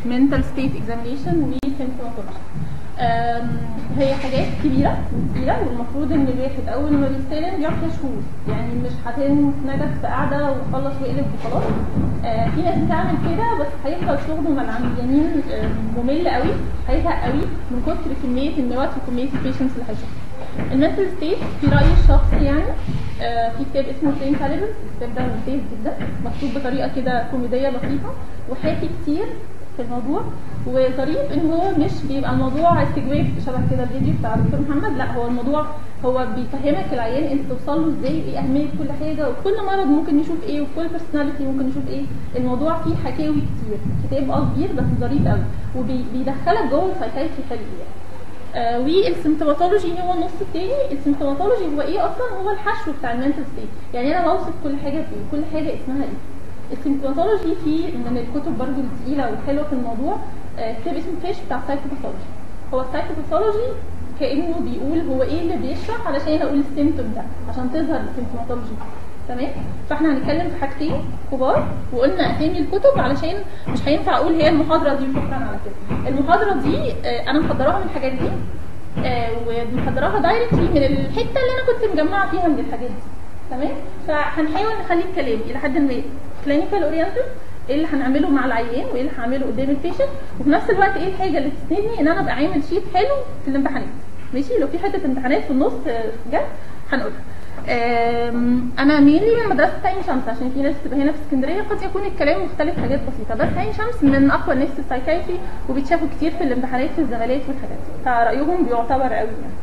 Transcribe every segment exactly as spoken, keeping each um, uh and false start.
mental state examination و symptomatology. هي حاجات كبيره وتقيله، والمفروض ان الواحد اول ما بيستلم بيقعد فيها شهور، يعني مش هتنجح في قاعده وخلص ويقلب وخلاص. آه في ناس بتعمل كده بس هيفضل شغله مع العميانين آه ممل قوي، هيزهق قوي من كتر كميه النوات وكميه البيشنتس اللي هيشوفها. المنتل ستيت في رايي الشخصي يعني آه في كتاب اسمه برين كاليبرز، الكتاب ده ممتاز جدا، مكتوب بطريقه كده كوميديه لطيفه وحاكي كتير في الموضوع، وظريف ان هو مش بيبقى الموضوع استجواب شبه كده الفيديو بتاع الدكتور محمد، لا هو الموضوع هو بيفهمك العيان انت توصل له ازاي، ايه اهميه كل حاجه، وكل مرض ممكن نشوف ايه، وكل بيرسوناليتي ممكن نشوف ايه. الموضوع فيه حكاوي كتير، كتاب اه كبير بس ظريف قوي وبيدخلك جوه السايكايتري حلو يعني. آه والسيمتوماتولوجي هو النص التاني. السيمتوماتولوجي هو ايه اصلا؟ هو الحشو بتاع المنتل ستيت، يعني انا بوصف كل حاجه فيه، كل حاجه اسمها ايه. السيمتوماتولوجي فيه من الكتب برضو الثقيله والحلوه في الموضوع كتاب اسمه فيش بتاع السايكوباثولوجي. هو السايكوباثولوجي كانه بيقول هو ايه اللي بيشرح علشان اقول السيمتوم ده عشان تظهر السيمتوماتولوجي، تمام؟ فاحنا هنتكلم في حاجتين كبار وقلنا اسامي الكتب علشان مش هينفع اقول هي المحاضره دي وشكرا على كده. المحاضره دي انا محضراها من الحاجات دي ومحضراها دايركتلي من الحته اللي انا كنت مجمعه فيها من الحاجات دي، تمام؟ فهنحاول نخلي الكلام الى حد ما كلينيكال اورينتد، ايه اللي هنعمله مع العيان وايه اللي هعمله قدام البيشنت، وفي نفس الوقت ايه الحاجه اللي تسندني ان انا ابقى عامل شيت حلو في الامتحانات. ماشي؟ لو في حته امتحانات في النص جت هنقولها. انا مينلي من مدرسه عين شمس، عشان في ناس تبقى هنا في اسكندريه قد يكون الكلام مختلف حاجات بسيطه، بس عين شمس من اقوى الناس السايكايتري وبيتشافوا كتير في الامتحانات في الزمالات والحاجات دي، فرايهم بيعتبر قوي يعني.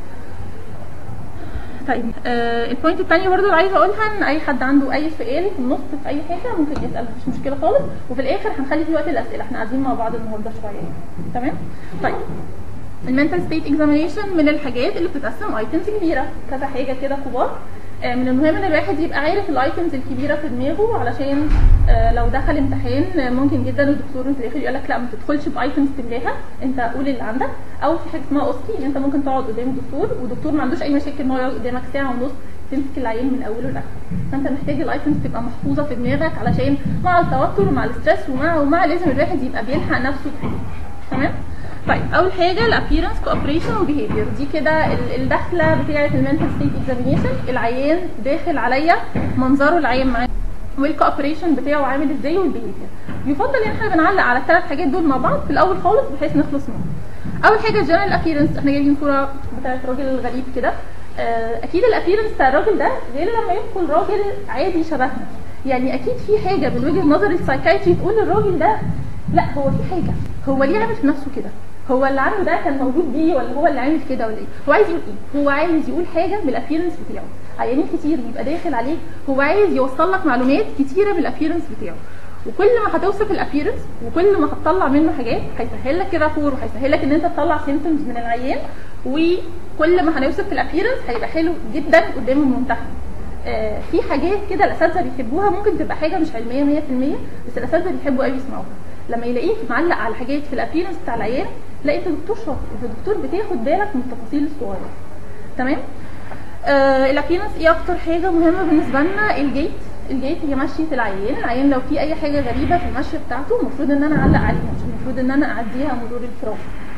طيب آه البوينت الثانيه برضو اللي عايزه اقولها ان اي حد عنده اي سؤال في النص في اي حاجه ممكن يسال، مفيش مشكله خالص، وفي الاخر هنخلي في وقت الاسئله، احنا قاعدين مع بعض النهارده شويه يعني. تمام؟ طيب المنتال ستيت اكزامينيشن من الحاجات اللي بتتقسم ايتمز كبيره، كذا حاجه كده كبار. آه من المهم ان الواحد يبقى عارف الايتمز الكبيره في دماغه، علشان آه لو دخل امتحان ممكن جدا الدكتور في الاخر يقول لك لا ما تدخلش بايتمز تملاها، انت قول اللي عندك. او في حاجه اسمها اوسكي، ان انت ممكن تقعد قدام الدكتور والدكتور ما عندوش اي مشاكل ان هو يقعد قدامك ساعه ونص تمسك العيان من اوله لاخره، فانت محتاج الايتمز تبقى محفوظه في دماغك علشان مع التوتر ومع الاسترس ومع ومع لازم الواحد يبقى بيلحق نفسه بحاجه. تمام؟ طيب اول حاجه الابييرنس كوبريشن وبيهيفير، دي كده الدخله بتاعه المنتال ستيت اكزامينيشن، العيان داخل عليا منظره العيان معايا والكوبريشن بتاعه عامل ازاي والبيهيفير. يفضل ان احنا بنعلق على الثلاث حاجات دول مع بعض في الاول خالص بحيث نخلص منهم. اول حاجه الجنرال ابييرنس، احنا جايبين صوره بتاعه راجل غريب كده، اكيد الابييرنس بتاع الراجل ده غير لما يدخل راجل عادي شبهنا، يعني اكيد في حاجه من وجهه نظر السايكايتري تقول للراجل ده لا هو في حاجه، هو ليه عامل في نفسه كده؟ هو اللي عنده ده كان موجود بيه ولا هو اللي عامل كده ولا ايه؟ هو عايز يقول ايه؟ هو عايز يقول حاجه بالابييرنس بتاعه. عيانين كتير بيبقى داخل عليك هو عايز يوصل لك معلومات كتيره بالابييرنس بتاعه، وكل ما هتوصف الابييرنس وكل ما هتطلع منه حاجات هيسهل لك الرابور وهيسهل لك ان انت تطلع سيمبتومز من العيان، وكل ما هنوصف الابييرنس هيبقى حلو جدا قدام الممتحن. آه في حاجات كده الاساتذه بيحبوها، ممكن تبقى حاجه مش علميه مية في المية بس الاساتذه بيحبوا قوي يسمعوها. لما يلاقيك معلق على حاجات في الابييرنس بتاع العيان، لا انت دكتور شاطر، انت دكتور بتاخد بالك من التفاصيل الصغيره. تمام؟ آه الابييرنس ايه اكتر حاجه مهمه بالنسبه لنا؟ الجيت. الجيت هي مشيه العيان، العيان لو في اي حاجه غريبه في المشيه بتاعته المفروض ان انا اعلق عليها، مش المفروض ان انا اعديها مرور الكرام.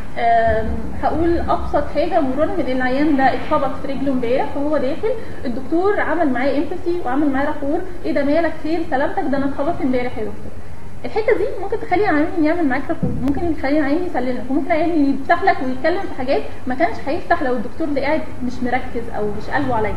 هقول ابسط حاجه مرور من العيان ده اتخبط في رجله امبارح وهو داخل، الدكتور عمل معاه امباثي وعمل معاه رابور، ايه ده مالك خير سلامتك ده انا اتخبطت امبارح يا دكتور. الحته دي ممكن تخلي العيان يعمل معاك رابور، ممكن تخلي العيان يسلمك، وممكن العيان يفتح لك ويتكلم في حاجات ما كانش هيفتح لو الدكتور ده قاعد مش مركز او مش قلبه عليا.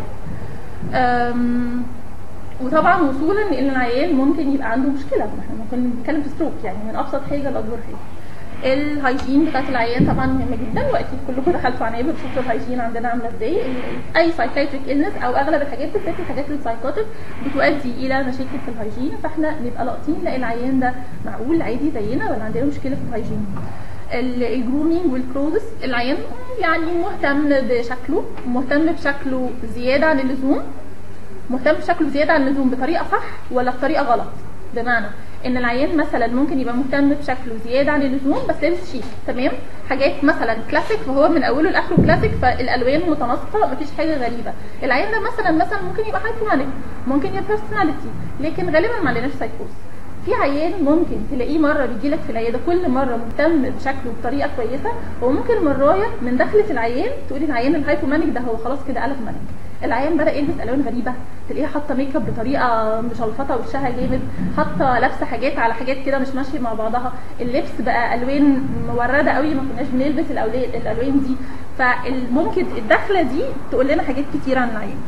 وطبعا وصولا لان العيان ممكن يبقى عنده مشكله، احنا ممكن نتكلم في ستروك، يعني من ابسط حاجه لاكبر حاجه. الهايجين بتاعت العيان طبعا مهمه جدا، واكيد كلكم دخلتوا عنابر شفتوا الهايجين عندنا عامله ازاي. اي سايكايتريك إلنس او اغلب الحاجات بالذات الحاجات السايكوتيك بتؤدي الى مشاكل في الهايجين، فاحنا نبقى لاقطين لا العيان ده معقول عادي زينا ولا عندنا مشكله في الهايجين. الجرومينج والكروزس، العيان يعني مهتم بشكله، مهتم بشكله زياده عن اللزوم، مهتم بشكله زياده عن اللزوم بطريقه صح ولا بطريقه غلط. بمعنى ان العيان مثلا ممكن يبقى مهتم بشكله زياده عن اللزوم بس لابس شيك، تمام، حاجات مثلا كلاسيك فهو من اوله لاخره كلاسيك، فالالوان متناسقه مفيش حاجه غريبه. العيان ده مثلا مثلا ممكن يبقى هايبومانيك، ممكن يبقى بيرسوناليتي، لكن غالبا ما عندناش سايكوز. في عيان ممكن تلاقيه مره بيجي لك في العياده كل مره مهتم بشكله بطريقه كويسه، وممكن مرايه من دخله العيان تقولي العيان الهايبومانيك ده هو خلاص كده قلب مانيك. العيان بدا يلبس الوان غريبه، تلاقيها حاطه ميك اب بطريقه مشلفطه وشها جامد، حاطه لابسه حاجات على حاجات كده مش ماشيه مع بعضها، اللبس بقى الوان مورده قوي ما كناش بنلبس الالوان دي. فممكن الدخله دي تقول لنا حاجات كتير عن العيان.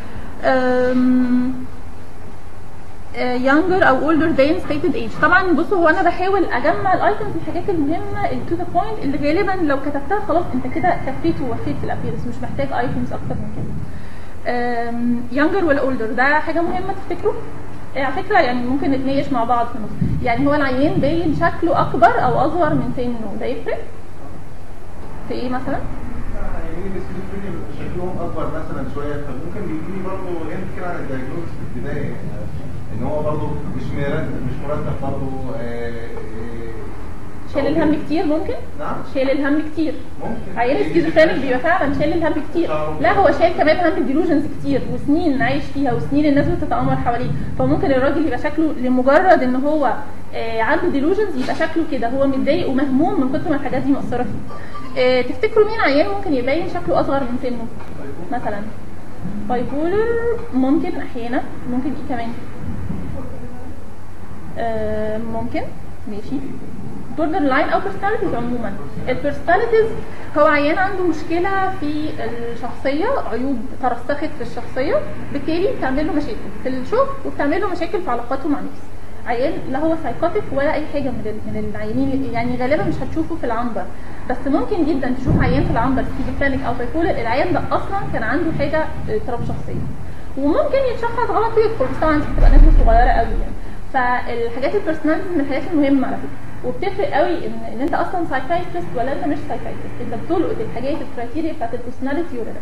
younger او older than stated age. طبعا بصوا هو انا بحاول اجمع الايتمز الحاجات المهمه تو ذا بوينت اللي غالبا لو كتبتها خلاص انت كده كفيت ووفيت في الابيرنس، مش محتاج ايتمز اكتر من كده. younger ولا older ده حاجه مهمه تفتكروا. على فكره يعني ممكن نتناقش مع بعض في النص، يعني هو العيان باين شكله اكبر او اصغر من سنه ده يفرق في ايه مثلا؟ يعني شكلهم اكبر مثلا شويه، فممكن بيجيلي برضه هنت كده عن الدايجنوز في البدايه ان هو برضه مش مرتب مش مرتب برضه. شايل الهم كتير ممكن؟ نعم شايل الهم كتير ممكن. عيان السكيزوفرينيك بيبقى فعلا شايل الهم كتير. لا هو شايل كمان هم الديلوجنز كتير وسنين عايش فيها وسنين الناس بتتآمر حواليه، فممكن الراجل يبقى شكله لمجرد ان هو آه عنده ديلوجنز يبقى شكله كده هو متضايق ومهموم من كتر ما الحاجات دي مأثره فيه. آه تفتكروا مين عيان ممكن يبين شكله اصغر من سنه؟ مثلا بايبولر ممكن احيانا، ممكن ايه كمان؟ آه ممكن ماشي بوردر لاين او بيرسوناليتيز. عموما البيرسوناليتيز هو عيان عنده مشكله في الشخصيه، عيوب ترسخت في الشخصيه بالتالي بتعمل له مشاكل في الشغل وبتعمل له مشاكل في علاقاته مع الناس. عيان لا هو سايكوتيك ولا اي حاجه من من العيانين، يعني غالبا مش هتشوفه في العنبر، بس ممكن جدا تشوف عيان في العنبر سكيزوفرينيك او بايبولر العيان ده اصلا كان عنده حاجه اضطراب شخصيه، وممكن يتشخص غلط ويدخل، بس طبعا دي بتبقى نسبه صغيره قوي يعني. فالحاجات البيرسوناليتيز من الحاجات المهمه على فكره، وبتفرق قوي ان ان انت اصلا سايكايترست ولا انت مش سايكايترست، انت بتلقط الحاجات الكرايتيريا بتاعت البيرسوناليتي ولا لا.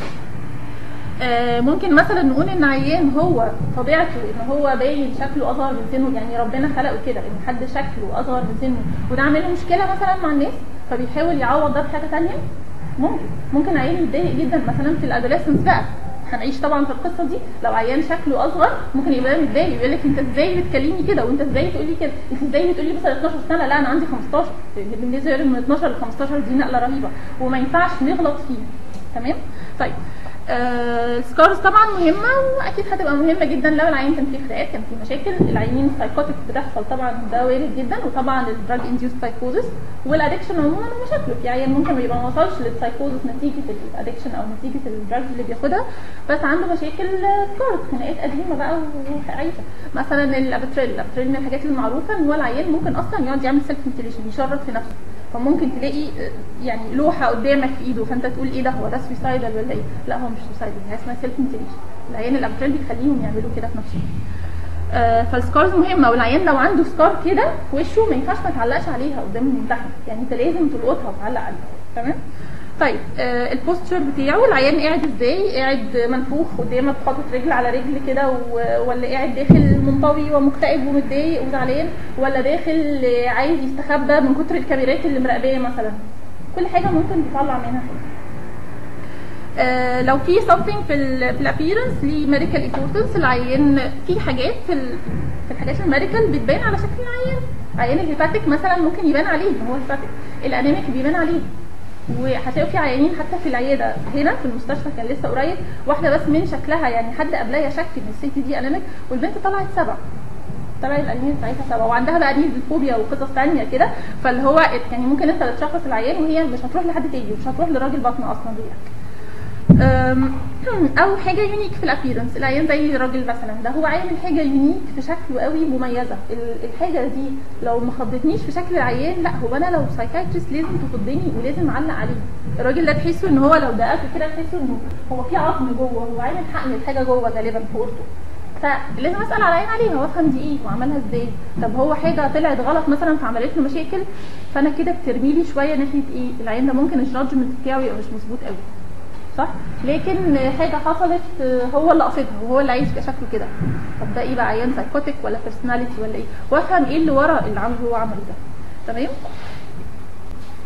آه ممكن مثلا نقول ان عيان هو طبيعته ان هو باين شكله اصغر من سنه، يعني ربنا خلقه كده ان حد شكله اصغر من سنه وده عامل له مشكله مثلا مع الناس فبيحاول يعوض ده بحاجه ثانيه. ممكن ممكن عيان يتضايق جدا مثلا في الادوليسنس بقى، هنعيش طبعا في القصه دي. لو عيان شكله اصغر ممكن يبقى متضايق يقول لك انت ازاي بتكلمني كده وانت ازاي تقولي كده، انت ازاي بتقولي مثلا اتناشر سنه، لا انا عندي خمستاشر. بالنسبه من اتناشر ل خمستاشر دي نقله رهيبه وما ينفعش نغلط فيها. تمام. طيب آه السكارز طبعا مهمه واكيد هتبقى مهمه جدا لو العيان كان فيه خناقات كان فيه مشاكل. العيانين السايكوتيك بتحصل طبعا ده وارد جدا، وطبعا الدراج انديوس سايكوزس والادكشن عموما ومشاكله. في عيان ممكن يبقى ما وصلش للسايكوزس نتيجه الادكشن او نتيجه الدراج اللي بياخدها، بس عنده مشاكل سكارز خناقات قديمه بقى وعايشه. مثلا الابتريل الابتريل من الحاجات المعروفه ان هو العيان ممكن اصلا يقعد يعمل سيلف ميتيليشن يشرط في نفسه، فممكن تلاقي يعني لوحه قدامك في ايده فانت تقول ايه ده هو ده سويسايدال ولا ايه؟ لا هو مش سويسايدال، هي اسمها سيلف ميتيليشن. العيان الابتريل بيخليهم يعملوا كده في نفسهم. آه فالسكارز مهمه، والعيان لو عنده سكار كده في وشه ما ينفعش ما تعلقش عليها قدام الممتحن، يعني انت لازم تلقطها وتعلق عليها. تمام. طيب آه البوستشر بتاعه العيان قاعد ازاي؟ قاعد منفوخ قدامك حاطط رجل على رجل كده، ولا قاعد داخل منطوي ومكتئب ومتضايق وزعلان، ولا داخل عايز يستخبى من كتر الكاميرات اللي مراقباه مثلا. كل حاجه ممكن تطلع منها حاجه. آه لو في something في ال في الابيرنس لميديكال ايمبورتنس، العيان في حاجات في في الحاجات الميديكال بتبان على شكل العيان. عيان الهيباتيك مثلا ممكن يبان عليه ان هو هيباتيك، الانيميك بيبان عليه. وهتلاقوا في عيانين حتى في العياده هنا في المستشفى كان لسه قريب واحده بس من شكلها يعني حد قبلها شك ان الست دي انيميك والبنت طلعت سبع، طلعت الانيميا بتاعتها سبع وعندها بقى نيزل فوبيا وقصص ثانيه كده. فاللي هو يعني ممكن انت تشخص العيان وهي مش هتروح لحد تاني ومش هتروح لراجل بطن اصلا دي. او حاجه يونيك في الابيرنس، العيان زي الراجل مثلا ده هو عامل حاجه يونيك في شكله قوي مميزه. الحاجه دي لو ما خضتنيش في شكل العيان لا هو انا لو سايكايتريست لازم تخضني ولازم اعلق عليه. الراجل ده تحسه ان هو لو دققته كده تحسه انه هو في عظم جوه، هو عامل حقن الحاجه جوه غالبا في اورته، فلازم اسال على العين عليها وافهم دي ايه وعملها ازاي. طب هو حاجه طلعت غلط مثلا فعملت له مشاكل، فانا كده بترمي لي شويه ناحيه ايه العين ده ممكن الجادجمنت بتاعه يبقى مش مظبوط قوي صح، لكن حاجه حصلت هو اللي قصدها وهو اللي عايز يبقى شكله كده. طب ده ايه بقى؟ عيان سايكوتيك ولا بيرسوناليتي ولا ايه؟ وافهم ايه اللي ورا اللي عمله هو عمله ده. تمام.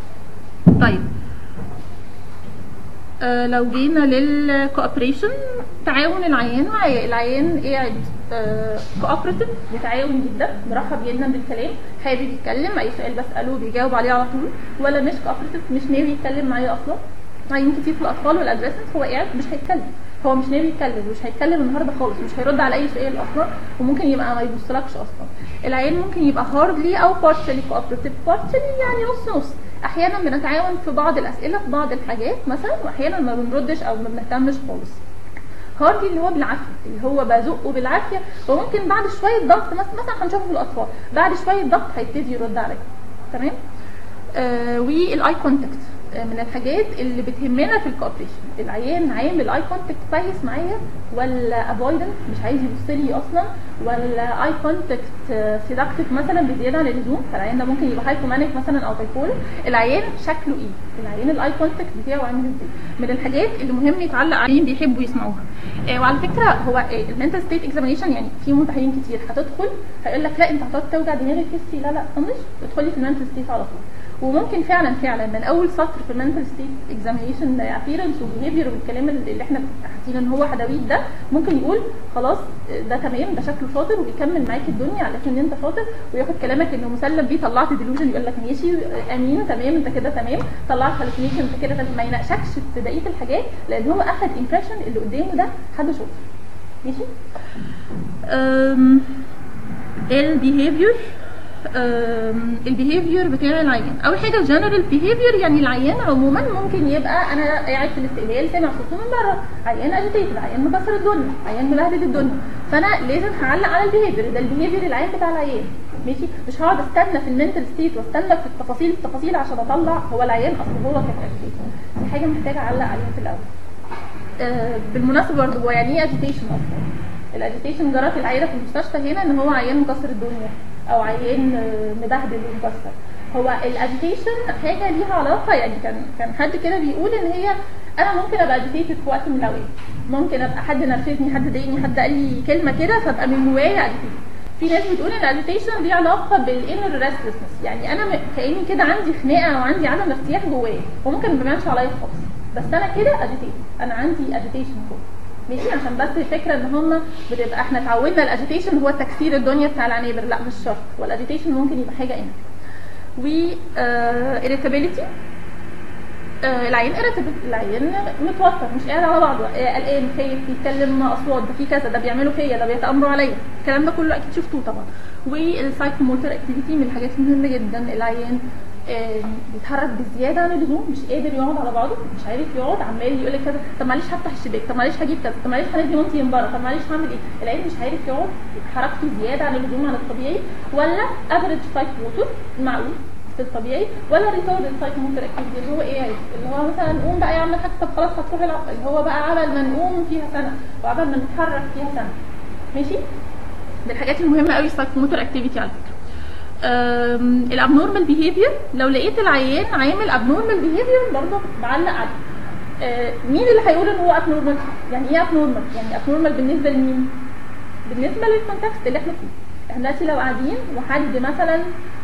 طيب آه لو جينا للكوبريشن تعاون العيان معايا، العيان قاعد كوبريتيف متعاون جدا، مرحب جدا بالكلام، حابب يتكلم، اي سؤال بساله بيجاوب عليه على طول، ولا مش كوبريتيف مش ناوي يتكلم معايا اصلا. عيان كتير في الاطفال والادريسنت هو قاعد مش هيتكلم، هو مش ناوي يتكلم، مش هيتكلم النهارده خالص، مش هيرد على اي سؤال اصلا، وممكن يبقى ما يبصلكش اصلا. العيان ممكن يبقى هاردلي او بارشلي كوبريتيف، بارشلي يعني نص نص، احيانا بنتعاون في بعض الاسئله في بعض الحاجات مثلا، واحيانا ما بنردش او ما بنهتمش خالص. هاردلي اللي هو بالعافيه، اللي هو بزقه بالعافيه، وممكن بعد شويه ضغط مثلا هنشوفه في الاطفال، بعد شويه ضغط هيبتدي يرد عليا. تمام. آه والاي كونتاكت من الحاجات اللي بتهمنا في الكوبريشن، العيان عامل اي كونتاكت كويس معايا ولا افويدنت مش عايز يبص لي اصلا، ولا اي كونتاكت سيدكتيف مثلا بزياده عن اللزوم، فالعيان ده ممكن يبقى هايبومانيك مثلا او بايبولر. العيان شكله ايه؟ العيان الاي كونتاكت بتاعه عامل ازاي؟ من الحاجات اللي مهم يتعلق عليهم بيحبوا يسمعوها. آه وعلى فكره هو المنتال ستيت اكزامينيشن يعني في ممتحنين كتير هتدخل هيقول لك لا انت هتقعد توجع دماغك تحسي، لا لا طنش ادخلي في المنتال ستيت على طول. وممكن فعلا فعلا من اول سطر في المنتال ستيت اكزامينيشن ابييرنس وبيهيفير والكلام اللي احنا حاطين ان هو حدويد ده، ممكن يقول خلاص ده تمام ده شكله شاطر وبيكمل معاك الدنيا علشان انت شاطر، وياخد كلامك انه مسلم بيه، طلعت ديلوجن يقول لك ماشي امين تمام انت كده تمام، طلعت هالوسينيشن انت كده ما يناقشكش في بقيه الحاجات، لان هو اخد امبريشن اللي قدامه ده حد شاطر. ماشي. امم البيهيفير البيهيفير بتاع العيان، اول حاجه الجنرال بيهيفير، يعني العيان عموما ممكن يبقى انا قاعد في الاستقبال سامع صوته من بره، عيان اجيتيتد، عيان مكسر الدنيا، عيان مبهدل الدنيا، فانا لازم هعلق على البيهيفير ده، البيهيفير العيان بتاع العيان. ماشي. مش هقعد استنى في المنتال ستيت واستنى في التفاصيل التفاصيل عشان اطلع هو العيان اصلا هو كان اجيتيتد، دي حاجه محتاجه اعلق عليها في الاول. آه بالمناسبه برضه هو يعني ايه اجيتيشن اصلا؟ الاجيتيشن جرت العياده في المستشفى هنا ان هو عيان مكسر الدنيا او عيان مبهدل ومكسر. هو الاجيتيشن حاجه ليها علاقه، يعني كان كان حد كده بيقول ان هي انا ممكن ابقى اجيتيتد في وقت من الاوقات، ممكن ابقى حد نرفزني، حد ضايقني، حد قال لي كلمه كده فابقى من جوايا اجيتيتد. في ناس بتقول ان الاجيتيشن ليها علاقه بالانر ريستلسنس، يعني انا كاني كده عندي خناقه وعندي عدم ارتياح جوايا وممكن ما يبانش عليا خالص، بس انا كده اجيتيتد، انا عندي اجيتيشن جوه. ماشي. عشان بس الفكره ان هم بتبقى احنا اتعودنا الاجيتيشن هو تكسير الدنيا بتاع العنابر، لا مش شرط، والاجيتيشن ممكن يبقى حاجه ايه. و irritability، العيان irritable، العيان متوتر مش قاعد على بعضه، قلقان خايف بيتكلم اصوات، ده في كذا، ده بيعملوا فيا، ده بيتامروا عليا، الكلام ده كله اكيد شفتوه طبعا. والسايكوموتور اكتيفيتي من الحاجات المهمه جدا، العيان بيتحرك بزياده عن اللزوم، مش قادر يقعد على بعضه، مش عارف يقعد، عمال يقول لك كذا، طب معلش هفتح الشباك، طب معلش هجيب كذا، طب معلش هندي مامتي من بره، طب معلش هعمل ايه؟ العيان مش عارف يقعد، حركته زياده عن اللزوم عن الطبيعي، ولا افريج سايكوموتور معقول في الطبيعي، ولا ريتاردد سايكوموتور اكتيفيتي اللي هو ايه، اللي هو مثلا نقوم بقى يعمل حاجه، طب خلاص هتروح اللي هو بقى عبل ما نقوم فيها سنه وعبل ما نتحرك فيها سنه. ماشي. من الحاجات المهمه قوي السايكوموتور اكتيفيتي على فكره. الابنورمال بيهيفير، لو لقيت العيان عامل ابنورمال بيهيفير برضه بعلق عليه. أه مين اللي هيقول ان هو ابنورمال؟ يعني ايه ابنورمال؟ يعني ابنورمال بالنسبه لمين؟ بالنسبه للكونتكست اللي احنا فيه. احنا دلوقتي لو قاعدين وحد مثلا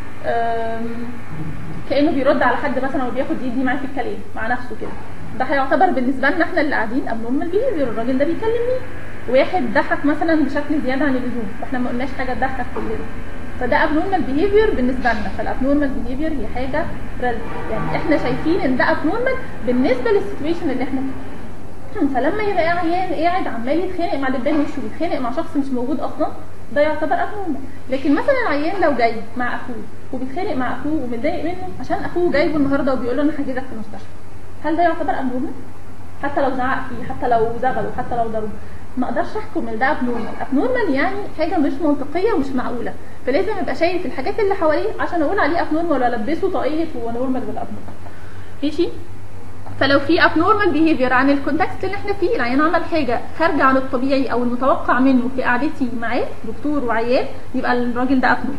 كانه بيرد على حد مثلا وبياخد يدي معاه في الكلام مع نفسه كده، ده هيعتبر بالنسبه لنا احنا اللي قاعدين ابنورمال بيهيفير، الراجل ده بيكلم مين؟ واحد ضحك مثلا بشكل زياده عن اللزوم، واحنا ما قلناش حاجه تضحك كلنا، فده ابنورمال بيهيفير بالنسبه لنا. فالابنورمال بيهيفير هي حاجه ريليف، يعني احنا شايفين ان ده ابنورمال بالنسبه للسيتويشن اللي احنا فيه. فلما يبقى عيان قاعد عمال يتخانق مع دبان وشه، بيتخانق مع شخص مش موجود اصلا، ده يعتبر ابنورمال. لكن مثلا العيان لو جاي مع اخوه وبيتخانق مع اخوه ومتضايق منه عشان اخوه جايبه النهارده وبيقول له انا هجيبك في المستشفى، هل ده يعتبر ابنورمال؟ حتى لو زعق فيه، حتى لو زغله، حتى لو ضربه، ما اقدرش احكم ان ده ابنورمال. ابنورمال يعني حاجه مش منطقيه ومش معقوله، فلازم ابقى شايف الحاجات اللي حواليه عشان اقول عليه ابنورمال ولا البسه طاقيه هو نورمال ولا ابنورمال. ماشي. فلو في ابنورمال بيهيفير عن الكونتكست اللي احنا فيه، العيان عمل حاجه خارجه عن الطبيعي او المتوقع منه في قعدتي معاه دكتور وعيان، يبقى الراجل ده ابنورمال.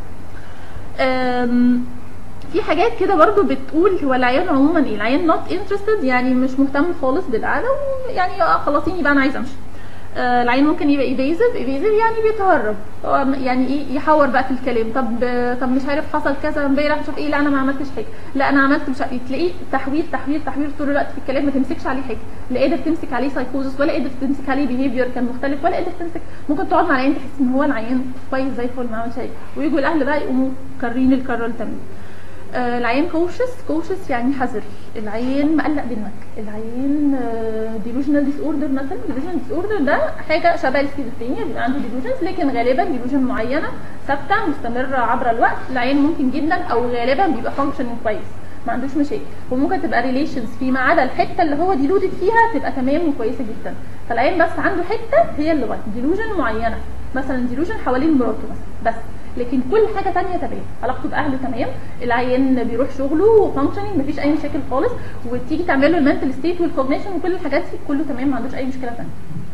في حاجات كده برضو بتقول هو العيان عموما ايه، العيان not interested يعني مش مهتم خالص بالقعده، ويعني خلاصيني بقى انا عايزه امشي. آه العين ممكن يبقى ايفيزيف، ايفيزيف يعني بيتهرب، هو يعني ايه يحور بقى في الكلام، طب طب مش عارف حصل كذا امبارح مش عارف ايه، لا انا ما عملتش حاجه، لا انا عملت مش عارف، تلاقيه تحوير تحوير تحوير طول الوقت في الكلام، ما تمسكش عليه حاجه، لا قادر تمسك عليه سايكوزس ولا قادر تمسك عليه بيهيفير كان مختلف ولا قادر تمسك، ممكن تقعد مع العيان تحس ان هو العيان كويس زي الفل ما عملش حاجه، ويجوا الاهل بقى يقوموا كارين الكره التانيه. آه العيان كوشس، كوشس يعني حذر، العيان مقلق منك، العيان ديلوجنال ديس اوردر مثلا، ديلوجنال ديس اوردر ده حاجه شبه السكيزوفرينيا، بيبقى عنده ديلوجنز لكن غالبا ديلوجن معينه ثابته مستمره عبر الوقت، العيان ممكن جدا او غالبا بيبقى فانكشنينج كويس ما عندوش مشاكل، وممكن تبقى ريليشنز فيما عدا الحته اللي هو ديلودد فيها تبقى تمام وكويسه جدا، فالعيان بس عنده حته هي اللي غلط، ديلوجن معينه مثلا ديلوجن حوالين مراته مثلا بس، لكن كل حاجه ثانيه تمام، علاقته باهله تمام، العيان بيروح شغله فانكشنينج مفيش اي مشاكل خالص، وتيجي تعمل له المنتل ستيت والكوجنيشن وكل الحاجات دي كله تمام ما عندوش اي مشكله ثانيه.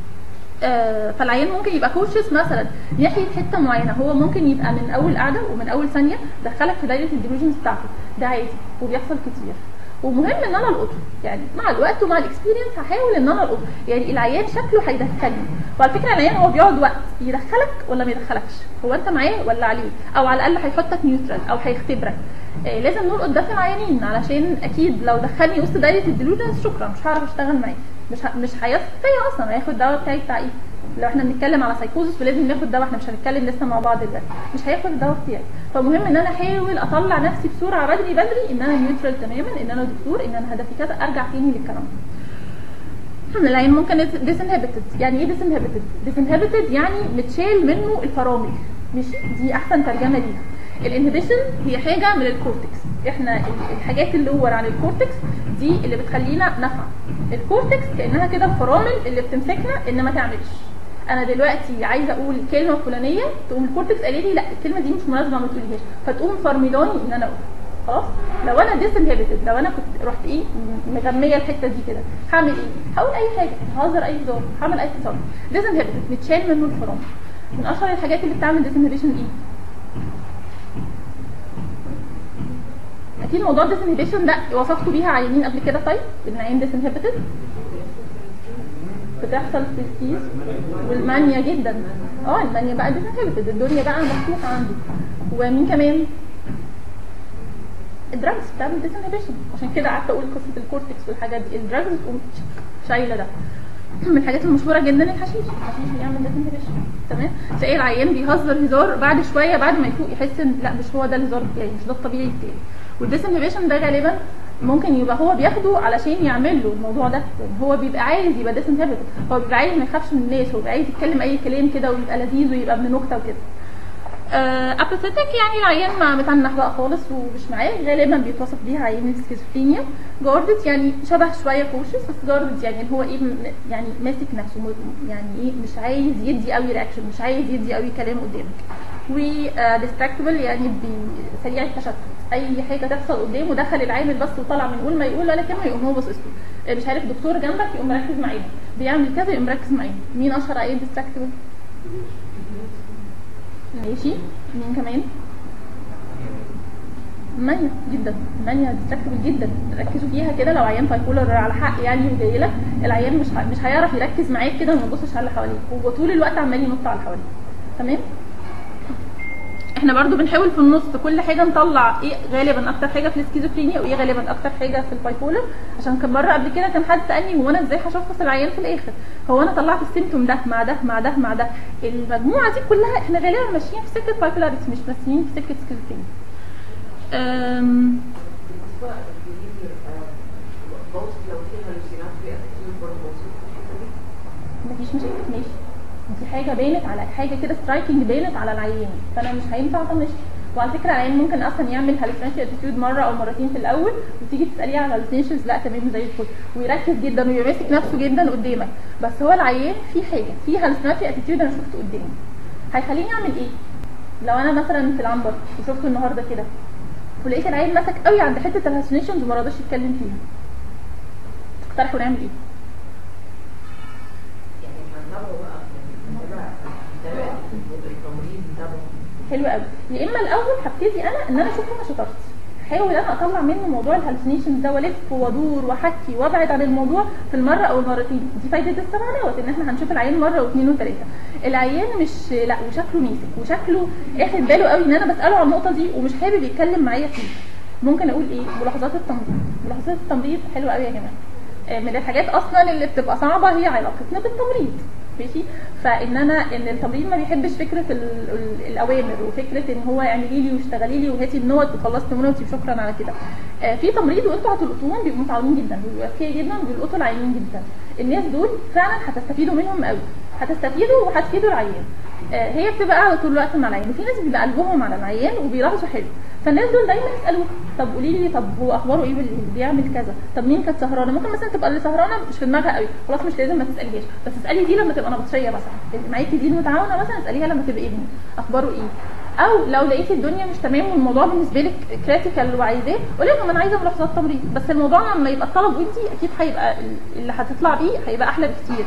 آه فالعيان ممكن يبقى كوشس مثلا ناحيه حته معينه، هو ممكن يبقى من اول قعده ومن اول ثانيه دخلك في دايره الديلوجنز بتاعته، ده عادي وبيحصل كتير، ومهم ان انا القطه، يعني مع الوقت ومع الاكسبيرينس هحاول ان انا القطه، يعني العيان شكله هيدخلني، وعلى فكره العيان هو بيقعد وقت يدخلك ولا ما يدخلكش، هو انت معاه ولا عليه، او على الاقل هيحطك نيوترال او هيختبرك، آه لازم نلقط ده في العيانين، علشان اكيد لو دخلني وسط دايره الديلوجنز شكرا مش هعرف اشتغل معاه، مش ه... مش هيثق فيا اصلا، هياخد الدواء بتاعي بتاع ايه؟ لو احنا بنتكلم على سايكوزس ولازم ناخد دواء، احنا مش هنتكلم لسه مع بعض دلوقتي، مش هياخد الدواء بتاعي، فمهم ان انا احاول اطلع نفسي بسرعه بدري بدري ان انا نيوترال تماما، ان انا دكتور، ان انا هدفي كذا، ارجع تاني للكلام ده. العين ممكن ديسنهبيتد، يعني ايه ديسنهبيتد؟ ديسنهبيتد يعني متشال منه الفرامل، ماشي؟ دي احسن ترجمه ليها. الانهبيشن هي حاجه من الكورتكس، احنا الحاجات اللي ورا عن الكورتكس دي اللي بتخلينا نفع، الكورتكس كانها كده الفرامل اللي بتمسكنا ان ما تعملش، انا دلوقتي عايزه اقول كلمه فلانيه تقوم الكورتكس قال لي لا الكلمه دي مش مناسبه ما تقوليهاش، فتقوم فرملاني ان انا اقول خلاص. لو انا ديسنهبيتد، لو انا كنت رحت ايه مغميه الحته دي كده، هعمل ايه؟ هقول اي حاجه، ههزر اي هزار، هعمل اي تصرف. ديسنهبيتد متشال منه الفرامل. من اشهر الحاجات اللي بتعمل ديسنهبيشن ايه؟ اكيد موضوع الديسنهبيشن ده وصفتوا بيها عيانين قبل كده، طيب العين ديسنهبيتد بتحصل في الكيس والمانيا جدا، اه المانيا بقى ديسنهبيتد، الدنيا بقى مفتوحه عندي. ومين كمان؟ الدراجز بتعمل ديسنهبيشن، عشان كده قعدت اقول قصه الكورتكس والحاجات دي، الدراجز تقوم شايله ده. من الحاجات المشهوره جدا الحشيش، الحشيش بيعمل ديسنهبيشن، تمام؟ تلاقي العيان بيهزر هزار بعد شويه بعد ما يفوق يحس ان لا مش هو ده الهزار بتاعي، مش ده الطبيعي بتاعي. والديسنهبيشن ده غالبا ممكن يبقى هو بياخده علشان يعمل له الموضوع ده، يعني هو بيبقى عايز يبقى ديسنهبيتد، هو بيبقى عايز ما يخافش من الناس، هو بيبقى عايز يتكلم اي كلام كده ويبقى لذيذ ويبقى ابن نكته وكده. اباثيتك يعني العيان ما متنح بقى خالص ومش معاه، غالبا بيتوصف بيها عيان السكيزوفرينيا. جاردت يعني شبه شويه كوشس، بس جاردت يعني هو ايه يعني ماسك نفسه، يعني ايه مش عايز يدي قوي رياكشن، مش عايز يدي قوي كلام قدامك. وديستراكتبل يعني سريع التشتت، اي حاجه تحصل قدامه دخل العامل بس وطلع من يقول ما يقول ولا كلمه يقوم هو باصص له، مش عارف دكتور جنبك يقوم مركز معانا، بيعمل كذا يقوم مركز معانا. مين اشهر عيان ديستراكتبل؟ ماشي، مين كمان؟ مانيا جدا، مانيا ديستراكتبل جدا، ركزوا فيها كده، لو عيان بايبولر على حق يعني وجاي لك العيان مش مش هيعرف يركز معاك كده وما يبصش على اللي حواليه، هو طول الوقت عمال ينط على اللي حواليه، تمام؟ احنا برضو بنحاول في النص في كل حاجه نطلع ايه غالبا اكتر حاجه في السكيزوفرينيا وايه غالبا اكتر حاجه في البايبولر، عشان كان مره قبل كده كان حد سالني هو انا ازاي هشخص العيان في الاخر، هو انا طلعت السيمتوم ده مع ده مع ده مع ده، المجموعه دي كلها احنا غالبا ماشيين في سكه بايبولاريتي مش ماشيين في سكه سكيزوفرينيا. امم مفيش مشاكل، ماشي، دي حاجه بانت على حاجه كده سترايكنج بانت على العيان، فانا مش هينفع اطنش. وعلى فكره العيان ممكن اصلا يعمل هالوسينيشن اتيتيود مره او مرتين في الاول وتيجي تساليه على الهالوسينيشنز لا تمام زي الفل ويركز جدا ويبقى ماسك نفسه جدا قدامك، بس هو العيان في حاجه في هالوسينيشن اتيتيود انا شفته قدامي هيخليني اعمل ايه؟ لو انا مثلا في العنبر وشفته النهارده كده ولقيت العيان ماسك قوي عند حته الهالوسينيشنز وما رضاش يتكلم فيها، تقترحوا نعمل ايه؟ حلو قوي. يا اما الاول هبتدي انا ان انا اشوف انا شطارتي، احاول انا اطلع منه موضوع الهلوسينيشن ده والف وادور واحكي وابعد عن الموضوع في المره او المرتين. دي فايده السبع نوت، ان احنا هنشوف العيان مره واثنين وثلاثه. العيان مش لا وشكله ميسك وشكله اخد باله قوي ان انا بساله عن النقطه دي ومش حابب يتكلم معايا فيه. ممكن اقول ايه؟ ملاحظات التمريض. ملاحظات التمريض حلوه قوي يا جماعه. من الحاجات اصلا اللي بتبقى صعبه هي علاقتنا بالتمريض، ماشي؟ فان انا ان التمريض ما بيحبش فكره ال ال الاوامر وفكره ان هو اعملي لي واشتغلي لي وهاتي النوت وخلصت نوتي وشكرا على كده. آه في تمريض وانتوا هتلقطوهم بيبقوا متعاونين جدا وبيبقوا اذكياء جدا وبيلقطوا العيانين جدا. الناس دول فعلا هتستفيدوا منهم قوي، هتستفيدوا وهتفيدوا العيان. آه هي بتبقى قاعده طول الوقت مع العيان، وفي ناس بيبقى قلبهم على العيان وبيلاحظوا حلو، فالناس دول دايما يسالوها طب قولي لي طب هو اخباره ايه بالليل بيعمل كذا، طب مين كانت سهرانه. ممكن مثلا تبقى اللي سهرانه مش في دماغها قوي، خلاص مش لازم ما تساليهاش، بس اسالي دي لما تبقى نبطشيه مثلا، معاكي دي متعاونه مثلا اساليها لما تبقى ابني اخباره ايه. او لو لقيتي الدنيا مش تمام والموضوع بالنسبه لك كريتيكال وعايزاه قولي لهم انا عايزه ملاحظات تمريض، بس الموضوع لما يبقى الطلب وانتي اكيد هيبقى اللي هتطلع بيه هيبقى احلى بكتير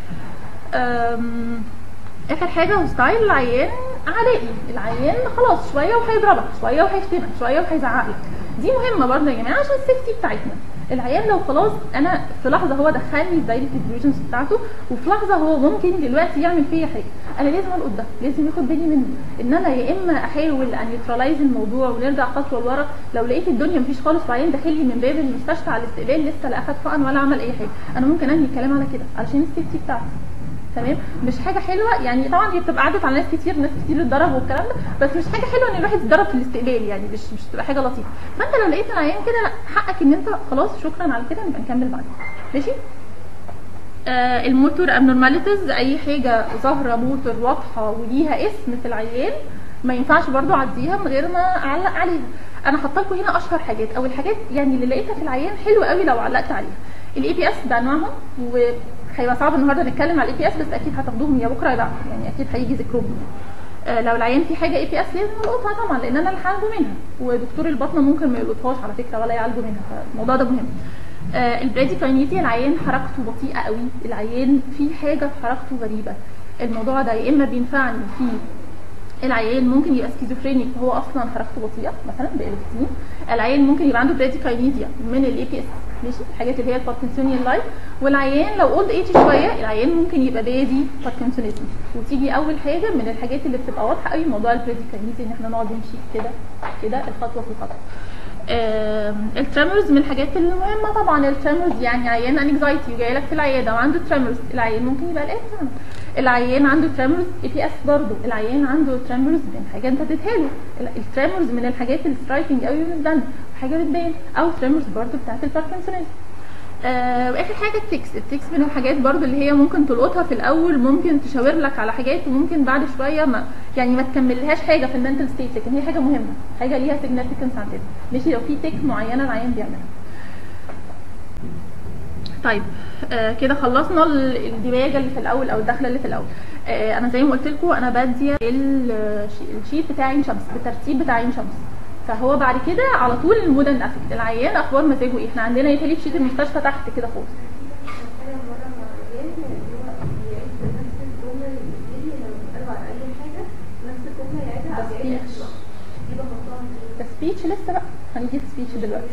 يعني. اخر حاجه هو ستايل العيان عدائي. العيان خلاص شويه وهيضربك شويه وهيشتمك شويه وهيزعق لك. دي مهمه برضه يا جماعه عشان السيفتي بتاعتنا. العيان لو خلاص انا في لحظه هو دخلني في دايره الديليجنس بتاعته وفي لحظه هو ممكن دلوقتي يعمل فيا حاجه، انا لازم القط ده، لازم ياخد بالي منه ان انا يا اما احاول ان نيوترلايز الموضوع ونرجع خطوه لورا. لو لقيت الدنيا مفيش خالص وعيان داخل لي من باب المستشفى على الاستقبال لسه لا اخد حقن ولا عمل اي حاجه، انا ممكن انهي الكلام على كده علشان السيفتي بتاعتي. تمام؟ مش حاجه حلوه يعني، طبعا هي بتبقى عدت على ناس كتير، ناس كتير اتضرب والكلام ده، بس مش حاجه حلوه ان الواحد يتضرب في الاستقبال يعني، مش مش تبقى حاجه لطيفه. فانت لو لقيت العيان كده لا حقك ان انت خلاص شكرا على كده نبقى نكمل بعدين. ماشي؟ آه الموتور ابنورماليتيز، اي حاجه ظاهره موتور واضحه وليها اسم في العيان ما ينفعش برضو اعديها من غير ما اعلق عليها. انا حاطه لكم هنا اشهر حاجات او الحاجات يعني اللي لقيتها في العيان حلوه قوي لو علقت عليها. الاي بي اس بانواعهم، وهيبقى صعب النهارده نتكلم على الاي بي اس بس اكيد هتاخدوهم يا بكره يا بعد يعني، اكيد هيجي ذكرهم. آه لو العيان في حاجه اي بي اس لازم القطها طبعا لان انا اللي هعالجه منها، ودكتور البطنه ممكن ما يلقطهاش على فكره ولا يعالجه منها، فالموضوع ده مهم. آه البراديكاينيزيا، العيان حركته بطيئه قوي، العيان في حاجه في حركته غريبه. الموضوع ده يا اما بينفعني في العيان ممكن يبقى سكيزوفرينيك وهو اصلا حركته بطيئه مثلا بقاله سنين. العيان ممكن يبقى عنده براديكاينيزيا من الاي بي اس، ماشي، الحاجات اللي هي الباركنسونيان لايف. والعيان لو اولد ايج شويه العيان ممكن يبقى بادي باركنسونيزم. وتيجي اول حاجه من الحاجات اللي بتبقى واضحه قوي موضوع البراديكاينيزيا، ان احنا نقعد نمشي كده كده الخطوه في الخطوه. التريمرز من الحاجات المهمه طبعا. التريمرز يعني عيان انكزايتي وجاي لك في العياده وعنده تريمرز، العيان ممكن يبقى قلقان. العيان عنده تريمرز اي بي اس برضه، العيان عنده تريمرز من حاجه انت اديتها له. التريمرز من الحاجات السترايكنج قوي بالنسبه لنا، حاجه بتبان، او تريمرز برضه بتاعت الباركنسونيزم. آه واخر حاجه التكس. التكس من الحاجات برضو اللي هي ممكن تلقطها في الاول، ممكن تشاور لك على حاجات وممكن بعد شويه ما يعني ما تكملهاش حاجه في المنتل ستيت، لكن هي حاجه مهمه، حاجه ليها سيجنيفيكانس عندنا، ماشي، لو في تك معينه العيان بيعملها. طيب آه كده خلصنا الديباجه اللي في الاول او الدخله اللي في الاول. آه انا زي ما قلت لكم انا باديه الشيت بتاع عين شمس بالترتيب بتاع عين شمس، فهو بعد كده على طول المودرن افكت. العيان اخبار مزاجه ايه؟ احنا عندنا يتهيألي في شيت المستشفى تحت كده خالص. ده سبيتش لسه بقى هنيجي سبيتش دلوقتي.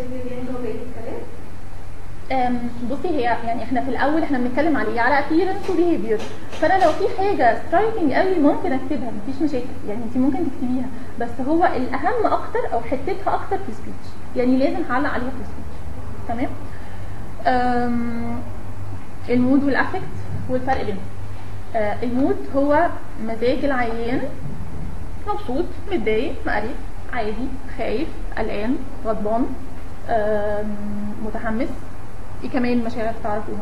بصي هي يعني احنا في الاول احنا بنتكلم عليه على appearance وبيهيفير، فانا لو في حاجه سترايكنج قوي ممكن اكتبها مفيش مشاكل، يعني انت ممكن تكتبيها، بس هو الاهم اكتر او حتتها اكتر في السبيتش، يعني لازم هعلق عليها في السبيتش. تمام؟ المود والافكت والفرق بينهم. آه المود هو مزاج العيان، مبسوط، متضايق، مقرف، عادي، خايف، قلقان، غضبان، متحمس. ايه كمان مشاعر تعرفوها؟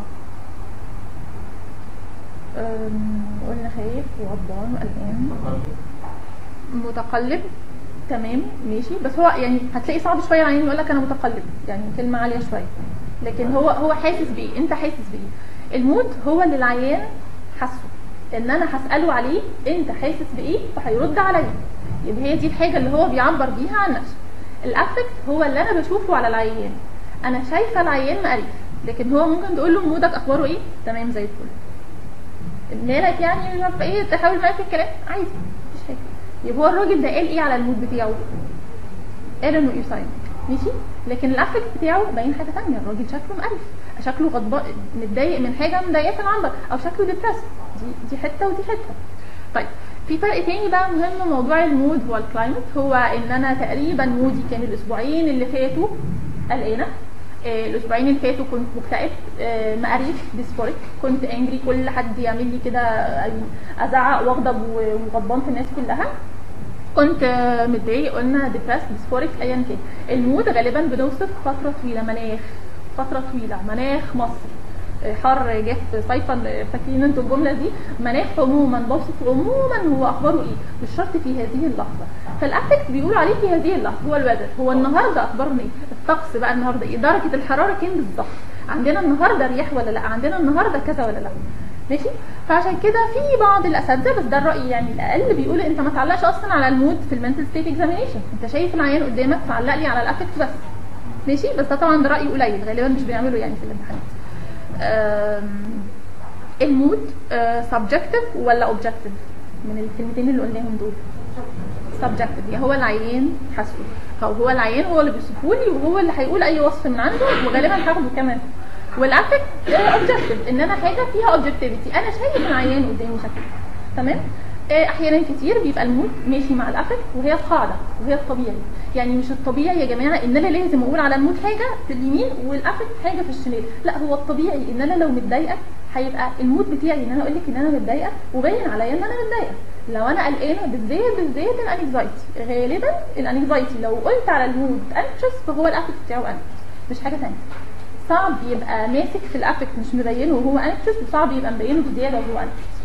قلنا خايف وغضبان وقلقان، متقلب. تمام ماشي، بس هو يعني هتلاقي صعب شويه العيان يقول لك انا متقلب، يعني كلمه عاليه شويه، لكن هو هو حاسس بايه، انت حاسس بايه. المود هو اللي العيان حاسه، ان انا هساله عليه انت حاسس بايه فهيرد عليا، يبقى هي دي الحاجه اللي هو بيعبر بيها عن نفسه. الافكت هو اللي انا بشوفه على العيان، انا شايفه العيان مقرف، لكن هو ممكن تقول له مودك اخباره ايه؟ تمام زي الفل. مالك يعني مش عارفه ايه، تحاول معاك في الكلام عادي مفيش حاجه. يبقى هو الراجل ده قال ايه على المود بتاعه؟ قال انه ايوسايد، ماشي، لكن الافكت بتاعه باين حاجه ثانيه، الراجل شكله مقرف، شكله غضبان متضايق من حاجه مضايقاه في العنبر، او شكله ديبرس، دي دي حته ودي حته. طيب في فرق تاني بقى مهم موضوع المود والكلايمت، هو ان انا تقريبا مودي كان الاسبوعين اللي فاتوا قلقانه، آه الاسبوعين اللي فاتوا كنت مكتئب، آه مقريف ديسفوريك، كنت انجري، كل حد يعمل لي كده ازعق واغضب وغضبان في الناس كلها، كنت آه متضايق، قلنا ديبرس ديسفوريك ايا كان. المود غالبا بنوصف فتره طويله، مناخ فتره طويله، مناخ مصر حر جاف صيفا، فاكرين انتوا الجمله دي؟ مناخ عموما، بوصف عموما هو اخباره ايه، مش شرط في هذه اللحظه. فالافكت بيقولوا عليه في هذه اللحظه، هو الويذر، هو النهارده اخباره ايه، الطقس بقى النهارده ايه، درجه الحراره كام بالظبط، عندنا النهارده رياح ولا لا، عندنا النهارده كذا ولا لا، ماشي. فعشان كده في بعض الاساتذه، بس ده الراي يعني الاقل، بيقول انت ما تعلقش اصلا على المود في المنتل ستيت اكزامينيشن، انت شايف العيان قدامك فعلق لي على الافكت بس، ماشي. بس ده طبعا ده راي قليل، غالبا مش بيعملوا يعني في الامتحانات. المود سبجكتيف ولا اوبجكتيف؟ من الكلمتين اللي قلناهم دول سبجكتيف، يعني هو العيان حاسه، او هو العيان هو اللي بيوصفه لي، وهو اللي هيقول اي وصف من عنده، وغالبا هاخده كمان. والافكت اوبجكتيف، ان انا حاجه فيها اوبجكتيفيتي، انا شايف العيان قدامي شكله، تمام. احيانا كتير بيبقى المود ماشي مع الافكت، وهي القاعده وهي الطبيعي، يعني مش الطبيعي يا جماعه ان انا لازم اقول على المود حاجه في اليمين والافكت حاجه في الشمال، لا، هو الطبيعي ان انا لو متضايقه هيبقى المود بتاعي ان انا اقول لك ان انا متضايقه وباين عليا ان انا متضايقه. لو انا قلقانه بالذات بالذات الانكزايتي، غالبا الانكزايتي لو قلت على المود انكشس فهو الافكت بتاعه انكشس، مش حاجه ثانيه. صعب يبقى ماسك في الافكت مش مبينه وهو انكشس، وصعب يبقى مبينه بزياده وهو انكشس.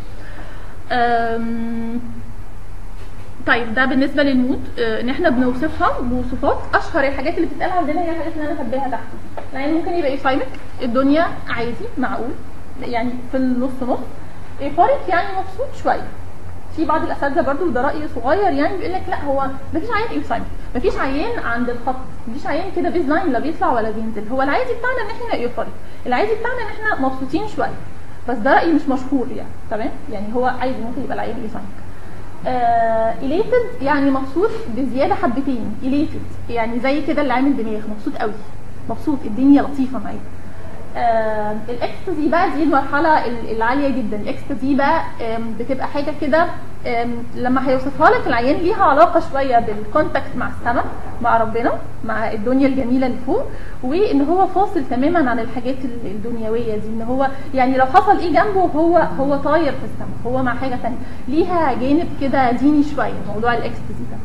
طيب ده بالنسبه للمود، ان احنا بنوصفها بوصفات. اشهر الحاجات اللي بتتقال عندنا هي الحاجات اللي انا كاتباها تحت، يعني ممكن يبقى ايفايمك، الدنيا عادي معقول، يعني في النص نص. ايفوريك يعني مبسوط شويه. في بعض الاساتذه برضو، وده راي صغير يعني، بيقول لك لا، هو مفيش عيان ايفايمك، مفيش عيان عند الخط، مفيش عيان كده بيز لاين لا بيطلع ولا بينزل، هو العادي بتاعنا ان احنا ايفوريك، العادي بتاعنا ان احنا مبسوطين شويه، بس ده راي مش مشهور يعني، تمام. يعني هو عادي ممكن يبقى العيان ايفايمك. إليتد يعني مبسوط بزياده حبتين، إليتد يعني زي كده اللي عامل دماغ، مبسوط قوي، مبسوط، الدنيا لطيفه معايا. آه الاكستازي بقى دي المرحله العاليه جدا. الاكستازي بقى بتبقى حاجه كده لما هيوصفها لك العيان ليها علاقه شويه بالكونتاكت مع السماء، مع ربنا، مع الدنيا الجميله اللي فوق، وان هو فاصل تماما عن الحاجات الدنيويه دي، ان هو يعني لو حصل ايه جنبه هو هو طاير في السماء، هو مع حاجه ثانيه، ليها جانب كده ديني شويه موضوع الاكستازي ده.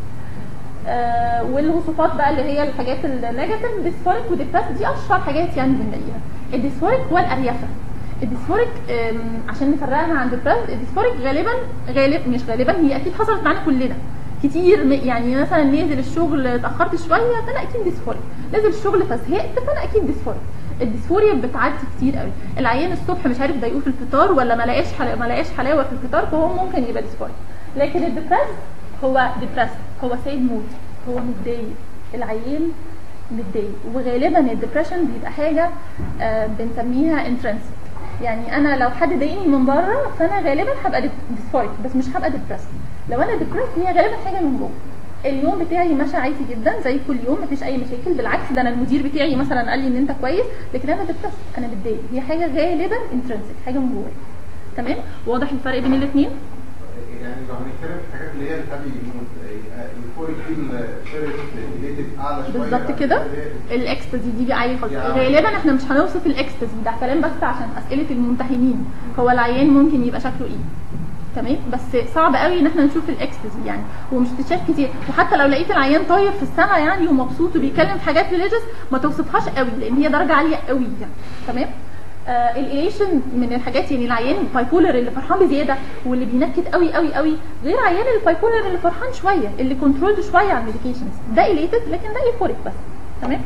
آه والوصفات بقى اللي هي الحاجات النيجاتيف، ديسفوريك وديبرس، دي اشهر حاجات يعني بنلاقيها. الديسفوريك هو الاريافه. الديسفوريك عشان نفرقها عن الديبرس، الديسفوريك غالبا غالب مش غالبا هي اكيد حصلت معانا كلنا كتير، يعني مثلا نازل الشغل اتاخرت شويه فانا اكيد ديسفوريك، نازل الشغل فزهقت فانا اكيد ديسفوريك. الديسفوريا بتعدي كتير قوي، العيان الصبح مش عارف ضايقوه في الفطار ولا ما لقاش حلا... ما لقاش حلاوه في الفطار، فهو ممكن يبقى ديسفوريك. لكن الديبرس هو ديبرس، هو سيد مود، هو متضايق، العيان متضايق. وغالبا الديبريشن بيبقى حاجه آه بنسميها انترنسيك، يعني انا لو حد ضايقني من بره فانا غالبا هبقى ديسفوريك بس مش هبقى ديبرس. لو انا ديبرس هي غالبا حاجه من جوه، اليوم بتاعي ماشي عادي جدا زي كل يوم، مفيش اي مشاكل، بالعكس ده انا المدير بتاعي مثلا قال لي ان انت كويس، لكن انا ديبرس، انا متضايق، هي حاجه غالبا انترنسيك، حاجه من جوه. تمام؟ واضح الفرق بين الاثنين؟ يعني لو هنتكلم في الحاجات اللي هي الهابي مود، الفوريك دي الفيرست ريليتد اعلى شويه بالظبط كده. الاكستازي دي عاليه خالص، غالبا احنا مش هنوصف الاكستازي ده كلام بس عشان اسئله الممتحنين، هو العيان ممكن يبقى شكله ايه، تمام، بس صعب قوي ان احنا نشوف الاكستازي يعني، ومش تتشاف كتير. وحتى لو لقيت العيان طاير في السماء يعني ومبسوط وبيتكلم في حاجات ريليجيوس، ما توصفهاش قوي لان هي درجه عاليه قوي يعني، تمام. آه الاليشن من الحاجات، يعني العيان البايبولر اللي فرحان بزياده واللي بينكد قوي قوي قوي، غير عيان البايبولر اللي فرحان شويه، اللي كنترولد شويه على الميديكيشنز، ده اليتد لكن ده ايفوريك بس، تمام.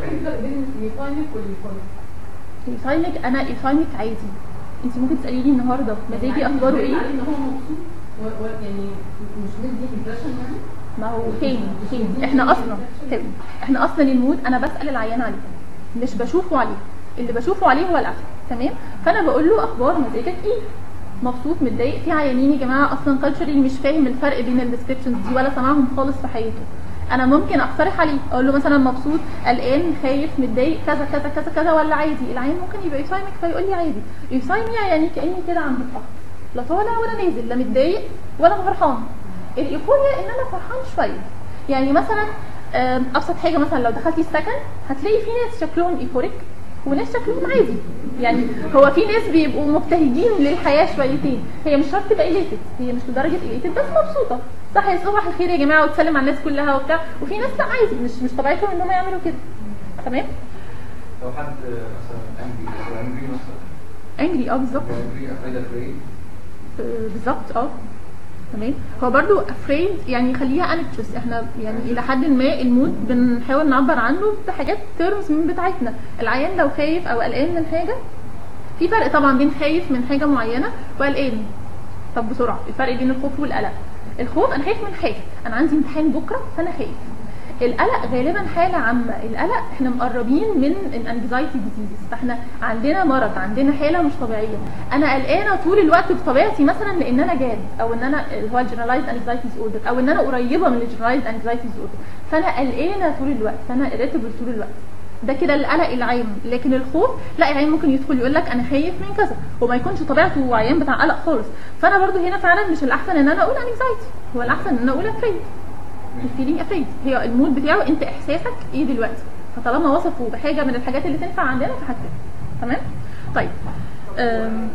الايفايميك انا الايفايميك عادي، انت ممكن تساليني النهارده مزاجي اخباره ايه؟ ان هو مبسوط يعني مش مدي امبريشن يعني، ما هو فين فين احنا اصلا فين. احنا اصلا المود انا بسال العيان عليه مش بشوفه عليه، اللي بشوفه عليه هو الافكت، تمام. فانا بقول له اخبار مزاجك ايه، مبسوط متضايق. في عيانين يا جماعه اصلا كالتشري مش فاهم الفرق بين الديسكريبشنز دي ولا سمعهم خالص في حياته، انا ممكن اقترح عليه اقول له مثلا مبسوط قلقان خايف متضايق كذا كذا كذا كذا ولا عادي. العيان ممكن يبقى يوسايميك فيقول لي عادي. يوسايميا يعني كاني كده عند الضغط، لا طالع ولا نازل، لا متضايق ولا فرحان. الايفوريا ان انا فرحان شويه. يعني مثلا ابسط حاجه، مثلا لو دخلتي السكن هتلاقي في ناس شكلهم ايفوريك وناس شكلهم عادي. يعني هو في ناس بيبقوا مبتهجين للحياه شويتين، هي مش شرط تبقى إليتد، هي مش لدرجه إليتد بس مبسوطه، صح يا صباح الخير يا جماعه وتسلم على الناس كلها وبتاع. وفي ناس لا عادي، مش مش طبيعتهم ان هم يعملوا كده. تمام. لو حد مثلا انجري انجري مثلا انجري اه بالظبط انجري افريد بالظبط اه تمام. هو برضو افريد يعني خليها انكشس، احنا يعني الى حد ما المود بنحاول نعبر عنه بحاجات تيرمز من بتاعتنا. العيان لو خايف او قلقان من حاجه، في فرق طبعا بين خايف من حاجه معينه وقلقان. طب بسرعه، الفرق بين الخوف والقلق. الخوف انا خايف من حاجه، انا عندي امتحان بكره فانا خايف. القلق غالبا حاله عامه. القلق احنا مقربين من الانكزايتي ديزيز، فاحنا عندنا مرض، عندنا حاله مش طبيعيه. انا قلقانه طول الوقت بطبيعتي مثلا لان انا جاد، او ان انا اللي هو الجنرالايزد انكزايتي ديزوردر، او ان انا قريبه من الجنرالايزد انكزايتي ديزوردر، فانا قلقانه طول الوقت، فانا irritable طول الوقت. ده كده القلق العام. لكن الخوف لا، العيان ممكن يدخل يقول لك انا خايف من كذا وما يكونش طبيعته عيان بتاع قلق خالص. فانا برضو هنا فعلا مش الاحسن ان انا اقول انكزايتي، هو الاحسن ان انا اقول افريد. الفيلينج افريد هي المود بتاعه، انت احساسك ايه دلوقتي، فطالما وصفوا بحاجه من الحاجات اللي تنفع عندنا فهكتب. تمام. طيب أم...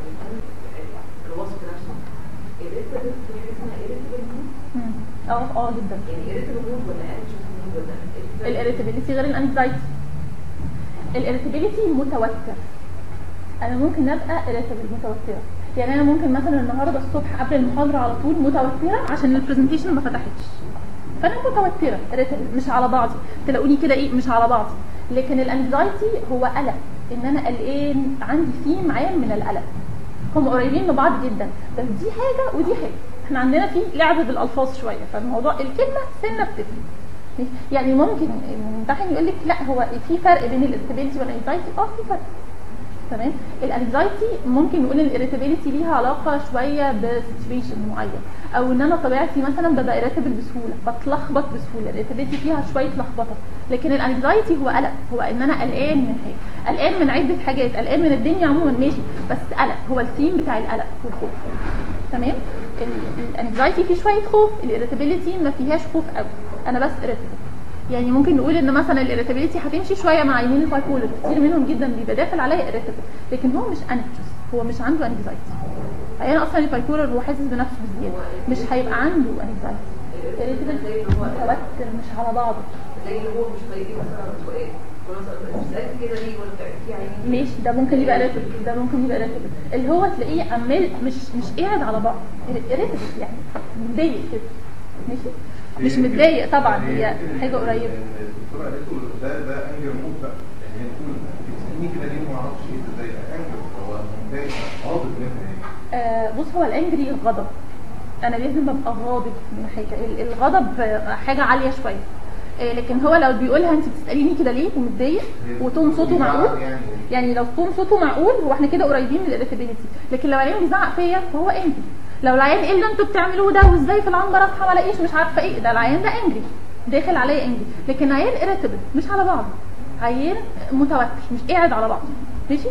الوصف نفسه الاريتابل في حاجه اسمها irritable mood. اه اه جدا. يعني irritable mood ولا anxious mood ولا الاريتابيليتي غير الانكزايتي. الاريتابيليتي متوتر، انا ممكن ابقى irritable متوتره. يعني انا ممكن مثلا النهارده الصبح قبل المحاضره على طول متوتره عشان البرزنتيشن ما فتحتش، فانا متوتره irritable مش على بعضي، تلاقوني كده ايه مش على بعضي. لكن الانكزايتي هو قلق، ان انا قلقان، عندي ثيم عام من القلق. هم قريبين من بعض جدا، بس دي حاجه ودي حاجه. احنا عندنا في لعب بالالفاظ شويه، فالموضوع الكلمه سنه بتفرق. يعني ممكن الممتحن يقول لك لا هو في فرق بين الارتبيلتي والانكزايتي، اه في فرق. تمام. الانكزايتي ممكن نقول الاريتابيلتي ليها علاقه شويه بسيتويشن معين، او ان انا طبيعتي مثلا ببقى اريتابل بسهوله، بتلخبط بسهوله، الاريتابيلتي فيها شويه لخبطه. لكن الانكزايتي هو قلق، هو ان انا قلقان من حاجه، قلقان من عده حاجات، قلقان من الدنيا عموما ماشي، بس قلق هو الثيم بتاع القلق والخوف. تمام. الانكزايتي فيه شويه خوف، الاريتابيلتي ما فيهاش خوف قوي، انا بس اريتابل. يعني ممكن نقول ان مثلا الاريتابيلتي هتمشي شويه مع عيانين البايبولر، كتير منهم جدا بيبقى داخل عليا اريتابل، لكن هو مش انكشس، هو مش عنده انكزايتي. عيان اصلا البايبولر هو حاسس بنفسه بزياده، مش هيبقى عنده انكزايتي. الاريتابيلتي متوتر مش على بعضه، زي اللي هو مش هيجي مثلا سؤال مثلا مش قد كده ليه ولا بتعرفي يعني ماشي، ده ممكن يبقى irritable، ده ممكن يبقى irritable، اللي هو تلاقيه عمال مش مش قاعد على بعض، irritable يعني متضايق كده. ماشي، مش متضايق طبعا، هي حاجه قريبه. الدكتوره قالت له ده ده انجر مود بقى، يعني هي بتقول تسالني كده ليه ما اعرفش ايه ازاي انجر، هو متضايق غاضب منها. آه بص، هو الانجري الغضب، انا لازم ابقى غاضب من حاجه. الغضب حاجه عاليه شويه، لكن هو لو بيقولها انت بتساليني كده ليه ومتضايق وتون صوته معقول، يعني لو تون صوته معقول هو احنا كده قريبين من الاريتابيلتي. لكن لو العيان بيزعق فيا فهو انجري. لو العيان ايه اللي انتوا بتعملوه ده وازاي في العنبر اصحى ما الاقيش مش عارفه ايه، ده العيان ده انجري داخل عليا انجري. لكن عيان اريتابل مش على بعضه، عيان متوتر مش قاعد على بعضه. ماشي.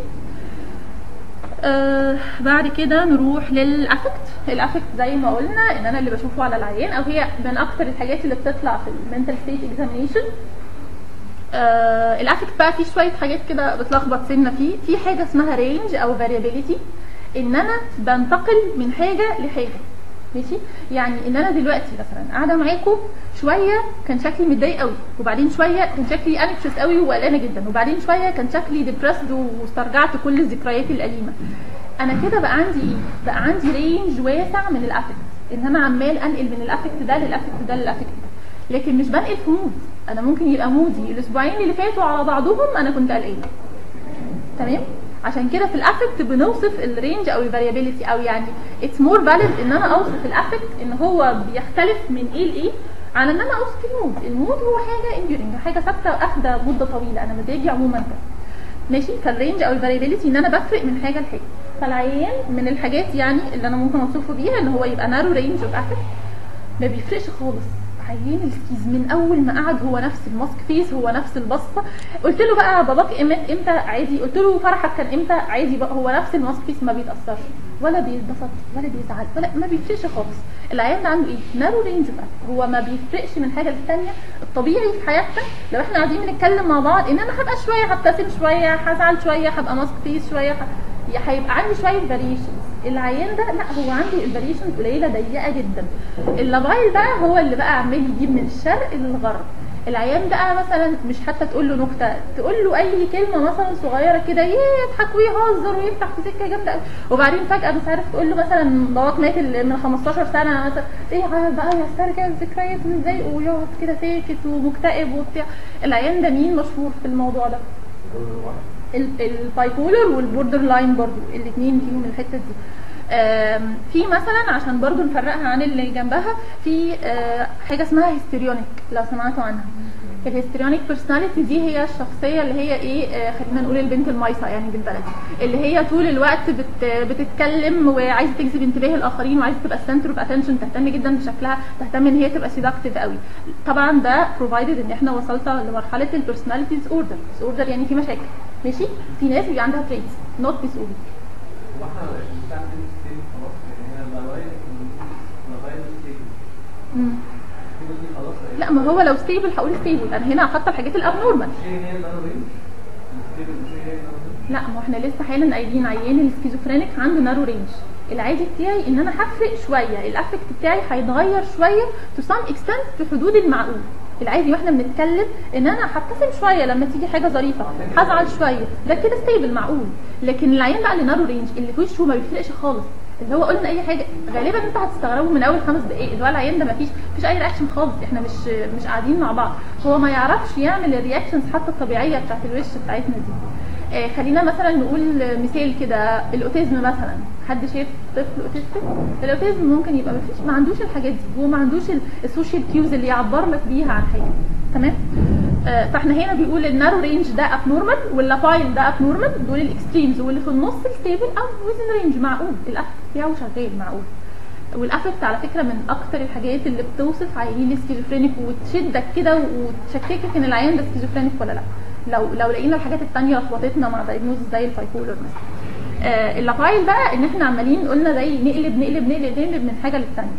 آه بعد كده نروح للافكت. الافكت زي ما قلنا ان انا اللي بشوفه على العيان، او هي من اكتر الحاجات اللي بتطلع في المنتال ستيت اكزامينيشن. آه الافكت بقى فيه شويه حاجات كده بتلخبط سنه فيه. في حاجه اسمها رينج او فاريابيليتي، ان انا بنتقل من حاجه لحاجه. ماشي، يعني ان انا دلوقتي مثلا قاعده معاكم شويه كان شكلي متضايق قوي، وبعدين شويه كان شكلي انكشس قوي وقلقانه جدا، وبعدين شويه كان شكلي ديبرسد واسترجعت كل الذكريات الاليمه. انا كده بقى عندي ايه؟ بقى عندي رينج واسع من الافكت، ان انا عمال انقل من الافكت ده للافكت ده للافكت ده، لكن مش بنقل في مود. انا ممكن يبقى مودي الاسبوعين اللي فاتوا على بعضهم انا كنت قلقانه. تمام. عشان كده في الافكت بنوصف الرينج او الفاريابيليتي، او يعني اتس مور فاليد ان انا اوصف الافكت ان هو بيختلف من ايه لايه على ان انا اوصف المود. المود هو حاجه انديورنج، حاجه ثابته واخده مده طويله، انا مزاجي عموما كده. ماشي. فالرينج او الفاريابيليتي ان انا بفرق من حاجه لحاجه. فالعيان من الحاجات يعني اللي انا ممكن اوصفه بيها ان هو يبقى نارو رينج اوف افكت، ما بيفرقش خالص عيان السكيز من اول ما قعد هو نفس الماسك فيس، هو نفس البصه. قلت له بقى باباك امت امتى عادي، قلت له فرحك كان امتى عادي، بقى هو نفس الماسك فيس، ما بيتاثرش ولا بيتبسط ولا بيزعل ولا ما بيفرقش خالص. العيان ده عنده ايه؟ نارو رينج بقى، هو ما بيفرقش من حاجه للثانيه. الطبيعي في حياتنا لو احنا قاعدين بنتكلم مع بعض ان انا هبقى شويه هبتسم شويه هزعل شويه هبقى ماسك فيس شويه ه... هيبقى عندي شويه فاريشنز. العيان ده لا، هو عنده الفاريشنز قليله ضيقه جدا. اللابايل بقى هو اللي بقى عمال يجيب من الشرق للغرب. العيان بقى مثلا مش حتى تقول له نكته، تقول له اي كلمه مثلا صغيره كده يضحك ويهزر ويفتح في سكه جامده قوي، وبعدين فجاه مش عارف تقول له مثلا باباك مات من خمستاشر سنه مثلا، ايه بقى يسترجع الذكريات ازاي ويقعد كده ساكت ومكتئب وبتاع. العيان ده مين مشهور في الموضوع ده؟ البايبولر والبوردر لاين برضو، الاثنين فيهم الحته دي. في مثلا عشان برضو نفرقها عن اللي جنبها، في حاجه اسمها هيستيريونيك لو سمعتوا عنها. الهيستيريونيك بيرسوناليتي دي هي الشخصيه اللي هي ايه، خلينا نقول البنت المايصه يعني بالبلدي، اللي هي طول الوقت بت بتتكلم وعايزه تجذب انتباه الاخرين وعايزه تبقى السنتر اوف اتنشن، تهتم جدا بشكلها، تهتم ان هي تبقى سيدكتيف قوي. طبعا ده بروفايدد ان احنا وصلت لمرحله البيرسوناليتي ديس اوردر. ديس اوردر يعني في مشاكل، ماشي. في ناس بيبقى عندها تريتس نوت ديس اوردر. واحنا بنستعمل ستيل خلاص يعني لغايه لغايه ستيل. لا ما هو لو ستيبل هقول ستيبل، انا هنا حاطه الحاجات الابنورمال. لا ما احنا لسه حالا قايلين عيان السكيزوفرينيك عنده نارو رينج. العادي بتاعي ان انا هفرق شويه، الافكت بتاعي هيتغير شويه تو سام اكستنت في حدود المعقول. العادي واحنا بنتكلم ان انا هبتسم شويه لما تيجي حاجه ظريفه، هزعل شويه، ده كده ستيبل معقول. لكن العيان بقى اللي نارو رينج اللي في وشه ما بيفرقش خالص، اللي هو قلنا اي حاجه غالبا انت هتستغربوا من اول خمس دقائق، اللي هو العيان ده ما فيش مفيش اي رياكشن خالص، احنا مش مش قاعدين مع بعض، هو ما يعرفش يعمل الرياكشنز حتى الطبيعيه بتاعت الوش بتاعتنا دي. آه خلينا مثلا نقول مثال كده، الاوتيزم مثلا، حد شايف طفل اوتيستيك؟ الاوتيزم ممكن يبقى ما فيش ما عندوش الحاجات دي، هو ما عندوش السوشيال كيوز اللي يعبر لك بيها عن حاجه، تمام؟ آه فاحنا هنا بيقول النارو رينج ده ابنورمال واللابايل ده ابنورمال، دول الاكستريمز، واللي في النص ستيبل او ويزن رينج معقول، الافكت بتاعه شغال معقول. والافكت على فكره من اكتر الحاجات اللي بتوصف عيانين السكيزوفرينيك وتشدك كده وتشككك ان العيان ده سكيزوفرينيك ولا لا، لو لو لقينا الحاجات الثانيه لخبطتنا مع دايجنوزس زي البايبولر مثلا. آه اللابايل بقى ان احنا عمالين قلنا زي نقلب نقلب نقلب نقلب من حاجه للثانيه،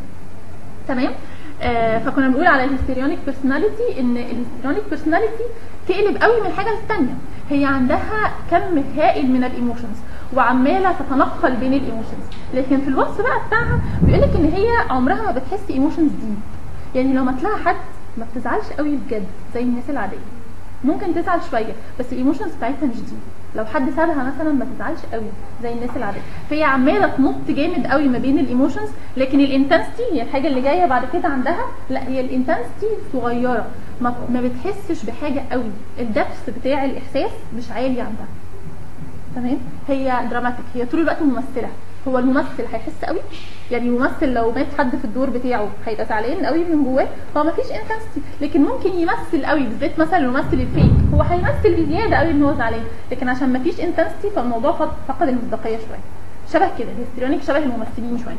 تمام؟ آه فكنا بنقول على الهيستيريونيك بيرسوناليتي ان الهيستيريونيك بيرسوناليتي تقلب قوي من حاجه للثانيه، هي عندها كم هائل من الايموشنز وعماله تتنقل بين الايموشنز، لكن في الوصف بقى بتاعها بيقول لك ان هي عمرها ما بتحس ايموشنز دي. يعني لو مات لها حد ما بتزعلش قوي بجد زي الناس العاديه، ممكن تزعل شويه بس الايموشنز بتاعتها مش دي. لو حد سابها مثلا ما تزعلش قوي زي الناس العاديه، فهي عماله تنط جامد قوي ما بين الايموشنز، لكن الانتنسيتي هي الحاجه اللي جايه بعد كده عندها، لا هي الانتنسيتي صغيره، ما, ما بتحسش بحاجه قوي، الدبس بتاع الاحساس مش عالي عندها، تمام؟ هي دراماتيك، هي طول الوقت ممثله. هو الممثل هيحس قوي، يعني الممثل لو مات حد في الدور بتاعه هيبقى زعلان قوي من جواه، هو ما فيش انتنسيتي، لكن ممكن يمثل قوي، بالذات مثلا الممثل الفيك هو هيمثل بزياده قوي ان هو زعلان، لكن عشان ما فيش انتنسيتي فالموضوع فقد المصداقيه شويه. شبه كده الهيستيريونيك شبه الممثلين شويه.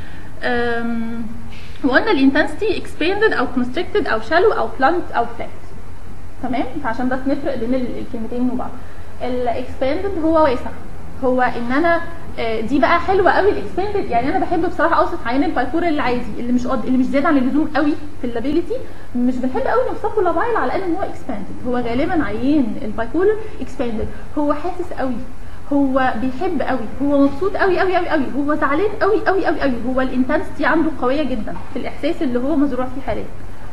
امم وقلنا الانتنسيتي اكسباندد او كونستريكتد او شالو او بلانت او فلات، تمام؟ فعشان بس نفرق بين الكلمتين وبعض. الاكسباندد هو واسع، هو ان انا دي بقى حلوه قوي الاكسباندد، يعني انا بحب بصراحه اوصف عيان البايبولر العادي اللي مش قد... اللي مش زياده عن اللزوم قوي في اللابيليتي، مش بنحب قوي نوصفه لابايل على الاقل ان هو اكسباندد. هو غالبا عيان البايبولر اكسباندد، هو حاسس قوي، هو بيحب قوي، هو مبسوط قوي قوي قوي قوي، هو زعلان قوي قوي قوي قوي، هو الانتنسيتي عنده قويه جدا في الاحساس اللي هو مزروع فيه حاليا.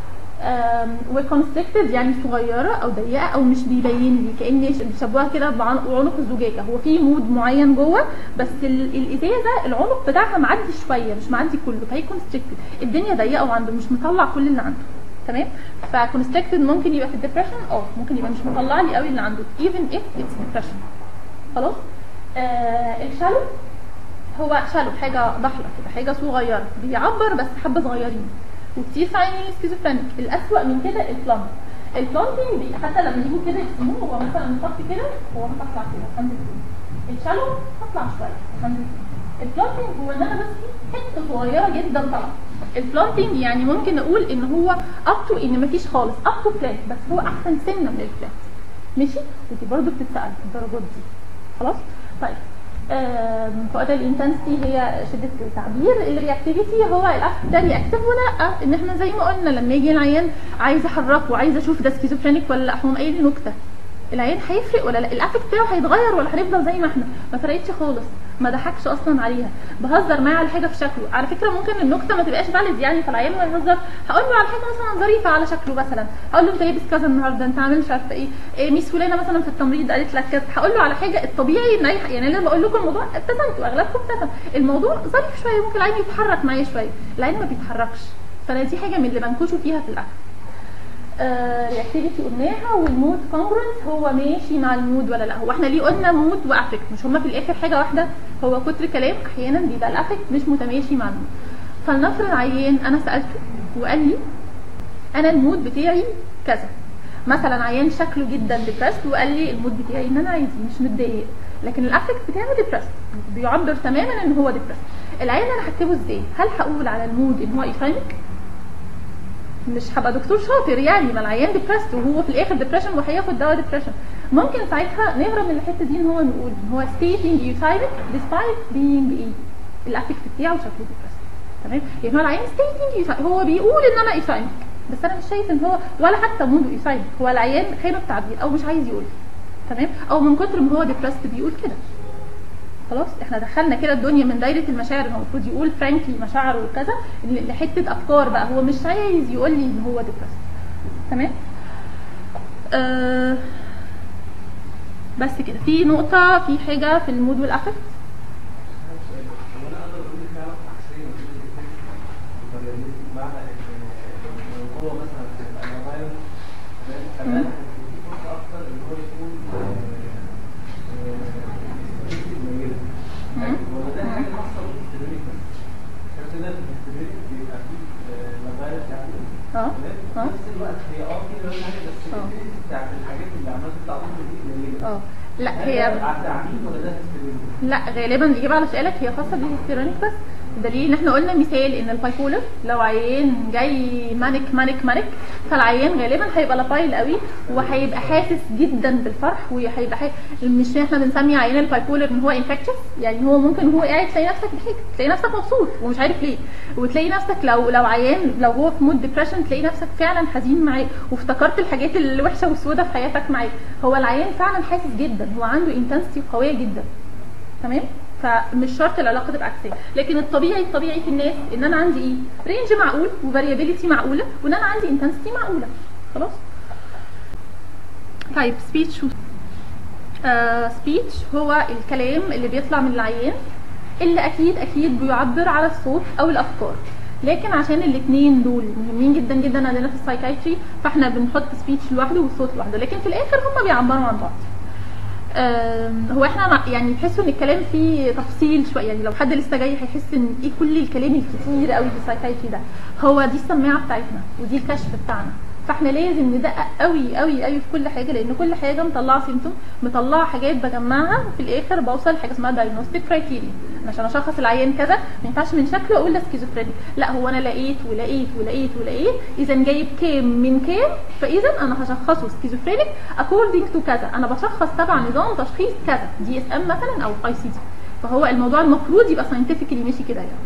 وكونستريكتد يعني صغيره او ضيقه او مش بيبين لي، كاني بيشبهوها كده بعنق الزجاجه، هو في مود معين جوه بس الازازه العنق بتاعها معدي شويه مش معدي كله، فهي كونستريكتد، الدنيا ضيقه وعنده مش مطلع كل اللي عنده، تمام؟ فكونستريكتد ممكن يبقى في الديبريشن، اه ممكن يبقى مش مطلع لي قوي اللي عنده even if it's depression. خلاص. آه الشالو هو شالو حاجه ضحله كده، حاجه صغيره بيعبر بس حبه صغيرين، وكتير في عينين السكيزوفرينيك. الاسوأ من كده البلانت، البلانتنج حتى لما يجوا كده يرسموه هو مثلا مطفي كده، هو مطلع كده خمسة، الشالو هطلع شويه خمسة، البلانتنج هو ان انا بس حته صغيره جدا طالعه. البلانتنج يعني ممكن اقول ان هو اب تو ان مفيش خالص، اب تو بلانت، بس هو احسن سنه من البلانت. ماشي؟ ودي برضه بتتسال الدرجات دي. خلاص؟ طيب فوقت الانتنسيتي هي شده التعبير، الرياكتيفيتي هو الافكت ده رياكتيف ولا لا، ان احنا زي ما قلنا لما يجي العيان عايز احركه وعايز اشوف ده سكيزوفرينيك ولا لا، هو قايل لي نكته، العيان هيفرق ولا لا؟ الافكت بتاعه هيتغير ولا هنفضل زي ما احنا؟ ما فرقتش خالص، ما ضحكش اصلا عليها، بهزر معاه على حاجه في شكله، على فكره ممكن النكته ما تبقاش فاليد يعني، فالعيان ما يهزر، هقول له على حاجه مثلا ظريفه على شكله مثلا، هقول له انت لابس كذا النهارده، انت عامل مش عارفه ايه، إيه ميس فلانه مثلا في التمريض قالت لك كذا، هقول له على حاجه الطبيعي ان اي يعني انا بقول لكم الموضوع ابتسمتوا اغلبكم ابتسم، الموضوع ظريف شويه، ممكن العيان يتحرك معايا شويه، العيان ما بيتحركش، فانا دي حاجه من اللي بنكشوا فيها في الاكل. الاكتيفيتي قلناها، والمود كونجرنس هو ماشي مع المود ولا لا. هو احنا ليه قلنا مود وافكت؟ مش هما في الاخر حاجه واحده؟ هو كتر كلام احيانا بيبقى الافكت مش متماشي مع المود. فلنفرض عيان انا سالته وقال لي انا المود بتاعي كذا، مثلا عيان شكله جدا ديبرست وقال لي المود بتاعي ان انا عايز مش متضايق، لكن الافكت بتاعه ديبرست، بيعبر تماما ان هو ديبرست. العيان انا هكتبه ازاي؟ هل هقول على المود ان هو ايفايمك؟ مش هبقى دكتور شاطر يعني، ما العيان ديبرست وهو في الاخر ديبريشن وهياخد دواء ديبريشن. ممكن ساعتها نهرب من الحته دي ان هو نقول ان هو stating euthymic despite being ايه؟ الافكت بتاعه شكله ديبرست. تمام؟ يعني هو العيان stating euthymic، هو بيقول ان انا euthymic، بس انا مش شايف ان هو ولا حتى موده euthymic، هو العيان خايب التعبير او مش عايز يقول. تمام؟ او من كتر ما هو ديبرست بيقول كده. خلاص احنا دخلنا كده الدنيا من دايره المشاعر، هو المفروض يقول فرانكلي مشاعره وكذا، لحته افكار بقى هو مش عايز يقول لي ان هو ديبرست. تمام؟ آه بس كده. في نقطه في حاجه في المود والافكت. اه اه في نفس الوقت هي اه في نفس حاجه بس بتاعت الحاجات اللي عماله تطلع دي قليله. اه لا هي على التعميم ولا ده هيسترونيك؟ لا غالبا الاجابه على سؤالك هي خاصه بالهيستيرونيك بس. دليل ان احنا قلنا مثال ان البايبولر لو عيان جاي مانك مانك مانك، فالعيان غالبا هيبقى لابايل قوي وهيبقى حاسس جدا بالفرح، وهيبقى حاسس مش احنا بنسمي عيان البايبولر ان هو انفكشس، يعني هو ممكن هو قاعد تلاقي نفسك بحاجه، تلاقي نفسك مبسوط ومش عارف ليه، وتلاقي نفسك لو لو عيان لو هو في مود ديبريشن تلاقي نفسك فعلا حزين معاه وافتكرت الحاجات الوحشه والسوداء في حياتك معاه. هو العيان فعلا حاسس جدا، هو عنده انتنسيتي قويه جدا. تمام؟ فمش شرط العلاقه تبقى عكسيه، لكن الطبيعي الطبيعي في الناس ان انا عندي ايه؟ رينج معقول وفاريابيليتي معقوله، وان انا عندي انتنسيتي معقوله. خلاص؟ طيب سبيتش سبيتش هو الكلام اللي بيطلع من العيان اللي اكيد اكيد بيعبر على الصوت او الافكار، لكن عشان الاثنين دول مهمين جدا جدا عندنا في السايكايتري فاحنا بنحط سبيتش لوحده والصوت لوحده، لكن في الاخر هم بيعبروا عن بعض. هو احنا يعني تحسوا ان الكلام فيه تفصيل شويه، يعني لو حد لسه جاي هيحس ان ايه كل الكلام الكتير قوي في السايكايتري ده. هو دي السماعه بتاعتنا ودي الكشف بتاعنا، فاحنا لازم ندقق قوي قوي قوي في كل حاجه، لان كل حاجه مطلعه سيمتوم، مطلعه حاجات بجمعها وفي الاخر بوصل لحاجه اسمها دايجنوستيك كرايتيريا. عشان اشخص العيان كذا ما ينفعش من شكله اقول ده سكيزوفرينيك، لا هو انا لقيت ولقيت ولقيت ولقيت، اذا جايب كام من كام، فاذا انا هشخصه سكيزوفرينيك اكوردنج تو كذا، انا بشخص تبع نظام تشخيص كذا دي اس ام مثلا او اي سي دي، فهو الموضوع المفروض يبقى ساينتفيكلي ماشي كده يعني.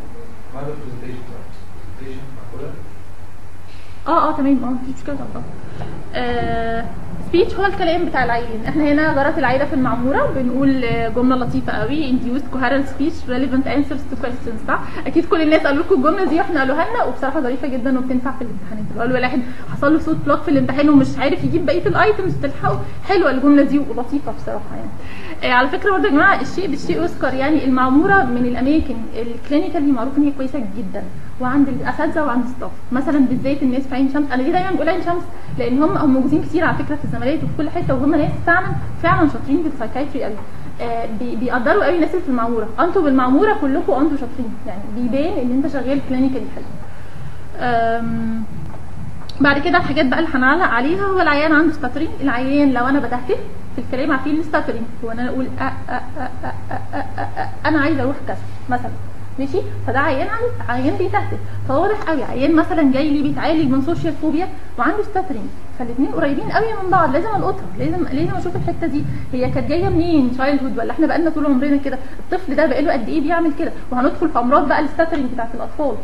اه اه تمام اه مفيش مشكله طبعا. آه سبيتش هو الكلام بتاع العيان. احنا هنا جرت العاده في المعموره بنقول جمله لطيفه قوي induced coherent speech relevant answers to questions، صح؟ اكيد كل الناس قالوا لكم الجمله دي واحنا قالوها لنا، وبصراحه ظريفه جدا وبتنفع في الامتحانات. لو قالوا واحد حصل له صوت بلوك في الامتحان ومش عارف يجيب بقيه الايتمز تلحقوا، حلوه الجمله دي ولطيفه بصراحه يعني. آه على فكره برضه يا جماعه الشيء بالشيء يذكر، يعني المعموره من الاماكن الكلينيكالي معروف ان هي كويسه جدا، وعند الاساتذه وعند الستاف مثلا بالذات الناس في عين شمس. انا ليه دايما بقول عين شمس؟ لان هم هم موجودين كتير على فكره في الزمالات وفي كل حته، وهم ناس فعلا فعلا شاطرين في السايكايتري قوي. آه بي بيقدروا قوي الناس اللي في المعموره، انتوا بالمعموره كلكم انتوا شاطرين، يعني بيبان ان انت شغال كلينيكالي حلو. بعد كده الحاجات بقى اللي هنعلق عليها، هو العيان عنده ستاترين. العيان لو انا بتهته في الكلام، عارفين الستاترين هو ان انا اقول أ أ أ أ أ أ أ انا عايزه اروح كذا مثلا، ماشي؟ فده عيان عنده عيان بيتهته، فواضح قوي عيان مثلا جاي لي بيتعالج من سوشيال فوبيا وعنده ستاترين، فالاثنين قريبين قوي من بعض، لازم القطها، لازم لازم اشوف الحته دي هي كانت جايه منين، تشايلد هود ولا احنا بقالنا طول عمرنا كده، الطفل ده بقاله قد ايه بيعمل كده، وهندخل في امراض بقى الستاترين بتاعت الاطفال.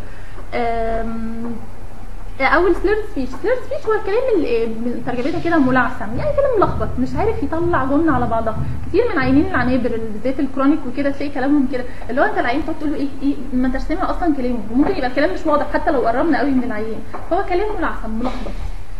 اول سليرد سبيتش. سليرد سبيتش هو الكلام اللي ترجمتها كده ملعثم، يعني كلام ملخبط، مش عارف يطلع جمله على بعضها. كتير من عيانين العنابر بالذات الكرونيك وكده تلاقي كلامهم كده، اللي هو انت العيان تقعد تقول له ايه ايه ما انتش سامع اصلا كلامه، وممكن يبقى الكلام مش واضح حتى لو قربنا قوي من العيان، فهو كلام ملعثم ملخبط.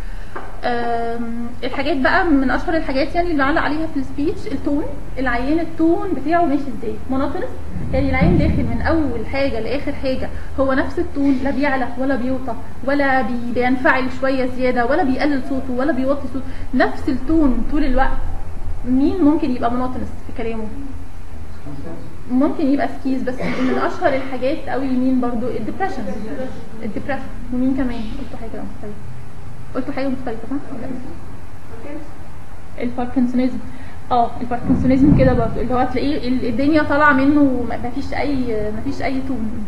الحاجات بقى من اشهر الحاجات يعني اللي بعلق عليها في السبيتش التون. العيان التون بتاعه ماشي ازاي؟ مونوتونس، يعني العيان داخل من اول حاجه لاخر حاجه هو نفس التون، لا بيعلى ولا بيوطى ولا بينفعل شويه زياده ولا بيقلل صوته ولا بيوطي صوته، نفس التون طول الوقت. مين ممكن يبقى مونوتونس في كلامه؟ ممكن يبقى سكيز، بس من اشهر الحاجات قوي مين برضو؟ الديبريشن. الديبريشن ومين كمان؟ قلتوا حاجه مختلفه قلتوا حاجه مختلفه صح؟ الباركنسونيزم. اه الباركنسونيزم كده برضه، اللي هو تلاقيه الدنيا طالعه منه مفيش اي مفيش اي تون.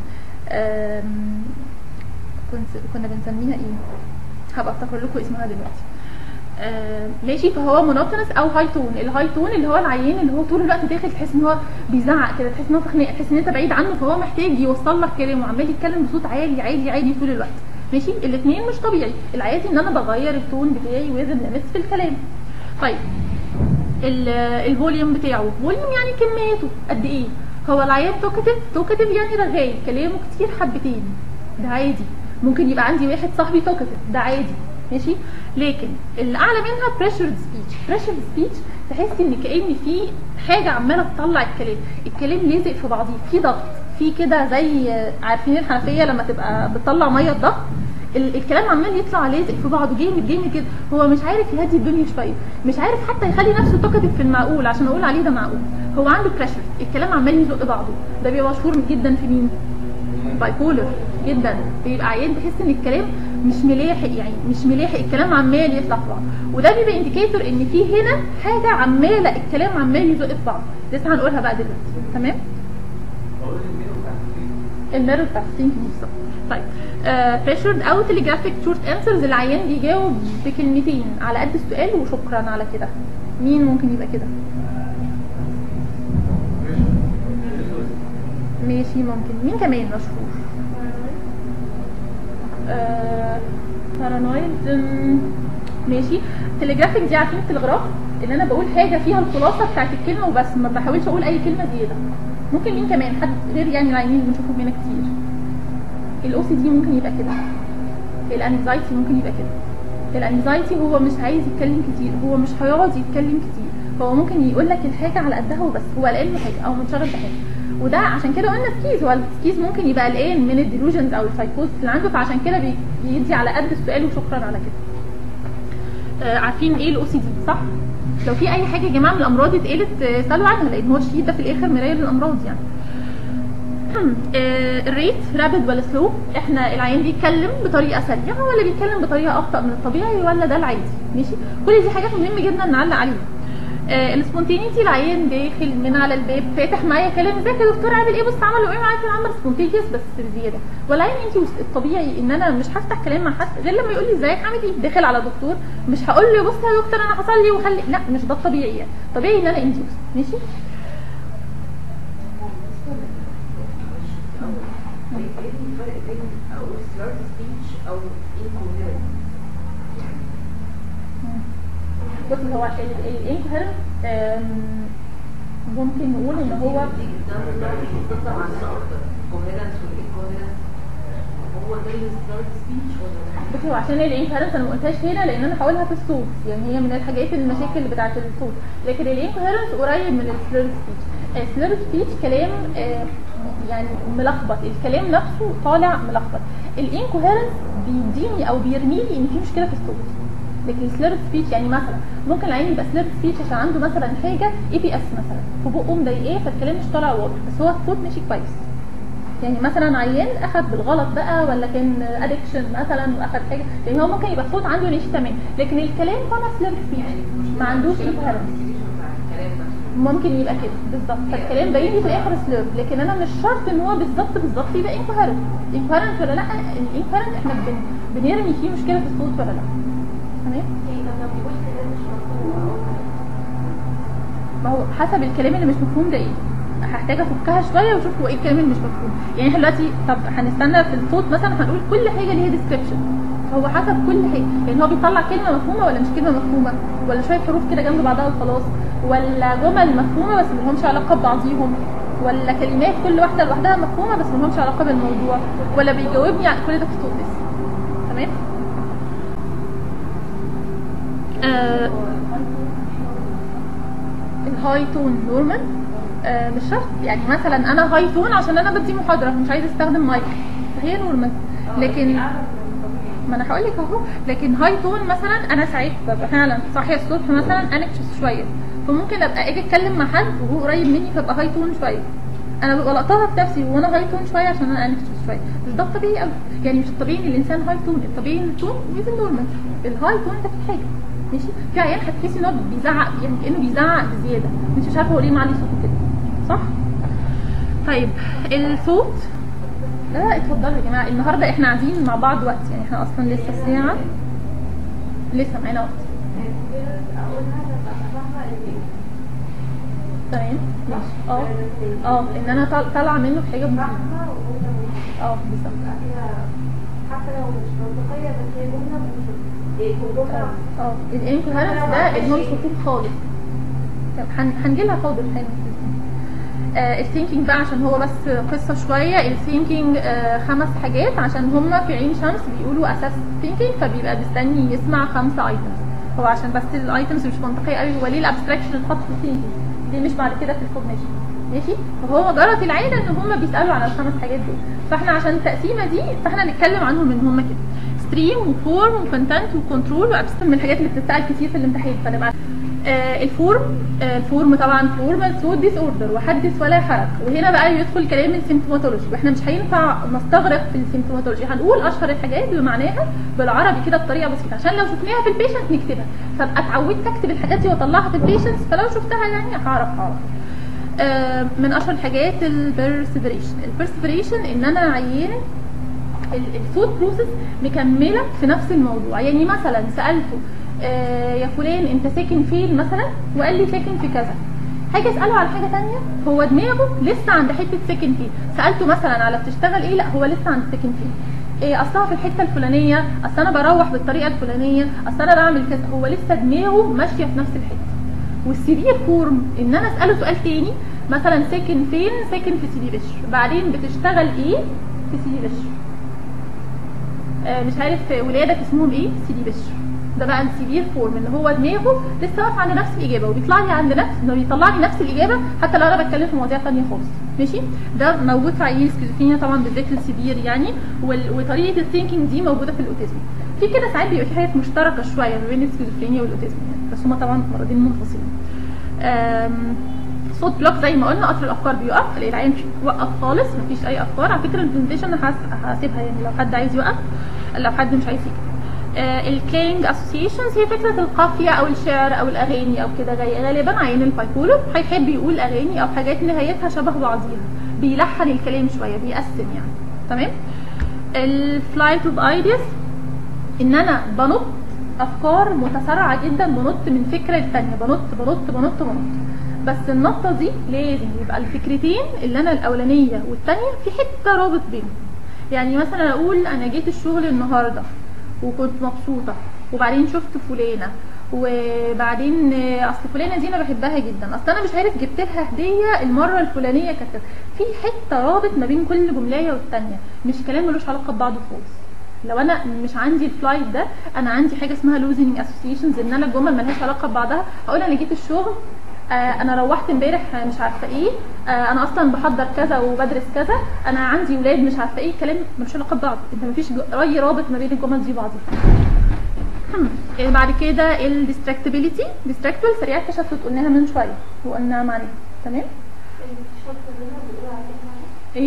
كنا بنسميها ايه؟ هبقى افتكر لكم اسمها دلوقتي. ماشي. فهو مونوتونس او هاي تون. الهاي تون اللي هو العيان اللي هو طول الوقت داخل تحس ان هو بيزعق كده، تحس ان هو في خناقه، تحس ان انت بعيد عنه، فهو محتاج يوصل لك كلامه، عمال يتكلم بصوت عالي عالي عالي طول الوقت. ماشي. الاثنين مش طبيعي، العادي ان انا بغير التون بتاعي وزن ليميتس في الكلام. طيب الفوليوم بتاعه، فوليوم يعني كميته قد ايه. هو العيان توكتيف، توكتيف يعني رغاي، كلامه كتير حبتين، ده عادي. ممكن يبقى عندي واحد صاحبي توكتيف، ده عادي. ماشي. لكن اللي اعلى منها بريشرد سبيتش. بريشرد سبيتش تحس ان كأن في حاجه عماله تطلع الكلام، الكلام لازق في بعضيه، في ضغط، في كده زي عارفين الحنفيه لما تبقى بتطلع ميه الضغط، الكلام عمال يطلع لازق في بعضه جامد جامد كده، هو مش عارف يهدي الدنيا شويه، مش عارف حتى يخلي نفسه توكتيف في المعقول عشان اقول عليه ده معقول، هو عنده بريشر، الكلام عمال يزق بعضه. ده بيبقى مشهور جدا في مين؟ بايبولر جدا، بيبقى عيان تحس ان الكلام مش ملاحق، يعني مش ملاحق، الكلام عمال يطلع في بعض، وده بيبقى انديكيتور ان في هنا حاجه عماله الكلام عمال يزق في بعض. لسه هنقولها بقى دلوقتي. تمام. النيرف باثينج بالظبط. طيب بريشرد او تليجرافيك شورت انسرز، العيان بيجاوب بكلمتين على قد السؤال وشكرا على كده. مين ممكن يبقى كده؟ ماشي ممكن. مين كمان مشهور؟ بارانويد. ماشي. تليجرافيك دي عارفين التلغراف، اللي انا بقول حاجه فيها الخلاصه بتاعت الكلمه وبس، ما بحاولش اقول اي كلمه زياده. ممكن مين كمان؟ حد غير يعني العيانين اللي بنشوفهم هنا كتير. الاو سي دي ممكن يبقى كده. الانكزايتي ممكن يبقى كده. الانكزايتي هو مش عايز يتكلم كتير، هو مش هيقعد يتكلم كتير، هو ممكن يقول لك الحاجه على قدها وبس، هو قلقان من حاجه او منشغل بحاجه. وده عشان كده قلنا سكيز، هو السكيز ممكن يبقى قلقان من الديلوجنز او السايكوز اللي عنده، فعشان كده بيدي على قد السؤال وشكرا على كده. آه عارفين ايه الاو سي دي صح؟ لو في اي حاجه يا جماعه من الامراض اتقالت اسالوا عنها، لان هو الشيت ده في الاخر مرايه للامراض يعني. آه الريت رابد ولا سلو؟ احنا العيان بيتكلم بطريقه سريعه ولا بيتكلم بطريقه ابطا من الطبيعي ولا ده العادي؟ ماشي. كل دي حاجات مهمه جدا نعلق عليها. آه السبونتينيتي، العيان داخل من على الباب فاتح معايا كلام، ازيك يا دكتور عامل ايه، بص عملوا ايه معايا في العمل، سبونتينيوس بس بزياده. والعيان انت الطبيعي ان انا مش هفتح كلام مع حد غير لما يقول لي ازيك عامل ايه، داخل على دكتور مش هقول له بص يا دكتور انا حصل لي وخلي، لا مش ده الطبيعي يعني، طبيعي ان انا انتيوس. ماشي. بص هو الانكهرنس ممكن نقول ان هو بصي هو عشان الانكهرنس انا ما قلتهاش هنا لان انا هقولها في الصوت، يعني هي من الحاجات المشاكل بتاعه الصوت، لكن الانكهرنس قريب من السلير سبيتش. السلير سبيتش كلام يعني ملخبط، الكلام نفسه طالع ملخبط. الانكهرنس بيديني او بيرمي لي ان في مشكله في الصوت. لكن السليرد سبيتش يعني مثلا ممكن العيان يبقى سليرد سبيتش عشان عنده مثلا حاجه اي بي اس مثلا في بقه مضايقاه فالكلام مش طالع واضح، بس هو الصوت ماشي كويس. يعني مثلا عيان اخد بالغلط بقى ولا كان ادكشن مثلا واخد حاجه، يعني هو ممكن يبقى الصوت عنده نيش تمام لكن الكلام طالع سليب سبيش ما عندوش انكوهرنس. ممكن يبقى كده بالظبط، فالكلام باين لي في الاخر سليب لكن انا مش شرط ان هو بالظبط بالظبط يبقى انكوهرنت. انكوهرنت ولا لا؟ الانكوهرنت احنا بن... بنرمي فيه مشكله في الصوت ولا لا. تمام؟ ما هو حسب الكلام اللي مش مفهوم ده ايه، هحتاج افكها شويه واشوف هو ايه الكلام اللي مش مفهوم. يعني احنا دلوقتي طب هنستنى في الصوت مثلا هنقول كل حاجه ليها ديسكريبشن، فهو حسب كل حاجه، يعني هو بيطلع كلمه مفهومه ولا مش كلمه مفهومه، ولا شويه حروف كده جنب بعضها وخلاص، ولا جمل مفهومه بس ملهمش علاقه ببعضيهم، ولا كلمات كل واحده لوحدها مفهومه بس ملهمش علاقه بالموضوع، ولا بيجاوبني على كل ده في الصوت بس. تمام؟ آه الهاي تون نورمال آه مش شرط، يعني مثلا انا هاي تون عشان انا بدي محاضره مش عايزه استخدم مايك فهي نورمال، لكن ما انا هقول لك اهو، لكن هاي تون مثلا انا ساعات ببقى فعلا صاحيه الصبح مثلا انكشس شويه، فممكن ابقى اجي اتكلم مع حد وهو قريب مني فابقى هاي تون شويه، انا ببقى لقطاها بنفسي وانا هاي تون شويه عشان انا انكشس شويه، مش ده الطبيعي قوي، يعني مش الطبيعي ان الانسان هاي تون، الطبيعي ان التون ويز نورمال. الهاي تون ده في حاجه ماشي، في عيان هتحسي ان هو بيزعق يعني كانه بيزعق بزياده، انت مش عارفه هو ليه معلي صوته كده صح؟ طيب الصوت لا اتفضلوا يا جماعه، النهارده احنا قاعدين مع بعض وقت، يعني احنا اصلا لسه الساعه لسه معانا وقت. تمام ماشي اه اه ان انا طالعه منه في حاجه مهمه اه بالظبط حتى لو مش منطقيه بس هي جمله اه الانكوهرنس ده اللي هو مش مفهوم خالص. طب هنجي لها حاضر حالا. آه الثينكينج بقى عشان هو بس قصه شويه، الثينكينج آه خمس حاجات عشان هم في عين شمس بيقولوا اساس ثينكينج، فبيبقى مستني يسمع خمسه ايتمز، هو عشان بس الايتمز مش منطقيه قوي، هو ليه الابستراكشن اتحط في الثينكينج ليه مش بعد كده في الكوجنيشن ماشي، فهو جرت العاده ان هم بيسالوا على الخمس حاجات دول، فاحنا عشان التقسيمه دي فاحنا نتكلم عنهم ان هم كده ستريم وفورم وكونتنت وكنترول وابستراكشن من الحاجات اللي بتتسال كتير في الامتحان، فنبقى آه الفورم آه الفورم طبعا فورمال ثروت ديس اوردر وحدث ولا حرج، وهنا بقى يدخل كلام السيمتوماتولوجي، واحنا مش هينفع نستغرق في السيمتوماتولوجي، هنقول اشهر الحاجات بمعناها بالعربي كده بطريقه بسيطه عشان لو شفناها في البيشنت نكتبها، فابقى اتعودت اكتب الحاجات دي واطلعها في البيشنتس، فلو شفتها يعني هعرف هعرف آه من اشهر الحاجات البيرسبريشن. البيرسبريشن ان انا عيان الثوت بروسيس مكمله في نفس الموضوع، يعني مثلا سالته آه يا فلان انت ساكن فين مثلا وقال لي ساكن في كذا، حاجه اساله على حاجه ثانيه هو دماغه لسه عند حته ساكن فين، سالته مثلا على بتشتغل ايه لا هو لسه عند ساكن فين، إيه اصلها في الحته الفلانيه، اصل انا بروح بالطريقه الفلانيه، اصل انا بعمل كذا، هو لسه دماغه ماشيه في نفس الحته. والسيفير فورم ان انا اساله سؤال تاني مثلا ساكن فين، ساكن في سيدي بشر، بعدين بتشتغل ايه في سيدي بشر، آه مش عارف ولادك اسمهم ايه سيدي بشر، ده بقى السيفير فورم ان هو دماغه لسه واقف عند نفس الاجابه وبيطلع لي عند نفس انه بيطلع لي نفس الاجابه حتى لو انا بتكلم في مواضيع ثانيه خالص ماشي. ده موجود في عيان السكيزوفرينيا طبعا بالذات السيفير يعني، وطريقه الثينكينج دي موجوده في الاوتيزم. في كده ساعات بيبقى في حاجات مشتركه شويه ما بين السكيزوفرينيا والاوتيزم يعني، بس هما طبعا مرضين منفصلين. صوت بلوك زي ما قلنا، قطر الافكار بيقف، العين وقف خالص مفيش اي افكار. على فكره البرزنتيشن هسيبها يعني لو حد عايز يوقف، لو حد مش عايز يكتب. الكلينج اسوسيشنز هي فكره القافيه او الشعر او الاغاني او كده، غالبا عين البايبولر هيحب يقول اغاني او حاجات نهايتها شبه بعضيها، بيلحن الكلام شويه بيقسم يعني تمام. الفلايت اوف ايدياز ان انا بنط افكار متسارعه جدا، بنط من فكره للثانيه، بنط بنط بنط بنط بس النطه دي لازم يبقى الفكرتين اللي انا الاولانيه والثانيه في حته رابط بينهم. يعني مثلا اقول انا جيت الشغل النهارده وكنت مبسوطه وبعدين شفت فلانه وبعدين اصل فلانه دي انا بحبها جدا، اصل انا مش عارف جبت لها هديه المره الفلانيه كانت، في حته رابط ما بين كل جمله والثانيه، مش كلام ملوش علاقه ببعضه خالص. لو انا مش عندي الفلايت ده انا عندي حاجه اسمها لوزنج اسوسيشنز، ان انا الجمل ملهاش علاقه ببعضها، اقول انا جيت الشغل آه انا روحت امبارح مش عارفه ايه، آه انا اصلا بحضر كذا وبدرس كذا، انا عندي ولاد مش عارفه ايه، كلام ملوش علاقه ببعض، انت مفيش اي رابط ما بين الجمل دي وبعضها. بعد كده الديستراكتابيلتي، ديستراكتبل سريع التشتت قلناها من شويه وقلنا معناها تمام. الشرط اللي هو بيقول عليه ايه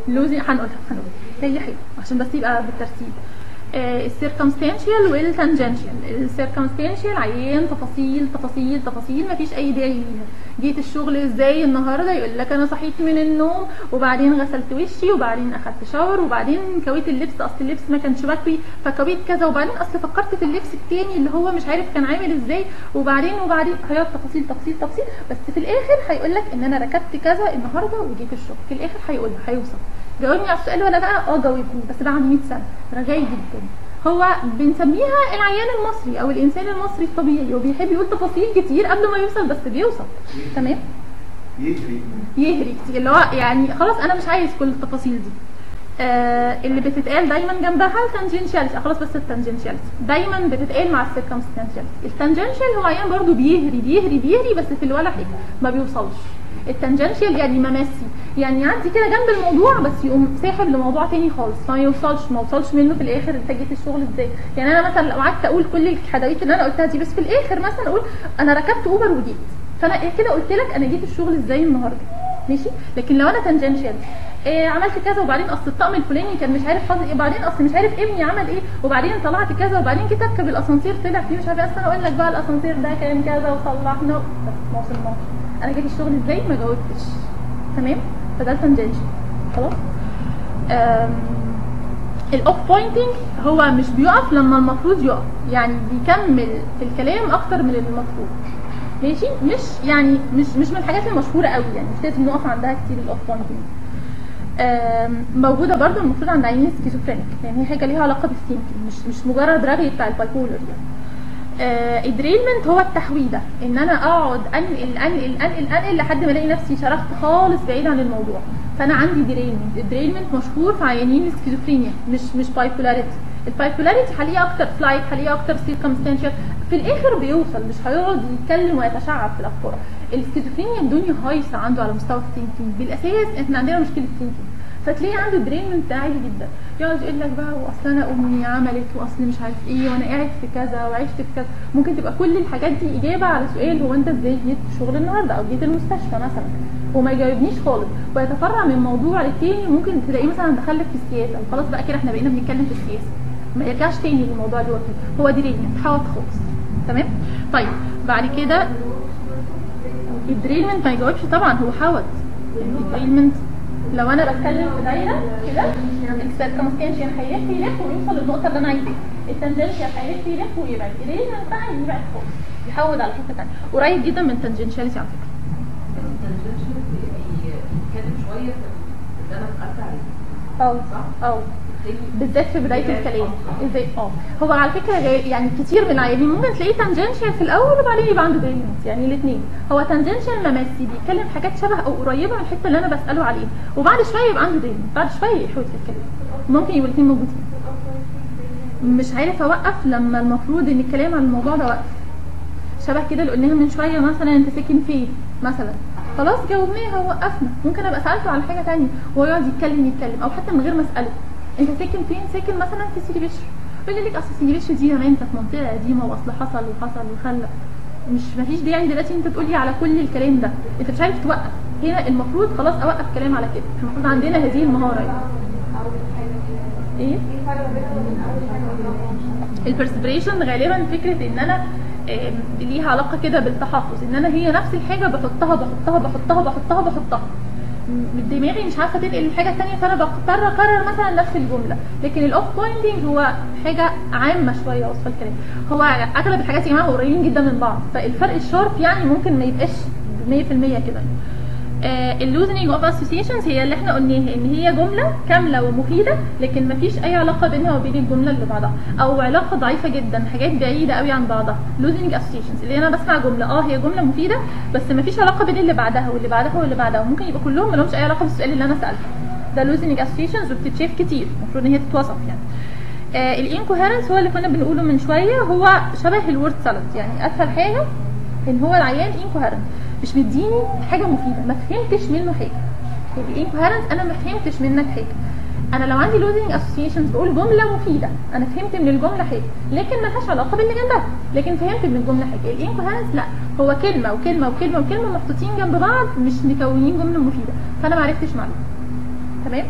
لوزنج هنقولها هنقولها هي حلوه عشان بس يبقى بالترتيب. السيركمستانشال والتانجنشال. السيركمستانشال عيان تفاصيل تفاصيل تفاصيل مفيش اي داعي ليها. جيت الشغل ازاي النهارده؟ يقول لك انا صحيت من النوم وبعدين غسلت وشي وبعدين اخدت شاور وبعدين كويت اللبس، اصل اللبس ما كانش بكوي فكويت كذا، وبعدين اصل فكرت في اللبس التاني اللي هو مش عارف كان عامل ازاي، وبعدين وبعدين هيقعد تفاصيل تفاصيل تفاصيل، بس في الاخر هيقول لك ان انا ركبت كذا النهارده وجيت الشغل. في الاخر هيقولها هيوصل. جاوبني على السؤال ولا لا؟ اه جاوبني، بس بعد مية سنه. رجاي جدا. هو بنسميها العيان المصري او الانسان المصري الطبيعي، وبيحب يقول تفاصيل كتير قبل ما يوصل، بس بيوصل. تمام؟ يهري يهري كتير، اللي هو يعني خلاص انا مش عايز كل التفاصيل دي. آه اللي بتتقال دايما جنبها التانجنشالز. خلاص بس التانجنشالز دايما بتتقال مع السيركمستانشال. التانجنشال هو عيان برضو بيهري بيهري بيهري بس في الولا حاجه ما بيوصلش. التانجنشال يعني مماسي، يعني يعدي كده جنب الموضوع بس يقوم ساحب لموضوع تاني خالص، فما يوصلش ما وصلش منه في الاخر. انت جيت الشغل ازاي؟ يعني انا مثلا لو قعدت اقول كل الحدويت اللي انا قلتها دي بس في الاخر مثلا اقول انا ركبت اوبر وجيت، فانا كده قلت لك انا جيت الشغل ازاي النهارده، ماشي؟ لكن لو انا تانجنشال إيه عملت كذا وبعدين اصل الطقم الفلاني كان مش عارف حاطط ايه، وبعدين اصل مش عارف ابني عمل ايه، وبعدين طلعت كذا، وبعدين جيت اركب الاسانسير طلع فيه مش عارف ايه، اصل انا اقول لك بقى الاسانسير ده كان كذا وصلحنا بس ما وصلناش. انا جيت الشغل ازاي؟ ما جاوبتش. تمام؟ فده التانجنشال. خلاص؟ الاوف بوينتنج هو مش بيقف لما المفروض يقف، يعني بيكمل في الكلام اكتر من المفروض. ماشي؟ مش يعني مش مش من الحاجات المشهوره قوي، يعني مش لازم نقف عندها كتير الاوف بوينتنج. موجوده برضه المفروض عند عيانين سكيزوفرينيك، يعني هي حاجه ليها علاقه بالثينكينج، مش مش مجرد رغي بتاع البايبولر يعني. آه الدريلمنت هو التحويده، ان انا اقعد انقل انقل انقل انقل لحد ما الاقي نفسي شرحت خالص بعيد عن الموضوع، فانا عندي دريلمنت. الدريلمنت مشهور في عيانين السكيزوفرينيا، مش مش بايبولاريتي. البايبولاريتي هلاقيه اكتر فلايت، هلاقيه اكتر سيركمستانشال، في الاخر بيوصل، مش هيقعد يتكلم ويتشعب في الافكار. السكيزوفرينيا الدنيا هايصه عنده على مستوى الثينكينج، بالاساس احنا عندنا مشكله ثينكينج، فتلاقيه عنده دريلمنت عالي جدا، يقعد يقول لك بقى واصل انا امي عملت واصل مش عارف ايه وانا قاعد في كذا وعشت في كذا. ممكن تبقى كل الحاجات دي اجابه على سؤال هو انت ازاي جيت الشغل النهارده او جيت المستشفى مثلا، وما يجاوبنيش خالص، ويتفرع من موضوع للتاني. ممكن تلاقيه مثلا دخلك في السياسه وخلاص بقى كده احنا بقينا بنتكلم في السياسه، ما يرجعش تاني للموضوع دوت، هو دريلمنت حوت خالص. تمام؟ طيب بعد كده الدريلمنت ما يجاوبش طبعا، هو حوت. يعني الدريلمنت لو انا بتكلم في دايره كده السيركمستانشال هيلف يلف ويوصل للنقطه اللي انا عايزاها، التانجنشال هيلف يلف ويبعد، الدريلمنت بقى يبعد خالص، يحود على حته ثانيه، قريب جدا من التانجنشاليتي على فكره. التانجنشال بيتكلم شويه في اللي انا سالت عليه. اه صح؟ اه بالذات في بدايه الكلام ازاي. اه هو على فكره يعني كتير من العيانين ممكن تلاقيه تانجنشال في الاول وبعدين يبقى عنده دريلمنت، يعني الاثنين. هو تانجنشال مماسي بيتكلم حاجات شبه او قريبه من الحته اللي انا بساله عليها، وبعد شويه يبقى عنده دريلمنت، بعد شويه يحوت في الكلام. ممكن يبقوا الاثنين موجودين. مش عارف اوقف لما المفروض ان الكلام عن الموضوع ده وقف. شبه كده اللي قلناها من شويه، مثلا انت ساكن فين مثلا، خلاص جاوبناها ووقفنا. ممكن ابقى سالته على حاجه ثانيه وهو يقعد يتكلم يتكلم، او حتى من غير ما اساله انت ساكن فين، ساكن مثلا في سيدي بشر، يقول لك اصل سيدي بشر دي زمان كانت منطقه قديمه واصل حصل وحصل وخلق. مش مفيش داعي دلوقتي انت تقولي على كل الكلام ده، انت مش عارف توقف. هنا المفروض خلاص اوقف كلام على كده، المفروض عندنا هذه المهاره يعني. ايه البرسبريشن؟ غالبا فكره ان انا ليها علاقه كده بالتحفظ، ان انا هي نفس الحاجه بحطها بحطها بحطها بحطها بحطها دماغي مش عارفه تنقل الحاجه الثانيه، فانا بضطر اكرر مثلا نفس الجمله. لكن الاوف بوينتنج هو حاجه عامه شويه وصف الكلام، هو اغلب الحاجات يا جماعه قريبين جدا من بعض، فالفرق الشارب يعني ممكن ما يبقاش مية في المية كده. اللوزنينج اوف اسوسيشنز هي اللي احنا قلناها ان هي جمله كامله ومفيده لكن ما فيش اي علاقه بينها وبين الجمله اللي بعدها، او علاقه ضعيفه جدا، حاجات بعيده قوي عن بعضها. لوزنينج اسوسيشنز اللي انا بسمع جمله اه هي جمله مفيده بس ما فيش علاقه بين اللي بعدها واللي بعدها واللي بعدها، وممكن يبقى كلهم ما لهمش اي علاقه بالسؤال اللي انا سالته. ده لوزنينج اسوسيشنز وبتتشاف كتير، المفروض ان هي تتوصف يعني. آه الانكوهيرنس هو اللي كنا بنقوله من شويه، هو شبه الورد سالاد، يعني اسهل حاجه ان هو العيان انكوهيرنت، مش مديني حاجه مفيده، ما فهمتش منه حاجه. الانكوهيرنس انا ما فهمتش منك حاجه. انا لو عندي لوزنج اسوسيشنز بقول جمله مفيده، انا فهمت من الجمله حاجه لكن ما لهاش علاقه باللي جنبها، لكن فهمت من الجمله حاجه. الانكوهيرنس لا، هو كلمه وكلمه وكلمه وكلمه محطوطين جنب بعض مش مكونين جمله مفيده، فانا ما عرفتش معلومه. تمام؟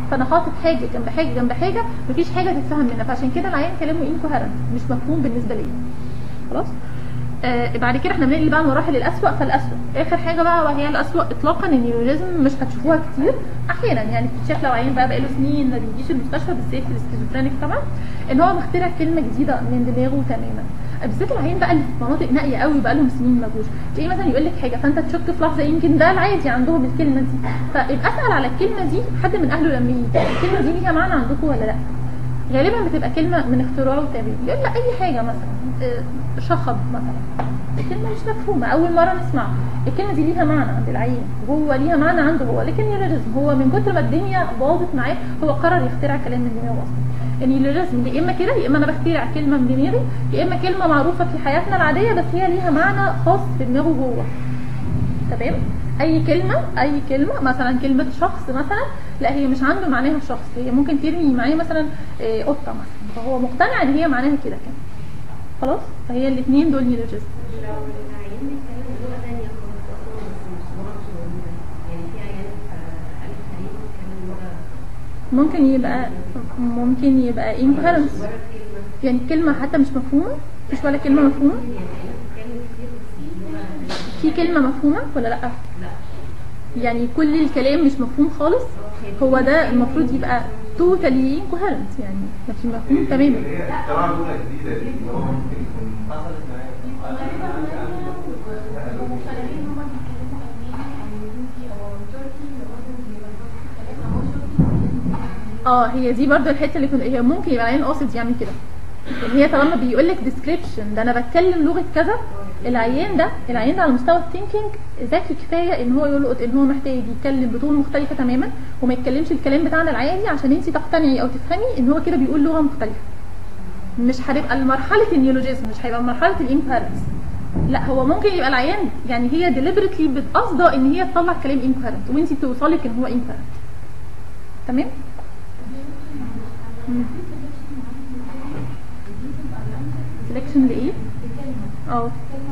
فانا حاطط حاجه جنب حاجه جنب حاجه مفيش حاجه تتفهم منها، فعشان كده العيان كلامه انكوهرنت مش مفهوم بالنسبه ليا. خلاص. آه بعد كده احنا بننقل بقى المراحل الاسوأ فالاسوأ. اخر حاجه بقى وهي الاسوأ اطلاقا النيوريزم، مش هتشوفوها كتير احيانا يعني بتتشاف لو عيان بقى بقاله سنين ما بيجيش المستشفى، بالذات في السكيزوفرينيك طبعا، ان هو مخترع كلمه جديده من دماغه تماما. بالذات العيان بقى اللي في مناطق نائيه قوي بقى لهم سنين ما جوش، تلاقيه مثلا يقول لك حاجه فانت تشك في لحظه يمكن ده العادي عندهم الكلمه دي، فيبقى اسال على الكلمه دي حد من اهله لما يجي الكلمه دي ليها معنى عندكم ولا لا. غالبا بتبقى كلمه من اختراعه تمام، يقول لك اي حاجه مثلا شخب مثلا، الكلمه مش مفهومه اول مره نسمعها، الكلمه دي ليها معنى عند العيان وهو ليها معنى عنده هو، لكن النيوريزم هو من كتر ما الدنيا باظت معاه هو قرر يخترع كلام من دماغه اصلا. النيوريزم يا اما كده يا اما انا بخترع كلمه من دماغي، يا اما كلمه معروفه في حياتنا العاديه بس هي ليها معنى خاص في دماغه هو. تمام؟ اي كلمه اي كلمه مثلا كلمه شخص مثلا لا هي مش عنده معناها الشخص، هي ممكن ترمي معاه مثلا إيه قطه مثلا، فهو مقتنع ان هي معناها كده كده. خلاص؟ فهي الاثنين دول نيوريزم. لو العيان بيتكلم لغه ثانيه خالص اصلا بس مش لغه مش موجوده، يعني في عيان ألف خليج بيتكلم لغه ممكن يبقى ممكن يبقى incoherence، مجرد كلمه يعني كلمه حتى مش مفهومه، مفيش ولا كلمه مفهومه. يعني عيان بتتكلم كتير بس لغه في كلمه مفهومه ولا لا؟ لا يعني كل الكلام مش مفهوم خالص، هو ده المفروض يبقى totally incoherent، يعني مش مفهوم تماما. هي اختراع لغه جديده دي اللي هو ممكن يكون حصلت معايا ومقتنعين هما بيتكلموا الماني او انجليزي او تركي برضه بيبقى اه هي دي برضو الحته اللي كنت هي ممكن يبقى العيان قاصد يعمل كده، يعني هي طالما بيقول لك description ده انا بتكلم لغه كذا، العيان ده العيان ده على مستوى الثينكينج ذكي كفايه ان هو يلقط ان هو محتاج يتكلم بطول مختلفه تماما وما يتكلمش الكلام بتاعنا العادي عشان انت تقتنعي او تفهمي ان هو كده بيقول لغه مختلفه. مش هتبقى مرحله النيولوجيزم، مش هيبقى مرحله الانكوهرنس، لا هو ممكن يبقى العيان يعني هي deliberately بتقصده ان هي تطلع كلام incoherent وانت توصلك ان هو incoherent. تمام؟ سelection لايه؟ اه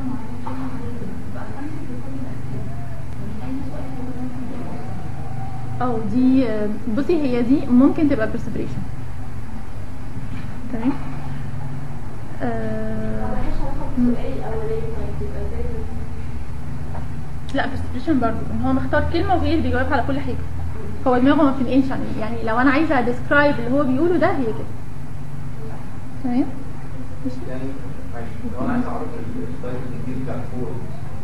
اه دي بصي هي دي ممكن تبقى perception. تمام؟ آه لا perception برضه ان هو مختار كلمه وهي اللي بيجاوب على كل حاجه، هو دماغه ما بتنقلش عنه، يعني لو انا عايزه اديسكرايب اللي هو بيقوله ده هي كده. تمام؟ مش يعني معلش لو انا عايز اعرف الستايل الجديد بتاع الفورم،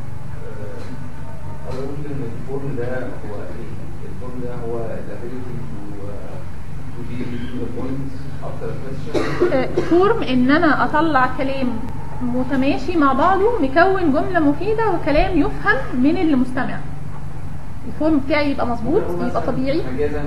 اقدر اقول ان الفورم ده هو ايه؟ الفورم ده هو الابيلتي تو تو دي تو ذا بوينت افتر كويستشن. فورم ان انا اطلع كلام متماشي مع بعضه مكون جمله مفيده وكلام يفهم من اللي مستمع. الفورم بتاعي يبقى مظبوط يبقى طبيعي.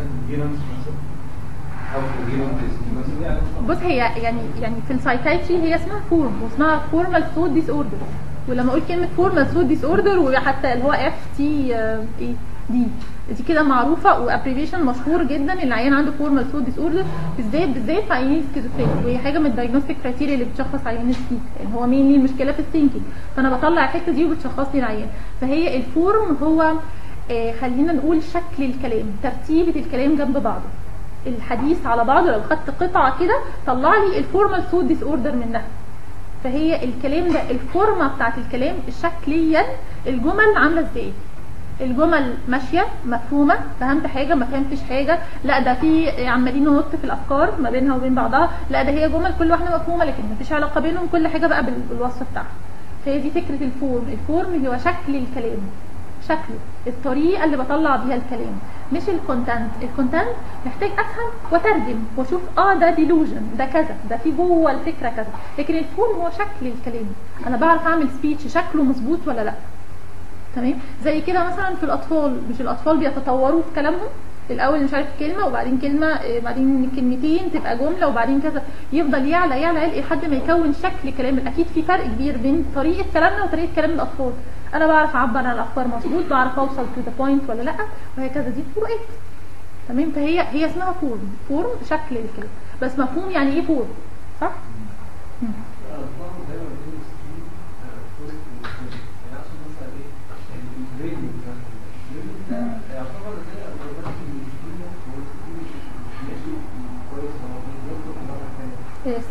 بص هي يعني يعني في السايكايتري هي اسمها فورم واسمها فورمال ثوت ديس اوردر، ولما اقول كلمه فورمال ثوت ديس اوردر وحتى اللي هو اف تي ايه دي دي كده معروفه وابريفيشن مشهور جدا ان العيان عنده فورمال ثوت ديس اوردر، بالذات بالذات في عيانين السكيزوفرينيا، وهي حاجه من الدايجنوستيك كرايتيريا اللي بتشخص عيان السكيز، لان هو مين ليه المشكله في الثينكينج، فانا بطلع الحته دي وبتشخص لي العيان. فهي الفورم هو آه خلينا نقول شكل الكلام، ترتيبه الكلام جنب بعضه، الحديث على بعضه. لو خدت قطعه كده طلع لي الفورمال ثوت ديس اوردر منها. فهي الكلام ده الفورمه بتاعت الكلام شكليا الجمل عامله ازاي، الجمل ماشيه مفهومه، فهمت حاجه ما فهمتش حاجه، لا ده في عمالين ننط في الافكار ما بينها وبين بعضها، لا ده هي جمل كل واحده مفهومه لكن ما فيش علاقه بينهم، كل حاجه بقى بالوصف بتاعها. فهي دي فكره الفورم. الفورم هو شكل الكلام، شكله، الطريقه اللي بطلع بيها الكلام، مش الكونتنت. الكونتنت محتاج افهم واترجم واشوف اه ده ديلوجن ده كذا ده في جوه الفكره كذا، لكن الفورم هو شكل الكلام، انا بعرف اعمل سبيتش شكله مظبوط ولا لا. تمام؟ زي كده مثلا في الاطفال، مش الاطفال بيتطوروا في كلامهم، الاول مش عارف كلمه وبعدين كلمه بعدين كلمتين تبقى جمله وبعدين كذا، يفضل يعلى يعلى يعلى لحد ما يكون شكل كلام. اكيد في فرق كبير بين طريقه كلامنا وطريقه كلام الاطفال. انا بعرف اعبر عن الافكار مظبوط، بعرف اوصل تو ذا بوينت ولا لا، وهكذا. دي فروقات. تمام؟ فهي هي اسمها فورم. فورم شكل الكلام، بس مفهوم يعني ايه فورم، صح؟ مم.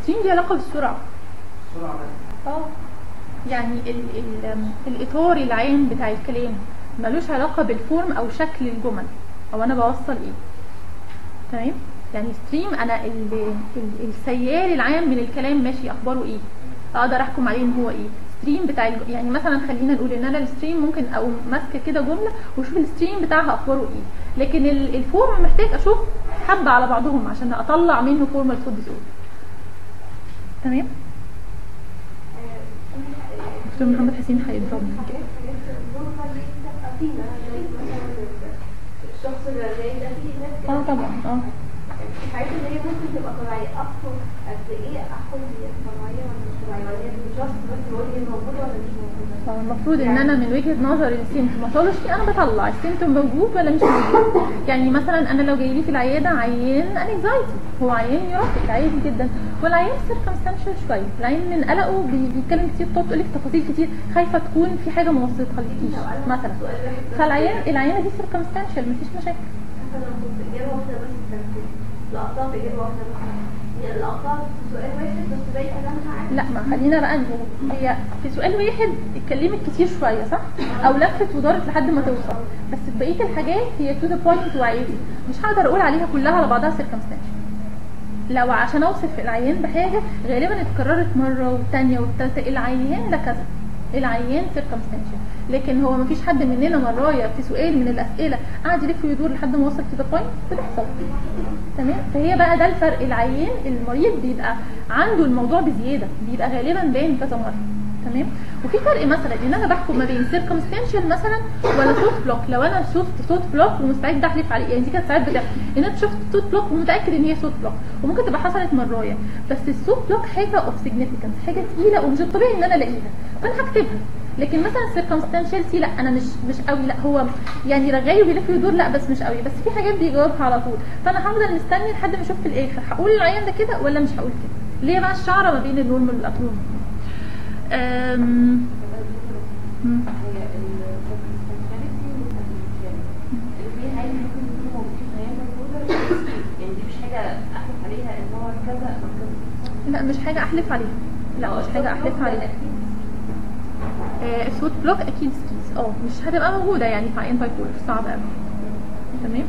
الستريم دي علاقه بالسرعه. السرعه بس. اه يعني ال ال الاطار العام بتاع الكلام ملوش علاقه بالفورم او شكل الجمل او انا بوصل ايه. تمام؟ يعني ستريم انا ال ال السيال العام من الكلام ماشي اخباره ايه، اقدر احكم عليه ان هو ايه. ستريم بتاع الج... يعني مثلا خلينا نقول ان انا الستريم ممكن اقوم ماسكه كده جمله واشوف الستريم بتاعها اخباره ايه، لكن ال- الفورم محتاج اشوف حبه على بعضهم عشان اطلع منه فورمال كود ديسوردر. تمام؟ دكتور محمد حسين هيضربني كده. الشخص الرزاق ده فيه ناس كده اه طبعا اه الحاجات اللي هي ممكن تبقى طبيعية أحكم قد إيه أحكم هي طبيعية ولا مش طبيعية ولا هي جاست بس بقول هي موجودة ولا مش موجودة. فالمفروض ان انا من وجهه نظر السيمتوماتولوجي انا بطلع السيمتوم موجود ولا مش موجود. يعني مثلا انا لو جاي لي في العياده عيان انكزايتي، هو عيان يرافق عادي جدا، والعيان سيركمستانشال شويه، العيان من قلقه بي- بيتكلم كتير، بتقعد تقول لك تفاصيل كتير، خايفه تكون في حاجه ما وصلتهالكيش مثلا، فالعيان العيانه دي سيركمستانشال مفيش مشاكل. حتى لو كنت إجابة واحدة بس كانت لقطات إجابة واحدة بس يعني لقطات في سؤال واحد بس باقي كلامها عادي. لا ما خلينا بقى نقول هي في سؤال واحد اتكلمت كتير شويه صح؟ او لفت ودارت لحد ما توصل، بس في بقيه الحاجات هي تو ذا بوينت وعادي، مش هقدر اقول عليها كلها على بعضها سيركمستانشال. لو عشان اوصف العيان بحاجه غالبا اتكررت مره والثانيه والثالثه، العيان ده كذا، العيان سيركمستانشال، لكن هو مفيش حد مننا مرايا في سؤال من الاسئله قاعد يلف ويدور لحد ما وصل تو ذا بوينت، بتحصل. تمام؟ فهي بقى ده الفرق، العيان المريض بيبقى عنده الموضوع بزياده، بيبقى غالبا باين كذا مره. تمام؟ وفي فرق مثلا ان انا بحكم ما بين سيركمستانشال مثلا ولا صوت بلوك. لو انا شفت صوت بلوك ومستعد احلف عليه، يعني دي كانت ساعات بتحصل ان انت شفت صوت بلوك ومتاكد ان هي صوت بلوك، وممكن تبقى حصلت مرايا، بس الصوت بلوك حاجه اوف سيجنيفيكانس، حاجه تقيله ومش الطبيعي ان انا الاقيها، فانا هكتبها. لكن مثلا سيركمستانشالتي لا انا مش مش قوي، لا هو يعني رغاي وبيلف ويدور لا بس مش قوي، بس في حاجات بيجاوبها على طول، فانا هفضل مستني لحد ما اشوف في الاخر هقول العيان ده كده ولا مش هقول كده. ليه بقى الشعره ما بين النورمال والابنورمال؟ امم هي السبستانشاليتي والابنورماليتي اللي فيها عادي ممكن يكونوا موجودين في عيان موجوده، يعني دي مش حاجه احلف عليها ان هو كذا او كذا. لا مش حاجه احلف عليها، لا مش حاجه احلف عليها. آه الصوت بلوك اكيد سكيز، اه مش هتبقى موجوده يعني في عيان باي بولر، صعب قوي. تمام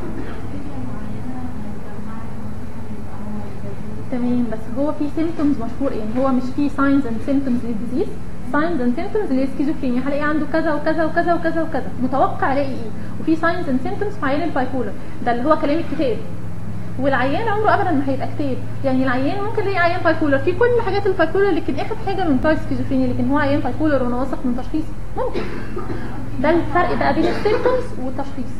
تمام بس هو في سيمبتومز مشهور، يعني هو مش في ساينز اند سيمبتومز للديزيز، ساينز اند سيمبتومز اللي هي سكيزوفرينيا هلاقي عنده كذا وكذا وكذا وكذا وكذا، متوقع الاقي ايه، وفي ساينز اند سيمبتومز في عيان الباي بولر، ده اللي هو كلام الكتاب. والعيان عمره ابدا ما هيبقى كتاب، يعني العيان ممكن يلاقي عيان باي بولر في كل حاجات الباي بولر لكن اخد حاجه من تايب سكيزوفرينيا، لكن هو عيان باي بولر وانا واثق من تشخيصي ممكن. ده الفرق بقى بين السيمبتومز والتشخيص.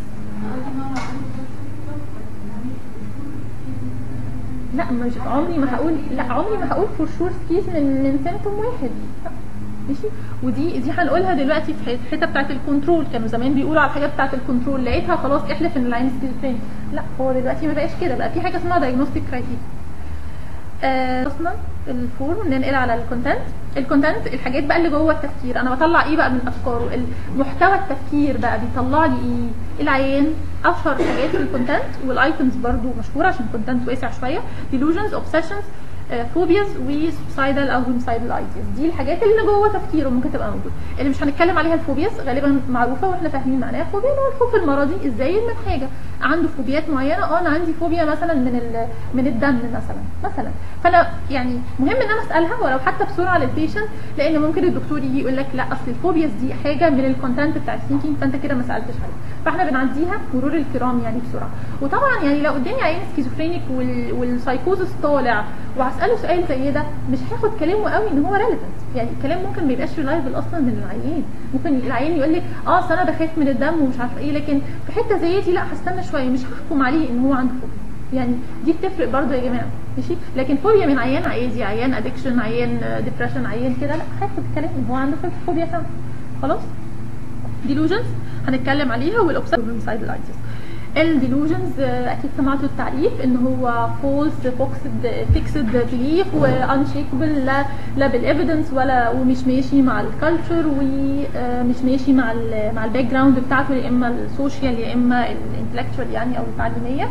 لا مش عمري ما هقول، لا عمري ما هقول فور شور سكيز من من سيمبتوم واحد، ماشي. ودي دي هنقولها دلوقتي في الحته بتاعه الكنترول، كانوا زمان بيقولوا على الحاجات بتاعه الكنترول لقيتها خلاص احلف ان العين سكيزوفرينيا، لا هو دلوقتي ما بقاش كده، بقى في حاجه اسمها دايجنوستيك كرايتيريا. اصلا الفورم ننقل على الكونتنت. الكونتنت الحاجات بقى اللي جوه التفكير، انا بطلع ايه بقى من افكاره، محتوى التفكير بقى بيطلع لي ايه. العيان اشهر حاجات في الكونتنت، والايتمز برضو مشهوره عشان الكونتنت واسع شويه، delusions obsessions فوبياز وسوسايدال او هومسايدال ايدياز، دي الحاجات اللي جوه تفكيره ممكن تبقى موجوده. اللي مش هنتكلم عليها الفوبياز غالبا معروفه واحنا فاهمين معناها. فوبيا اللي هو الخوف المرضي، ازاي من حاجه عنده فوبيات معينه، اه انا عندي فوبيا مثلا من من الدم مثلا مثلا فانا يعني مهم ان انا اسالها ولو حتى بسرعه للبيشنت، لان ممكن الدكتور يجي يقول لك لا اصل الفوبياز دي حاجه من الكونتنت بتاع الثينكينج فانت كده ما سالتش عليها، فاحنا بنعديها مرور الكرام يعني بسرعه. وطبعا يعني لو قدامي عيان سكيزوفرينيك والسايكوزس طالع وهساله سؤال زي ده مش هاخد كلامه قوي ان هو ريليفنت، يعني الكلام ممكن ما يبقاش ريلايبل اصلا من العيان، ممكن العيان يقول لك اه اصل انا بخاف من الدم ومش عارفه ايه، لكن في حته زي دي لا هستنى شويه، مش هحكم عليه ان هو عنده فوبيا، يعني دي بتفرق برضه يا جماعه، ماشي. لكن فوبيا من عيان عادي، عيان ادكشن، عيان ديبرشن، عيان كده، لا هاخد الكلام ان هو عنده فوبيا فعلا. خلاص. ديلوجنز هنتكلم عليها، والاوبسيدال ايديز. الديلوجنز اكيد سمعتوا التعريف ان هو فولس فيكسد بليف وانشيكبل، لا لا بالايفيدنس ولا ومش ماشي مع الكالتشر ومش ماشي مع ال مع الباك جراوند بتاعته، يا اما السوشيال يا اما الانتلكتشوال يعني او التعليميه.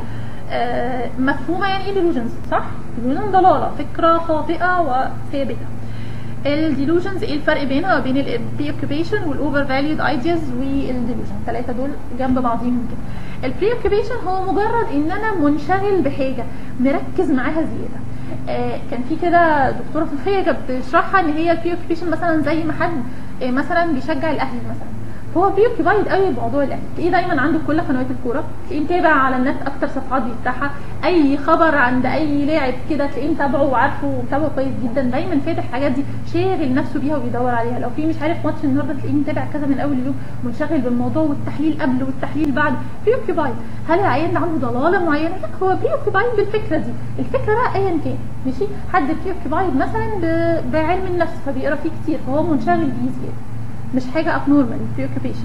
آه مفهومه يعني ايه delusions، صح؟ delusion ضلاله، فكره خاطئه وثابته. الديلوجنز ايه الفرق بينها وبين البري اوكيبيشن والاوفر فاليود ايدياز والديلوجن؟ الثلاثه دول جنب بعضيهم كده. البري اوكيبيشن هو مجرد ان انا منشغل بحاجه، مركز معاها زياده. آه كان في كده دكتوره صفيه كانت بتشرحها ان هي البري اوكيبيشن مثلا زي ما حد آه مثلا بيشجع الاهلي مثلا، هو بري اوكيبايد قوي بموضوع الاهلي، تلاقيه دايما عنده كل قنوات الكوره، تلاقيه متابع على النت اكتر صفحات بيفتحها، اي خبر عند اي لاعب كده تلاقيه متابعه وعارفه ومتابعه كويس جدا، دايما فاتح الحاجات دي شاغل نفسه بيها وبيدور عليها. لو في مش عارف ماتش النهارده تلاقيه متابع كذا من اول اليوم، منشغل بالموضوع والتحليل قبل والتحليل بعد. بري اوكيبايد. هل العيان ده عنده ضلاله معينه؟ لا، هو بري اوكيبايد بالفكره دي. الفكره بقى ايا كان، ماشي، حد بري اوكيبايد مثلا بعلم النفس فبيقرا فيه كتير فهو منشغل بيه زياده، مش حاجه ابنورمال. بري اوكيبيشن.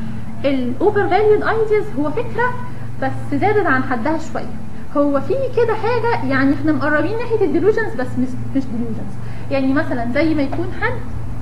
الاوفر فاليود ايدياز هو فكره بس زادت عن حدها شويه، هو في كده حاجه يعني احنا مقربين ناحيه الديلوجنز بس مش مش ديلوجنز. يعني مثلا زي ما يكون حد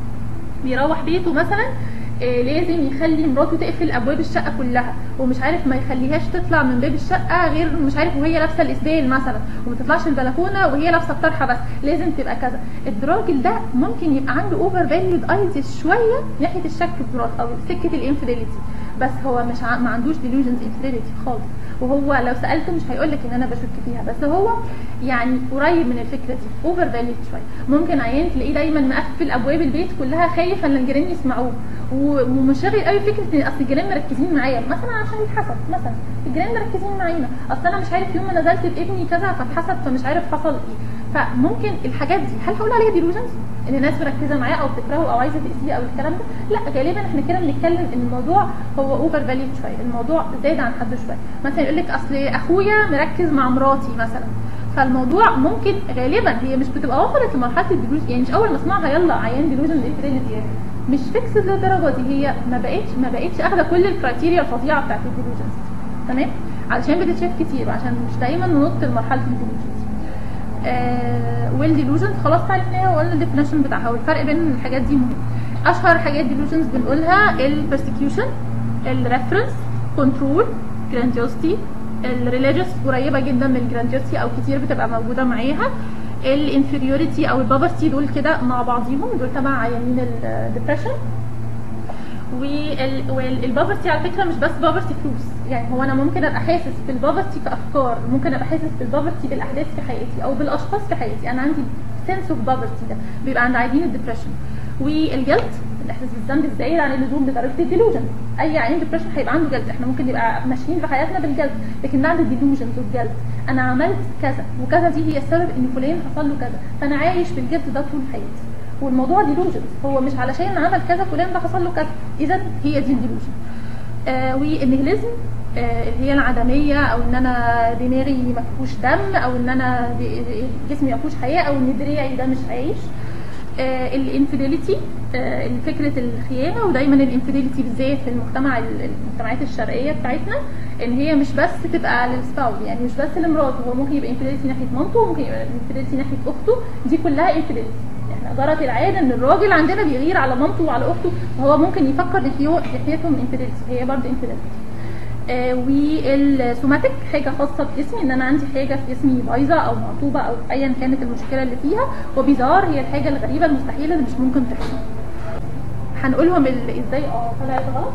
بيروح بيته مثلا إيه لازم يخلي مراته تقفل ابواب الشقه كلها ومش عارف ما يخليهاش تطلع من باب الشقه غير مش عارف وهي لابسه الاسدال مثلا، وما تطلعش البلكونه وهي لابسه الطرحه بس، لازم تبقى كذا. الراجل ده ممكن يبقى عنده اوفر فاليود ايديز شويه ناحيه الشك في مراته او سكه الانفيديليتي، بس هو مش ع... ما عندوش ديلوجنز انفيديليتي خالص، وهو لو سالته مش هيقول لك ان انا بشك فيها، بس هو يعني قريب من الفكره دي، اوفر فاليود شويه. ممكن عيان تلاقيه دايما مقفل ابواب البيت كلها خايف ان الجيران يسمعوه، ومشغل قوي فكره ان اصل الجيران مركزين معايا مثلا عشان يتحسد، مثلا الجيران مركزين معانا، اصل انا مش عارف يوم ما نزلت بابني كذا فاتحسد فمش عارف حصل ايه. فممكن الحاجات دي هل هقول عليها ديلوجنز ان الناس مركزه معاه او بتكرهه او عايزه تاذيه او الكلام ده؟ لا، غالبا احنا كده بنتكلم ان الموضوع هو اوفر فاليود شويه، الموضوع زاد عن حده شويه. مثلا يقول لك اصل اخويا مركز مع مراتي مثلا، فالموضوع ممكن غالبا هي مش بتبقى وصلت لمرحله الديلوجن، يعني مش اول ما اسمعها يلا عيان ديلوجن انفيديليتي، يعني مش فيكس للدرجه دي، هي ما بقتش ما بقتش اخده كل الكرايتيريا الفظيعه بتاعت الديلوجنز، تمام، علشان بتتشاف كتير وعشان مش دايما ننط لمرحله الديلوجنز. آه والديلوجنز خلاص عرفناها وقلنا الديفينيشن بتاعها والفرق بين الحاجات دي مهم. اشهر حاجات ديلوجنز بنقولها البرسكيوشن، الريفرنس، كنترول، جرانديوستي، الريليجيوس قريبه جدا من الجرانديوستي او كتير بتبقى موجوده معاها، الانفيريوريتي او البافرتي، دول كده مع بعضيهم، دول تبع عيانين الديبريشن. والبافرتي على فكره مش بس بافرتي فلوس، يعني هو انا ممكن ابقى حاسس بالبافرتي كافكار، ممكن ابقى حاسس بالبافرتي بالاحداث في حياتي او بالاشخاص في حياتي، انا عندي سنس اوف بافرتي ده بيبقى عند عيانين الديبريشن. والجلد، الاحساس بالذنب الزايد عن اللزوم لدرجه الديلوجن، اي عيان ديبريشن هيبقى عنده جلد، احنا ممكن نبقى ماشيين في حياتنا بالجلد لكن ده عنده ديلوجن والجلد، انا عملت كذا وكذا دي هي السبب ان فلان حصل له كذا، فانا عايش بالجلد ده طول حياتي، والموضوع ديلوجن، هو مش علشان عمل كذا فلان ده حصل له كذا، اذا هي دي الديلوجن. آه والنيهيليزم آه اللي هي العدميه، او ان انا دماغي ما فيهوش دم، او ان انا جسمي ما فيهوش حياه، او ان دراعي ده مش عايش. آه الانفيديليتي آه فكره الخيانه، ودايما الانفيديليتي بالذات في المجتمع المجتمعات الشرقيه بتاعتنا ان هي مش بس تبقى للسباوس، يعني مش بس لمراته، هو ممكن يبقى انفيديليتي ناحيه مامته، ممكن يبقى انفيديليتي ناحيه اخته، دي كلها انفيديليتي. احنا جرت العاده ان الراجل عندنا بيغير على مامته وعلى اخته، فهو ممكن يفكر ناحيتهم انفيديليتي، هي برضه انفيديليتي. آه والسوماتيك حاجه خاصه بجسمي، ان انا عندي حاجه في جسمي بايظه او معطوبه او ايا كانت المشكله اللي فيها، وبيزار هي الحاجه الغريبه المستحيله اللي مش ممكن تحصل. هنقولهم ازاي؟ اه طلعت غلط.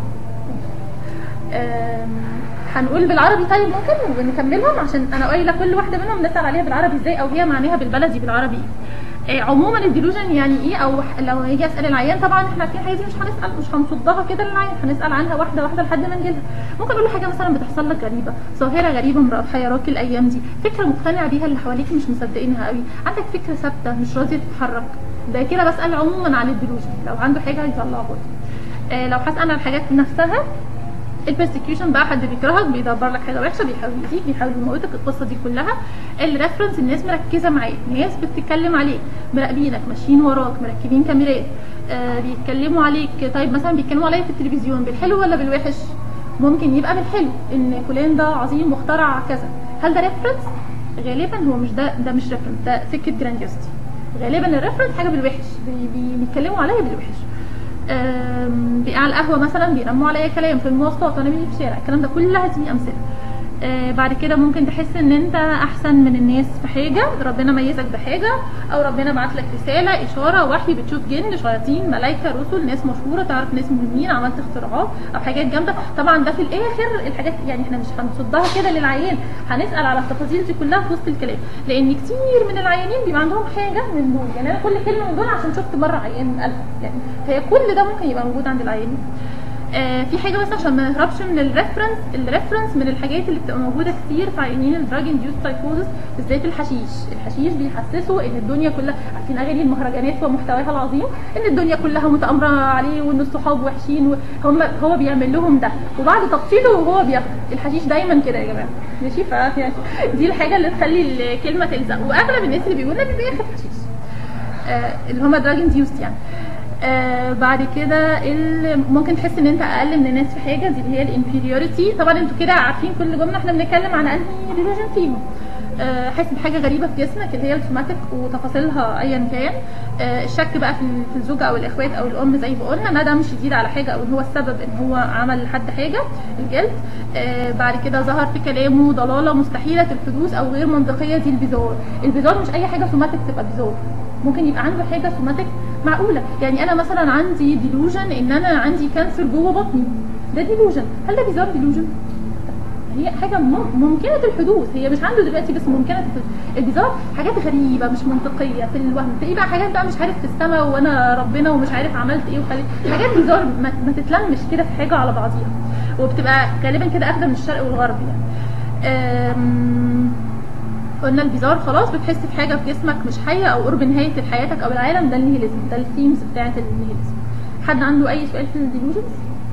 هنقول بالعربي طيب ممكن ونكملهم، عشان انا قايله كل واحده منهم نسال عليها بالعربي ازاي او هي معناها بالبلدي بالعربي ايه. عموما الديلوجن يعني ايه، او لو هيجي اسال العيان، طبعا احنا عارفين الحاجه دي مش هنسال مش هنصدها كده للعيان، هنسال عنها واحده واحده لحد ما نجيلها. ممكن اقول له حاجه مثلا بتحصل لك غريبه، ظاهره غريبه محيراك الايام دي، فكره مقتنع بيها اللي حواليك مش مصدقينها قوي، عندك فكره ثابته مش راضيه تتحرك، ده كده بسال عموما عن الديلوجن، لو عنده حاجه هيطلعها برضه. آه لو هسال عن الحاجات نفسها، البرسكيوشن بقى حد بيكرهك بيدبر لك حاجه وحشه، بيحاول يأذيك، بيحاول يموتك، القصه دي كلها. الريفرنس، الناس مركزه معاك، ناس بتتكلم عليك، مراقبينك، ماشيين وراك، مركبين كاميرات، آه بيتكلموا عليك. طيب مثلا بيتكلموا عليا في التلفزيون بالحلو ولا بالوحش؟ ممكن يبقى بالحلو، ان فلان ده عظيم مخترع كذا، هل ده ريفرنس؟ غالبا هو مش ده ده مش ريفرنس، ده سكه جرانديوستي. غالبا الريفرنس حاجه بالوحش، بيتكلموا عليا بالوحش. على القهوه مثلا بينموا عليا كلام، في المواصلات وانا بمشي في الشارع، الكلام ده كلها دي امثله. آه بعد كده ممكن تحس ان انت احسن من الناس في حاجه، ربنا ميزك بحاجه او ربنا بعت لك رساله اشاره وحي، بتشوف جن شياطين ملائكه رسل ناس مشهوره، تعرف ناس مهمين، عملت اختراعات او حاجات جامده. طبعا ده في الاخر الحاجات يعني احنا مش هنصدها كده للعيان، هنسال على التفاصيل دي كلها في وسط الكلام، لان كتير من العيانين بيبقى عندهم حاجه من دول. يعني انا كل كلمه من دول عشان شفت مره عيان قالها، يعني فهي كل ده ممكن يبقى موجود عند العيانين. آه في حاجه بس عشان ما نهربش من الريفرنس، الريفرنس من الحاجات اللي بتبقى موجوده كتير في عيانين الدراج انديوس سايكوزس، بالذات الحشيش. الحشيش بيحسسوا ان الدنيا كلها، عارفين اغاني المهرجانات ومحتواها العظيم، ان الدنيا كلها متامره عليه وان الصحاب وحشين، وهم هو بيعمل لهم ده وبعد تفصيله وهو بياخد الحشيش دايما كده يا جماعه، ماشي؟ ف دي الحاجه اللي تخلي الكلمه تلزق، واغلب الناس اللي بيقولوا لنا بياخد حشيش آه اللي هم دراج انديوس يعني. آه بعد كده ممكن تحس ان انت اقل من الناس في حاجه، دي اللي هي الانفيريوريتي. طبعا انتوا كده عارفين كل جمله احنا بنتكلم عن انهي ريليجن فيهم. آه حاسس بحاجه غريبه في جسمك اللي هي السوماتيك وتفاصيلها ايا كان. آه الشك بقى في الزوجه او الاخوات او الام زي ما قلنا، ندم شديد على حاجه او ان هو السبب ان هو عمل لحد حاجه، الجلد. آه بعد كده ظهر في كلامه ضلاله مستحيله الحدوث او غير منطقيه، دي البيزار. البيزار مش اي حاجه سوماتيك تبقى بيزار، ممكن يبقى عنده حاجه سوماتيك معقوله. يعني انا مثلا عندي ديلوجن ان انا عندي كانسر جوه بطني، ده ديلوجن. هل ده بيزار ديلوجن؟ هي حاجه ممكنه الحدوث، هي مش عنده دلوقتي بس ممكنه الحدوث. البيزار حاجات غريبه مش منطقيه في الوهم، تلاقي بقى حاجات بقى مش عارف في السماء وانا ربنا ومش عارف عملت ايه وخليت حاجات بيزار ما, ما تتلمش كده في حاجه على بعضيها، وبتبقى غالبا كده اخده من الشرق والغرب يعني. قلنا البيزار خلاص بتحس في حاجه في جسمك مش حيه او قرب نهايه حياتك او العالم، ده النيهيليزم، ده الثيمز بتاعه النيهيليزم. حد عنده اي سؤال في الديلوجنز؟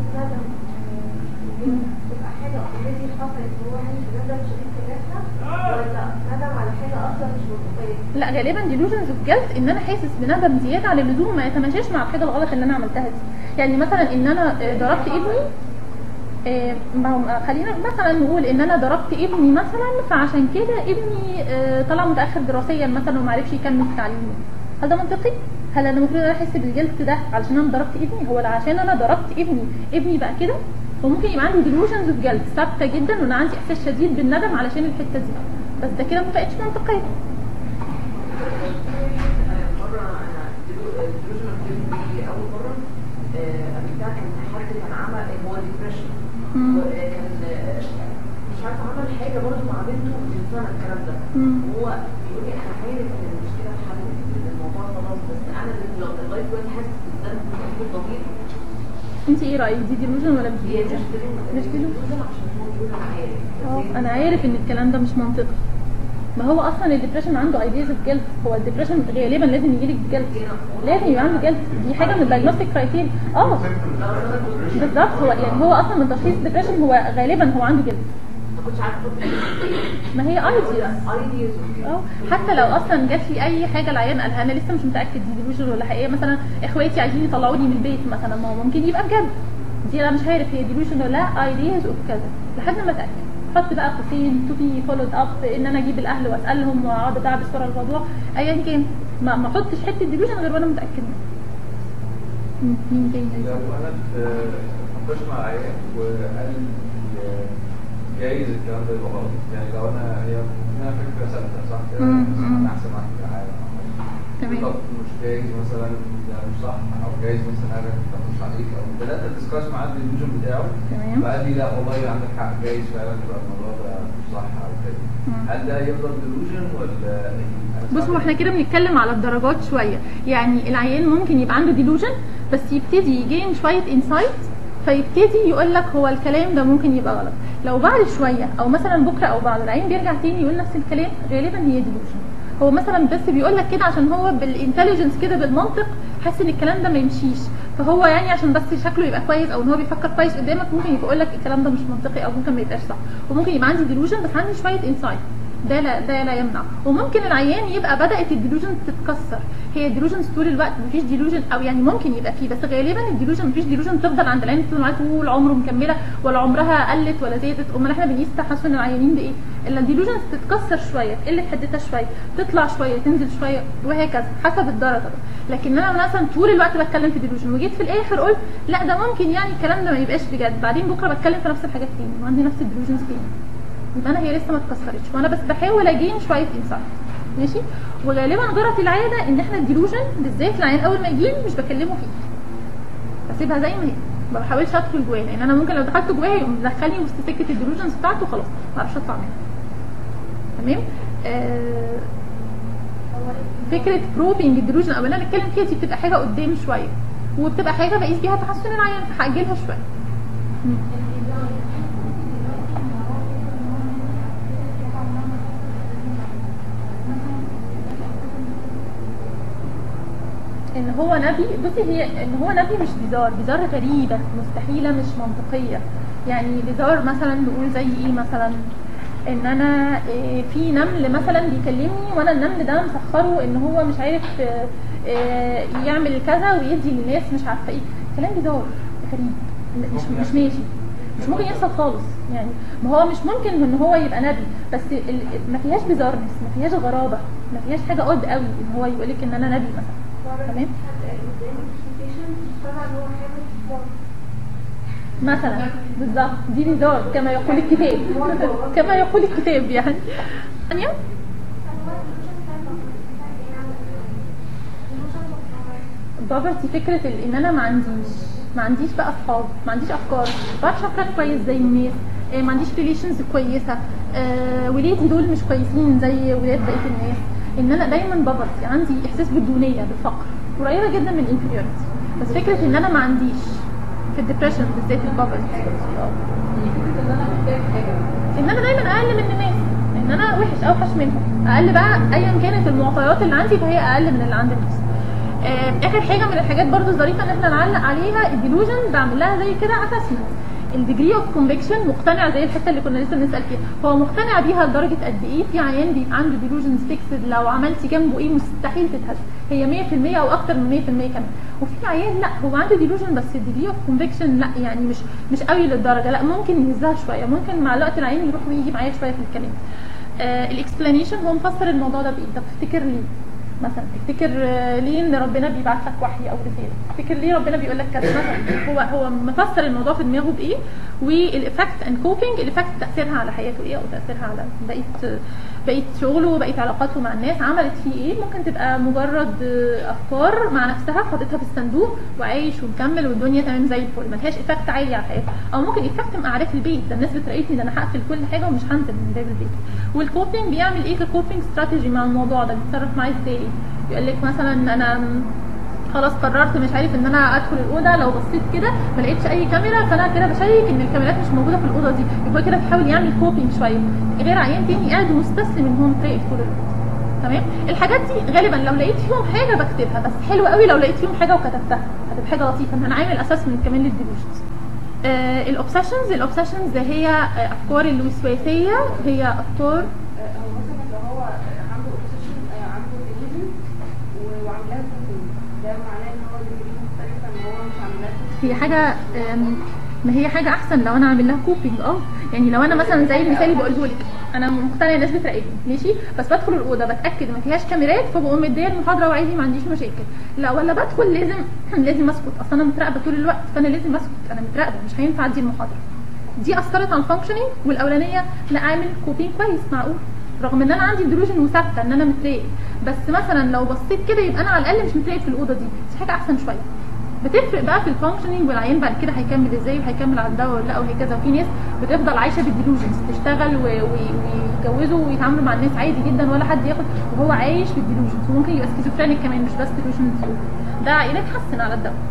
تبقى حاجه اوريدي حصلت جواها ندم شديد تجاهها، ولا ندم على حاجه اصلا مش منطقيه؟ لا غالبا ديلوجنز في جلد ان انا حاسس بندم زياده عن اللزوم ما يتماشاش مع الحاجه الغلط اللي انا عملتها دي. يعني مثلا ان انا ضربت ابني، إيه خلينا مثلا نقول ان انا ضربت ابني مثلا فعشان كده ابني إيه طلع متاخر دراسيا مثلا وما عرفش يكمل تعليمه، هل ده منطقي؟ هل انا المفروض احس بالجلد ده علشان انا ضربت ابني؟ هو عشان انا ضربت ابني ابني بقى كده؟ وممكن يبقى عندي ديلوجنز في جلد ثابته جدا وانا عندي احساس شديد بالندم علشان الحته دي، بس ده كده ما بقتش منطقيه. مره انا الديلوجن دي اول مره قابلتها، كان حد كان عمل هو ديبريشن، وكان مش عارفه عمل حاجه برضه مع بنته من سنه الكلام ده، وهو بيقول لي انا عارف ان المشكله اتحلت ان الموضوع خلاص، بس انا لغايه دلوقتي حاسس بالذنب والضمير. انت ايه رايك، دي ديلوجن ولا مش ديلوجن؟ مش ديلوجن عشان هو بيقول انا عارف. اه انا عارف ان الكلام ده مش منطقي. ما هو اصلا الديبريشن عنده ايديز في جلد، هو الديبريشن غالبا لازم يجيلك بجلد، لازم يبقى عنده جلد، دي حاجه من الدايجنوستيك كرايتيريا. اه بالظبط، هو يعني هو اصلا من تشخيص الديبريشن هو غالبا هو عنده جلد. ما كنتش عارفه ما هي ايديز ايديز اه حتى لو اصلا جات لي اي حاجه العيان قالها انا لسه مش متاكد دي ديلوجن ولا حقيقيه، مثلا اخواتي عايزين يطلعوني من البيت مثلا، ما هو ممكن يبقى بجد، دي انا مش عارف هي ديلوجن ولا لا، ايديز اوف كذا لحد ما اتاكد. حط بقى قوسين تو بي فولود اب، ان انا اجيب الاهل واسالهم واقعد ادعبس ورا الموضوع ايا كان، ما ما احطش حته ديلوجن غير وانا متاكد. مين تاني؟ لو انا اتناقشت مع عيان وقال جايز الكلام ده يبقى غلط، يعني لو انا هي انا فكره ثابته صح كده، انا احسن واحد في العالم تمام، طب مش جايز مثلا ده مش صح، او جايز مثلا حاجه مش عليك، او بدات ادسكاس معاه الديلوجن بتاعه تمام، فقال لي لا والله عندك حق، جايز فعلا يبقى الموضوع ده مش صح او كده. هل ده يفضل ديلوجن ولا؟ بصوا احنا كده بنتكلم على الدرجات شويه، يعني العيان ممكن يبقى عنده ديلوجن بس يبتدي يجين شويه انسايت فيبتدي يقول لك هو الكلام ده ممكن يبقى غلط. لو بعد شويه او مثلا بكره او بعد العين بيرجع تاني يقول نفس الكلام، غالبا هي ديلوجن. هو مثلا بس بيقول لك كده عشان هو بالانتليجنس كده بالمنطق حاسس ان الكلام ده ما يمشيش، فهو يعني عشان بس شكله يبقى كويس او ان هو بيفكر كويس قدامك ممكن يقول لك الكلام ده مش منطقي او ممكن ما يبقاش صح، وممكن يبقى عندي ديلوجن بس عندي شويه انسايت، ده لا ده لا يمنع. وممكن العيان يبقى بدات الديلوجن تتكسر، هي الديلوجن طول الوقت مفيش ديلوجن، او يعني ممكن يبقى فيه بس غالبا الديلوجن مفيش ديلوجن تفضل عند العيان طول معاه طول عمره مكمله ولا عمرها قلت ولا زادت. امال احنا بنقيس تحسن العيانين بايه؟ الا الديلوجن تتكسر شويه، تقل حدتها شويه، تطلع شويه، تنزل شويه، وهكذا حسب الدرجه. لكن انا مثلا طول الوقت بتكلم في ديلوجن وجيت في الاخر قلت لا ده ممكن يعني الكلام ده ما يبقاش بجد، بعدين بكره بتكلم في نفس الحاجات تاني وعندي نفس الديلوجنز تاني. يبقى انا هي لسه ما اتكسرتش وانا بس بحاول اجين شويه انسايت. ماشي. وغالبا جرت العاده ان احنا الديلوجن بالذات العيان اول ما يجي مش بكلمه فيه، بسيبها زي ما هي، ما بحاولش ادخل جواها، لان انا ممكن لو دخلت جواها يقوم مدخلني وسط سكه الديلوجنز بتاعته خلاص ما اعرفش اطلع منها. تمام. آه فكره بروبنج الديلوجن او اللي انا بتكلم فيها دي بتبقى حاجه قدام شويه، وبتبقى حاجه بقيس بيها تحسن العيان فهاجلها شويه. ان هو نبي، بصي هي ان هو نبي مش بيزار، بيزار غريبه مستحيله مش منطقيه. يعني بيزار مثلا نقول زي ايه مثلا، ان انا إيه في نمل مثلا بيكلمني وانا النمل ده مسخره ان هو مش عارف إيه يعمل كذا ويدي للناس مش عارفه ايه، كلام بيزار غريب مش مش ماشي، مش ممكن يحصل خالص. يعني ما هو مش ممكن ان هو يبقى نبي، بس ما فيهاش بيزارنس، ما فيهاش غرابه، ما فيهاش حاجه قد قوي ان هو يقول لك ان انا نبي مثلا. تمام. مثلا بالظبط دي بيزار كما يقول الكتاب كما يقول الكتاب يعني. ثانيه بابرتي فكره ان انا ما عنديش ما عنديش بقى اصحاب، ما عنديش افكار، ما بعرفش افكر كويس زي الناس، ما عنديش ريليشنز كويسه، آه ولادي دول مش كويسين زي ولاد بقيه الناس، ان انا دايما بابرتي عندي احساس بالدونيه بالفقر قريبه جدا من الانفيريورتي. بس فكره ان انا ما عنديش في الديبريشن بالذات البابرتي ان انا دايما اقل من الناس، ان انا وحش اوحش منهم، اقل بقى ايا كانت المعطيات اللي عندي فهي اقل من اللي عند الناس. آه اخر حاجه من الحاجات برضو الظريفه ان احنا نعلق عليها الديلوجن، بعمل لها زي كده اسسمنت الديجري اوف كونفكشن، مقتنع زي الحته اللي كنا لسه بنسال فيها، هو مقتنع بيها لدرجه قد ايه؟ في عيان بيبقى عنده ديلوجنز فيكسد لو عملتي جنبه ايه مستحيل تتهز، هي مية في المية او اكتر من مية في المية كمان. وفي عيان لا هو عنده ديلوجن بس الديجري اوف كونفكشن لا يعني مش مش قوي للدرجه، لا ممكن يهزها شويه، ممكن مع الوقت العيان يروح ويجي معايا شويه في الكلام. آه الاكسبلانيشن هو مفسر الموضوع ده بايه؟ طب تفتكر ليه؟ مثلا تفتكر ليه ان ربنا بيبعت لك وحي او رساله؟ تفتكر ليه ربنا بيقول لك كذا مثلا؟ هو هو مفسر الموضوع في دماغه بايه؟ والايفكت اند كوبينج، الايفكت تاثيرها على حياته ايه او تاثيرها على بقيه بقيه شغله وبقيه علاقاته مع الناس عملت فيه ايه؟ ممكن تبقى مجرد افكار مع نفسها حاططها في الصندوق وعايش ومكمل والدنيا تمام زي الفل، ملهاش ايفكت عالي على حياته، او ممكن ايفكت مقعداه في البيت، ده الناس بتراقبني ده انا هقفل كل حاجه ومش هنزل من باب البيت. والكوبينج بيعمل ايه ككوبينج استراتيجي مع الموضوع ده؟ بيتصرف معاه ازاي؟ يقول لك مثلا انا خلاص قررت مش عارف ان انا ادخل الاوضه، لو بصيت كده ما لقيتش اي كاميرا فانا كده بشيك ان الكاميرات مش موجوده في الاوضه دي، يبقى كده بيحاول يعمل كوبينج شويه، غير عيان تاني قاعد مستسلم ان هو متراقب طول الوقت. تمام. الحاجات دي غالبا لو لقيت فيهم حاجه بكتبها، بس حلو قوي لو لقيت فيهم حاجه وكتبتها هتبقى حاجه لطيفه، انا عامل اسسمنت كمان للديلوجنز. آه الاوبسيشنز الاوبسيشنز هي افكار الوسواسيه، هي افكار هو مثلا لو هو عنده اوبسيشن عنده ديليجن وعاملاه ده معناه ان هو ديليجن مختلفه ان هو مش عاملاه هي حاجه ما هي حاجه احسن لو انا عامل لها كوبينج. اه يعني لو انا مثلا زي المثال اللي بقوله لك انا مقتنعه الناس بتراقبني ماشي، بس بدخل الاوضه بتاكد ما فيهاش كاميرات فبقوم مديه المحاضره وعادي ما عنديش مشاكل، لا ولا بدخل لازم لازم اسكت، اصل انا متراقبه طول الوقت فانا لازم اسكت، انا متراقبه مش هينفع ادي المحاضره. دي اثرت على الفانكشنينج، والاولانيه لا عامل كوبينج كويس معقول رغم ان انا عندي ديلوجن وثابته ان انا متراقب، بس مثلا لو بصيت كده يبقى انا على الاقل مش متراقب في الاوضه دي، دي حاجه احسن شويه. بتفرق بقى في الفانكشنينج والعيان بعد كده هيكمل ازاي وهيكمل على الدواء ولا لا وهكذا. وفي ناس بتفضل عايشه بالديلوجنز، تشتغل ويتجوزوا ويتعاملوا مع الناس عادي جدا ولا حد ياخد وهو عايش بالديلوجنز، وممكن يبقى سكيزوفرينيك كمان مش بس ديلوجنز، ده عيان اتحسن على الدواء.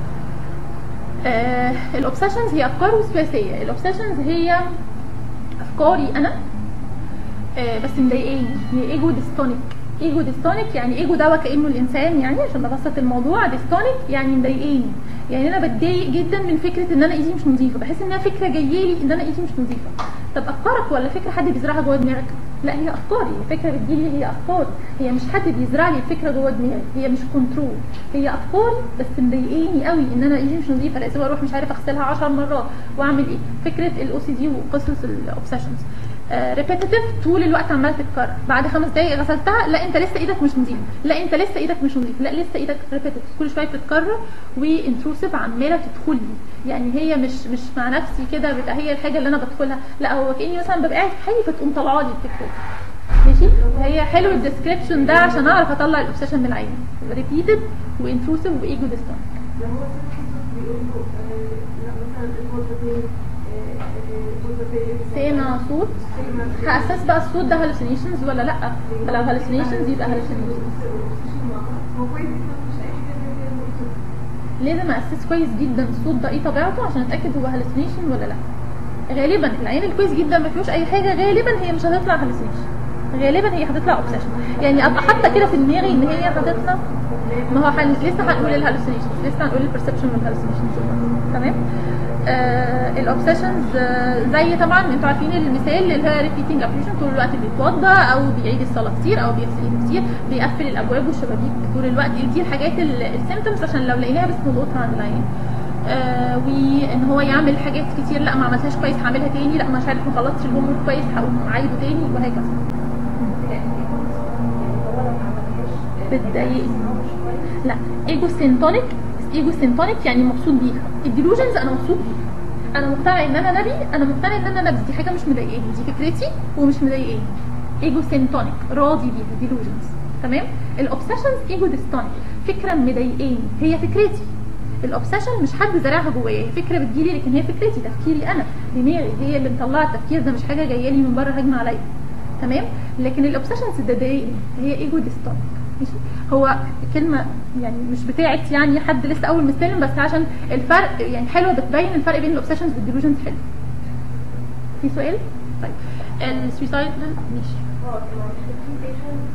آه الاوبسيشنز هي افكار وسواسيه. الاوبسيشنز هي افكاري انا آه بس مضايقاني، هي ايجو ديستونيك. ايجو ديستونيك يعني ايجو دواء كانه الانسان، يعني عشان نبسط الموضوع ديستونيك يعني مضايقاني، يعني انا بتضايق جدا من فكره ان انا ايدي مش نظيفه، بحس انها فكره جايه لي ان انا ايدي مش نظيفه. طب افكارك ولا فكره حد بيزرعها جوه دماغك؟ لا هي افكاري، الفكره بتجيلي هي افكار، هي مش حد بيزرع لي الفكره جوه دماغي، هي مش كنترول، هي افكار بس مضايقاني قوي ان انا ايدي مش نظيفه، لازم اروح مش عارف اغسلها عشر مرات واعمل ايه. فكره الاو سي دي وقصص الاوبسيشنز ريبيتيتيف طول الوقت عماله تتكرر، بعد خمس دقايق غسلتها لا انت لسه ايدك مش نظيفه، لا انت لسه ايدك مش نظيفه، لا لسه ايدك ريبيتيتيف كل شويه بتتكرر وانتروسيف عماله تدخل لي، يعني هي مش مش مع نفسي كده بتبقى هي الحاجه اللي انا بدخلها، لا هو كاني مثلا ببقى قاعد في حالي فتقوم طالعه لي الفكره. ماشي، هي حلو الديسكريبشن ده عشان اعرف اطلع الاوبسيشن من العين، ريبيتد وانتروسيف وايجو ديستون. لو هو بيقول له مثلا الموظفين سمع صوت، هاسس بقى الصوت ده هالوسينيشنز ولا لا، فلو هالوسينيشنز يبقى هالوسينيشنز. لازم اسس كويس جدا الصوت ده ايه طبيعته عشان اتاكد هو هالوسينيشن ولا لا. غالبا العين الكويس جدا ما فيهوش اي حاجه غالبا هي مش هتطلع هالوسينيشن، غالبا هي هتطلع اوبسيشن، يعني ابقى حاطه كده في دماغي ان هي هتطلع. ما هو حل... لسه هنقول الهالوسينيشنز، لسه هنقول البرسبشن والهالوسينيشنز. تمام. آه الاوبسيشنز آه زي طبعا انتوا عارفين المثال اللي هو ريبيتنج ابليشن، طول الوقت بيتوضى او بيعيد الصلاه كتير او بيغسل ايده كتير، بيقفل الابواب والشبابيك طول الوقت، دي الحاجات السيمتومز عشان لو لقيناها بس نلقطها عند العين. آه وان هو يعمل حاجات كتير، لا ما عملتهاش كويس هعملها تاني، لا مش عارف ما خلصتش الهوم ورك كويس هقوم عايده تاني وهكذا. بتضايقني. لا ايجو سينتونيك، ايجو سينتونيك يعني مبسوط بيها. الديلوجنز انا مبسوط بيها، انا مقتنع ان انا نبي، انا مقتنع ان انا نبي، دي حاجه مش مضايقاني، دي فكرتي ومش مضايقاني. ايجو سينتونيك راضي بيها ديلوجنز. تمام. الاوبسيشنز ايجو ديستونيك، فكره مضايقاني هي فكرتي. الاوبسيشن مش حد زرعها جوايا، هي فكره بتجيلي لكن هي فكرتي، تفكيري انا، دماغي هي اللي مطلعه التفكير ده، مش حاجه جايه لي من بره هجمه عليا. تمام. لكن الاوبسيشنز ده ضايقني هي ايجو ديستونيك. ماشي. هو كلمه يعني مش بتاعت يعني حد لسه اول مستلم، بس عشان الفرق يعني حلوه بتبين الفرق بين الاوبسيشنز والديلوجنز. حلو. في سؤال؟ طيب السويسايد ماشي. اه طبعا في بيشنت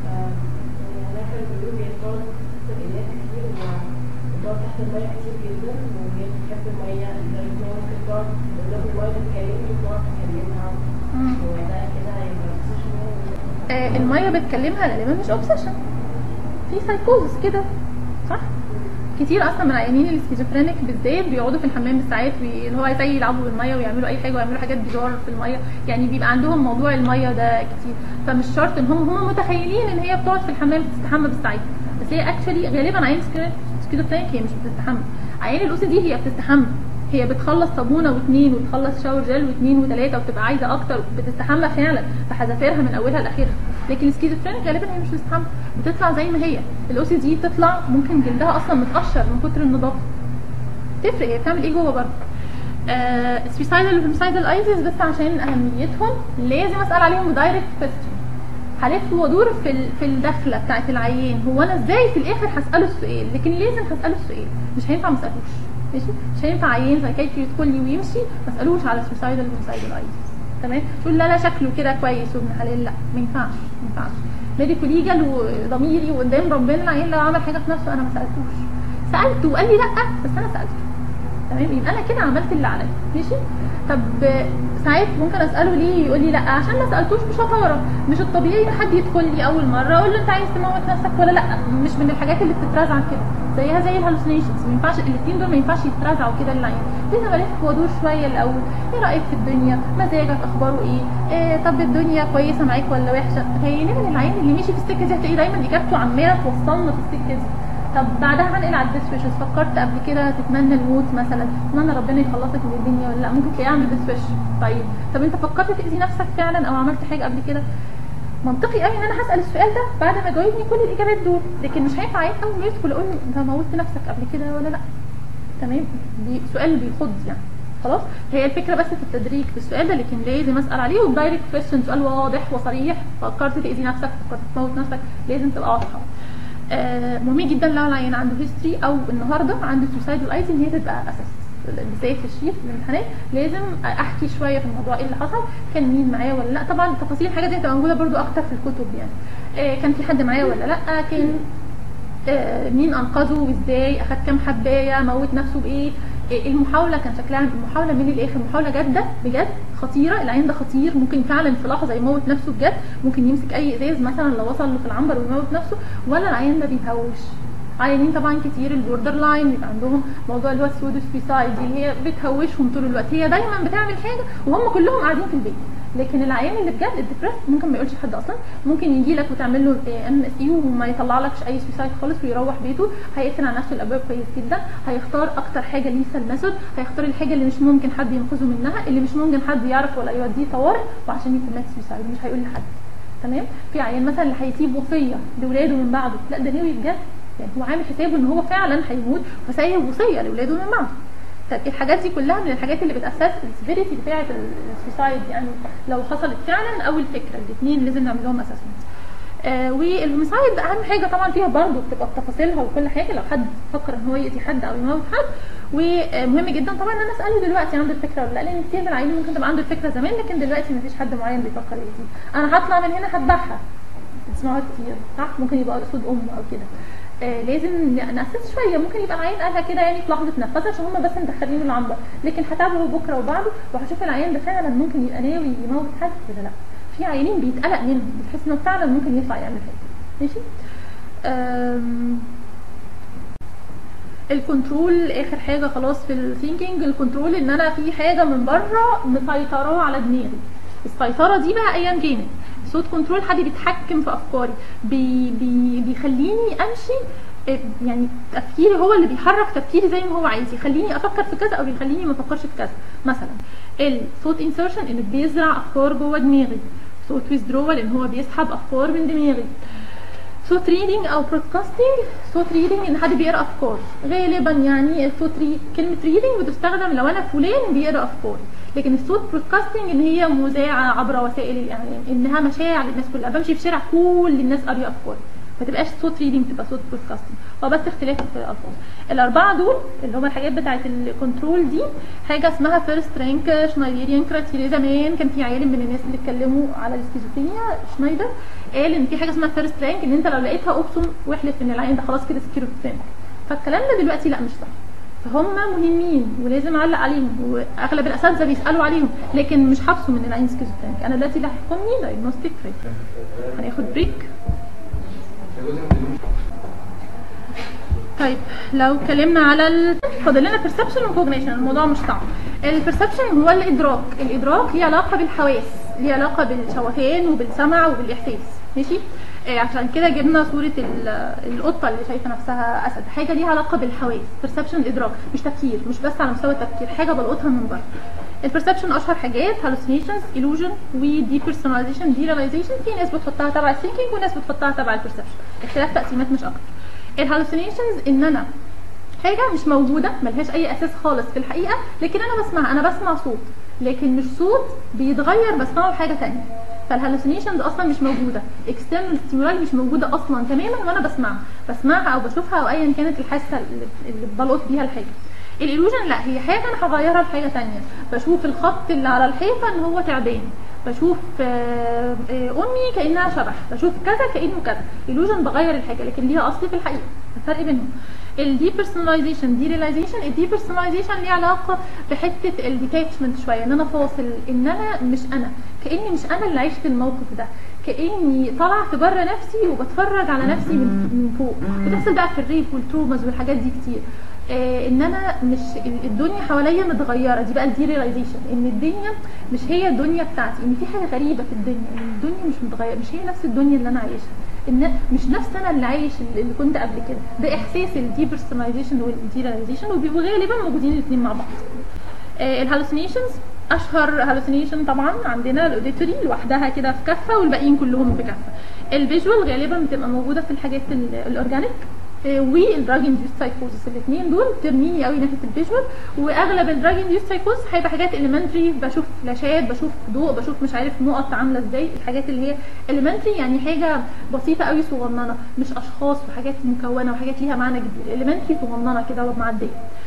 انا كان بيقول لي بتقعد تحت كتير وبتقعد تحت الميه كتير جدا وهي بتحب الميه لدرجه ان هي ممكن تقعد قدام الميه تتكلمني وتقعد تكلمها وده كده هيبقى اوبسيشن. الميه بتكلمها غالبا مش اوبسيشن، في سايكوزس كده صح؟ كتير اصلا من العيانين السكيزوفرينيك بالذات بيقعدوا في الحمام بالساعات واللي هو زي يلعبوا بالميه ويعملوا اي حاجه ويعملوا حاجات بيزار في الميه، يعني بيبقى عندهم موضوع الميه ده كتير، فمش شرط ان هم هم متخيلين ان هي بتقعد في الحمام بتستحمى بالساعات، بس هي اكشلي غالبا عيان سكيزوفرينيك هي مش بتستحمى. عيان الاو سي دي هي بتستحمى، هي بتخلص صابونه واثنين وتخلص شاور جل واثنين وثلاثه وتبقى عايزه اكتر، بتستحمى فعلا بحذافيرها من اولها لاخرها. لكن السكيزوفرينيك غالبا هي مش بتستحمى، بتطلع زي ما هي. الاو سي دي تطلع ممكن جلدها اصلا متقشر من كتر النظافه، تفرق هي بتعمل ايه جوه برضه. السويسايدال والهومسايدال ايزيس بس عشان اهميتهم لازم اسال عليهم دايركت كويستشن، هلف وادور في في الدخله بتاعت العيان، هو انا ازاي في الاخر هساله السؤال، لكن لازم هساله السؤال، مش هينفع ما اسالوش. ماشي، مش هينفع عيان سايكايتري يدخل لي ويمشي ما اسالوش على السويسايدال والهومسايدال ايزيس. تمام، تقول لا لا شكله كده كويس وابن حلال، لا ما ينفعش ما ينفعش. ميديكو ليجال وضميري وقدام ربنا العيان لو عمل حاجه في نفسه انا ما سالتوش، سالته وقال لي لا بس انا سالته. تمام، يبقى انا كده عملت اللي عليا. ماشي. طب ساعات ممكن اساله ليه يقول لي لا عشان ما سالتوش بشطاره، مش الطبيعي ان حد يدخل لي اول مره اقول له انت عايز تموت نفسك ولا لا، مش من الحاجات اللي بتترازع كده، زيها زي الهالوسينيشنز، ما ينفعش الاثنين دول ما ينفعش يترازعوا كده للعين، لازم الف وادور شويه الاول. ايه رايك في الدنيا؟ مزاجك اخباره ايه؟ إيه طب الدنيا كويسه معاك ولا وحشه؟ غالبا العين اللي ماشي في السكه دي هتلاقيه دايما اجابته عماله توصلنا في السكه دي. طب بعدها هنقل على الديسويشز، فكرت قبل كده تتمنى الموت مثلا، تتمنى ربنا يخلصك من الدنيا ولا لا؟ ممكن تلاقيه عامل ديسويش. طيب طب انت فكرت تاذي نفسك فعلا او عملت حاجه قبل كده؟ منطقي قوي ان انا هسال السؤال ده بعد ما جاوبني كل الاجابات دول، لكن مش هينفع عيل اول ما يدخل اقول له انت موتت نفسك قبل كده ولا لا. تمام، دي سؤال بيخض يعني. خلاص، هي الفكره بس في التدريج في السؤال ده، لكن لازم اسال عليه ودايركت كويستشن، سؤال واضح وصريح. فكرت تاذي نفسك؟ فكرت تموت نفسك؟ لازم تبقى واضحه. آه مهم جدا لو العيان عنده هيستوري او النهارده عنده سوسايدال ايز ان هي تبقى اساس بالذات في الشيف في الامتحانات، لازم احكي شويه في الموضوع ايه اللي حصل، كان مين معايا ولا لا. طبعا تفاصيل الحاجات دي هتبقى موجوده برده اكتر في الكتب يعني. آه كان في حد معايا ولا لا، كان آه مين انقذه وازاي، اخد كام حبايه، موت نفسه بايه، المحاوله كان شكلها المحاوله من الاخر محاوله جاده بجد خطيره، العين ده خطير ممكن فعلا في لحظه يموت نفسه بجد، ممكن يمسك اي ازاز مثلا لو وصل له في العنبر ويموت نفسه، ولا العين ده بيهوش. عيانين طبعا كتير البوردر لاين بيبقى عندهم موضوع اللي هو السودو سويسايد دي اللي هي بتهوشهم طول الوقت، هي دايما بتعمل حاجه وهم كلهم قاعدين في البيت، لكن العيان اللي بجد الديبريس ممكن ما يقولش لحد اصلا، ممكن يجي لك وتعمل له ام اس اي وما يطلعلكش اي سويسايد خالص ويروح بيته، هيقفل على نفسه الابواب كويس جدا، هيختار اكتر حاجه ليسال ميثود، هيختار الحاجه اللي مش ممكن حد ينقذه منها، اللي مش ممكن حد يعرف ولا يوديه طوارئ، وعشان يكمل سويسايد مش هيقول لحد. تمام. في عيان مثلا اللي هيسيب وصيه لاولاده من بعده، لا ده ناوي بجد، يعني هو عامل حسابه ان هو فعلا هيموت فسايب وصيه لاولاده من بعده. طب الحاجات دي كلها من الحاجات اللي بتاسس السيفيريتي بتاعه السويسايد، يعني لو حصلت فعلا او الفكره، الاثنين لازم نعمل لهم اسسمنت. آه والهوميسايد اهم حاجه طبعا فيها برضه بتبقى بتفاصيلها وكل حاجه، لو حد فكر ان هو يقتل حد او يموت حد، ومهم جدا طبعا ان انا اساله دلوقتي عنده الفكره ولا لا، لان كتير من العيانين ممكن تبقى عنده الفكره زمان لكن دلوقتي مفيش حد معين بيفكر يقتل. انا هطلع من هنا هذبحها، بتسمعوها كتير صح؟ ممكن يبقى قصود امه او كده. آه لازم ناسس شويه، ممكن يبقى العيان قالها كده يعني في لحظه نفس عشان هم بس مدخلينه العنبر، لكن هتابعه بكره وبعده وهشوف العيان ده فعلا ممكن يبقى ناوي يموت حد ولا لا. في عيانين بيتقلق منهم، بتحس انه فعلا ممكن يطلع يعمل حاجه. ماشي. الكنترول اخر حاجه خلاص في الثينكينج. الكنترول ان انا في حاجه من بره مسيطره على دماغي، السيطره دي بقى ايا كانت صوت كنترول، حد بيتحكم في افكاري، بي بي بيخليني امشي، يعني تفكيري هو اللي بيحرك تفكيري زي ما هو عايز، يخليني افكر في كذا او يخليني ما افكرش في كذا. مثلا الصوت انسرشن اللي بيزرع افكار جوه دماغي، صوت ويزدرول ان هو بيسحب افكار من دماغي، صوت ريدنج او برودكاستنج. صوت ريدنج ان حد بيقرا افكار، غالبا يعني الصوت ري... كلمه ريدنج بتستخدم لو انا فلان بيقرا افكاري، لكن الصوت برودكاستنج ان هي مذاعه عبر وسائل الاعلام، انها مشاع للناس كلها، بمشي في شارع كل الناس قاريه افكاري، ما تبقاش صوت ريدنج تبقى صوت برودكاستنج، هو بس اختلاف في الالفاظ. الاربعه دول اللي هم الحاجات بتاعه الكنترول دي حاجه اسمها فيرست رانك شنايدريان كرايتيريا. زمان كان في عالم من الناس اللي اتكلموا على السكيزوفرينيا شنايدر قال ان في حاجه اسمها فيرست رانك، ان انت لو لقيتها ابصم واحلف ان العين ده خلاص كده سكيزوفرينيك. فالكلام ده دلوقتي لا مش صح، فهم مهمين ولازم اعلق عليهم، واغلب الاساتذه بيسالوا عليهم، لكن مش حافظوا من العين سكيزوفرينيك. انا دلوقتي اللي هيحكمني دايجنوستيك ريت. هناخد بريك. طيب لو اتكلمنا على ال... فاضل لنا perception وكوجنيشن، الموضوع مش صعب. البرسبشن هو الادراك، الادراك ليه علاقه بالحواس، ليه علاقه بالشوفان وبالسمع وبالاحساس. ماشي. آه عشان كده جبنا صوره القطه اللي شايفه نفسها اسد، حاجه ليها علاقه بالحواس. perception ادراك مش تفكير، مش بس على مستوى التفكير، حاجه بلقطها من بره. البرسبشن اشهر حاجات hallucinations, illusion ودي personalization دي realization. في ناس بتحطها تبع الثينكينج وناس بتحطها تبع البرسبشن، اختلاف تقسيمات مش اكتر. الهالوسينيشنز ان انا حاجه مش موجوده ملهاش اي اساس خالص في الحقيقه، لكن انا بسمع انا بسمع صوت، لكن مش صوت بيتغير بسمعه بحاجه ثانيه. فالهالوسينيشنز اصلا مش موجوده، اكسترنال ستيمولاي مش موجوده اصلا تماما وانا بسمعها، بسمعها او بشوفها او ايا كانت الحاسه اللي بلقط بيها الحاجه. الإلوجن لا، هي حاجه انا هغيرها لحاجه ثانيه. بشوف الخط اللي على الحيطه ان هو تعبان، بشوف امي كانها شبح، بشوف كذا كانه كذا. الإلوجن بغير الحاجه لكن ليها اصل في الحقيقه. الفرق بينهم الدي بيرسوناليزيشن دي ريلايزيشن. الدي بيرسوناليزيشن ليها علاقه بحته الديتاتشمنت شويه، ان انا فاصل، ان انا مش انا، كاني مش انا اللي عشت الموقف ده، كاني طلعت بره نفسي وبتفرج على نفسي من من فوق. بتحصل بقى في الريف والتروماز والحاجات دي كتير. آه ان انا مش الدنيا حواليا متغيره، دي بقى الدي ريلايزيشن، ان الدنيا مش هي الدنيا بتاعتي، ان في حاجه غريبه في الدنيا، ان الدنيا مش متغيره، مش هي نفس الدنيا اللي انا عايشها، ان مش نفس انا اللي عايش اللي كنت قبل كده. ده احساس الدي بيرسوناليزيشن والدي ريلايزيشن، وغالبا موجودين الاثنين مع بعض. آه الهالوسينيشنز اشهر هالوسينيشن طبعا عندنا الاوديتوري لوحدها كده في كفه والباقيين كلهم في كفه. الفيجوال غالبا بتبقى موجوده في الحاجات الاورجانيك، والدراج انديوست سايكوزس. الاثنين دول ترميني قوي ناحيه الفيجوال، واغلب الدراج انديوست سايكوزس هيبقى حاجات اليمنتري، بشوف فلاشات، بشوف ضوء، بشوف مش عارف نقط عامله ازاي، الحاجات اللي هي اليمنتري يعني حاجه بسيطه قوي صغننه، مش اشخاص وحاجات مكونه وحاجات ليها معنى كبير. اليمنتري صغننه كده ومعديه.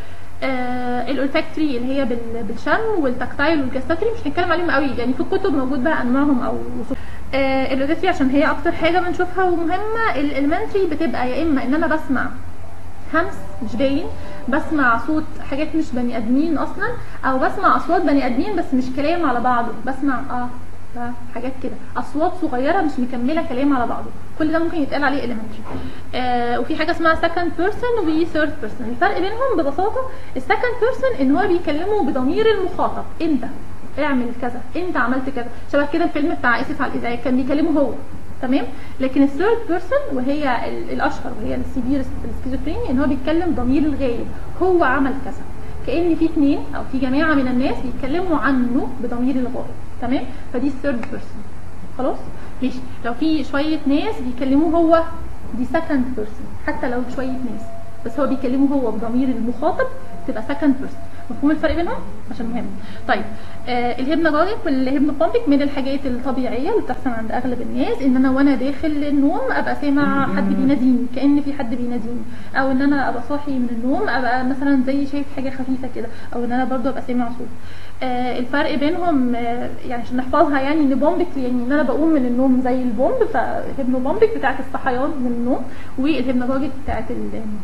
آه الالفاكتوري اللي هي بالشم، والتكتايل والجاستاتري مش هنتكلم عليهم قوي، يعني في الكتب موجود بقى انواعهم او آه الاوديتري عشان هي اكتر حاجه بنشوفها ومهمه. الالمنتري بتبقى يا اما ان انا بسمع همس مش باين، بسمع صوت حاجات مش بني ادمين اصلا، او بسمع اصوات بني ادمين بس مش كلام على بعضه، بسمع اه حاجات كده، اصوات صغيره مش مكمله كلام على بعضه. كل ده ممكن يتقال عليه elementary. آه وفي حاجه اسمها second person و third person. الفرق بينهم ببساطه السكند بيرسون ان هو بيكلمه بضمير المخاطب انت، اعمل كذا، انت عملت كذا، شبه كده الفيلم بتاع اسف على الازعاج كان بيكلمه هو، تمام. لكن الثيرد بيرسون وهي الاشهر وهي السيفير السكيزوفرينيا ان هو بيتكلم ضمير الغائب، هو عمل كذا، كأن في اثنين او في جماعه من الناس بيتكلموا عنه بضمير الغائب، تمام. فدي الثيرد بيرسون. خلاص ماشي. لو في شويه ناس بيكلموه هو، دي سكند بيرسون، حتى لو شويه ناس بس هو بيكلمه هو بضمير المخاطب تبقى سكند بيرسون. مفهوم الفرق بينهم عشان مهم. طيب آه الهيبناجوجيك والهيبنوبومبيك من الحاجات الطبيعيه اللي بتحصل عند اغلب الناس، ان انا وانا داخل النوم ابقى سامع حد بيناديني، كأن في حد بيناديني، او ان انا ابقى صاحي من النوم ابقى مثلا زي شايف حاجه خفيفه كده، او ان انا برضو ابقى سامع صوت. آه الفرق بينهم آه يعني عشان نحفظها، يعني ان بومبيك يعني ان انا بقوم من النوم زي البومب، فهيبنوبومبيك بتاعت الصحيان من النوم، والهيبناجوجيك بتاعت النوم.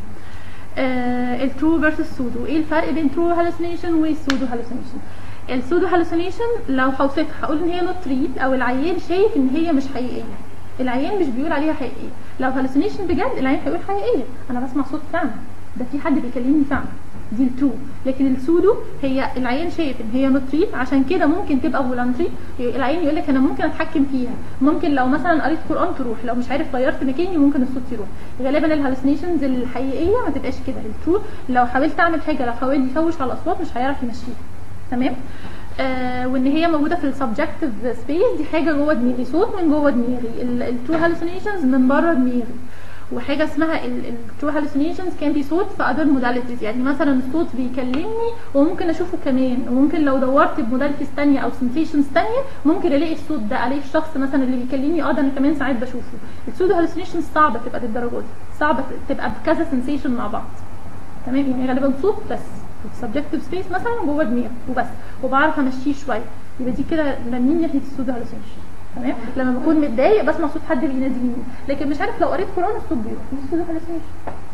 آه الترو فيرسس سودو. ايه الفرق بين ترو هالوسينيشن والسودو هالوسينيشن؟ السودو هالوسينيشن لو هوصفها هقول ان هي نوت ريل، او العيان شايف ان هي مش حقيقيه، العيان مش بيقول عليها حقيقيه. لو هالوسينيشن بجد العيان هيقول حقيقيه، انا بسمع صوت فعلا، ده في حد بيكلمني فعلا، دي الترو. لكن السودو هي العيان شايف ان هي نوت ريل، عشان كده ممكن تبقى فولنتري، العيان يقول لك انا ممكن اتحكم فيها، ممكن لو مثلا قريت قران تروح، لو مش عارف غيرت مكاني ممكن الصوت يروح. غالبا الهالوسينيشنز الحقيقيه ما تبقاش كده، الترو لو حاولت اعمل حاجه، لو حاول يفوش على الاصوات مش هيعرف يمشيها، تمام. آه وان هي موجوده في السبجكتيف سبيس، دي حاجه جوه دماغي، صوت من جوه دماغي. الترو هالوسينيشنز من بره دماغي. وحاجه اسمها الترو هالوسينيشنز كان في صوت في اذر موداليتيز، يعني مثلا الصوت بيكلمني وممكن اشوفه كمان، وممكن لو دورت بموداليتيز ثانيه او سنسيشنز ثانيه ممكن الاقي الصوت ده، الاقي الشخص مثلا اللي بيكلمني اه ده انا كمان ساعات بشوفه. السودو هالوسينيشنز صعبه تبقى للدرجه دي، صعبه تبقى بكذا سنسيشن مع بعض، تمام. يعني غالبا صوت بس في السبجكتيف سبيس مثلا جوه دماغي وبس، وبعرف امشيه شويه، يبقى دي كده لمين ناحيه السودو هالوسينيشن، تمام. لما بكون متضايق بسمع صوت حد بيناديني، لكن مش عارف لو قريت قران الصوت بيروح، دي السودو هالوسينيشن.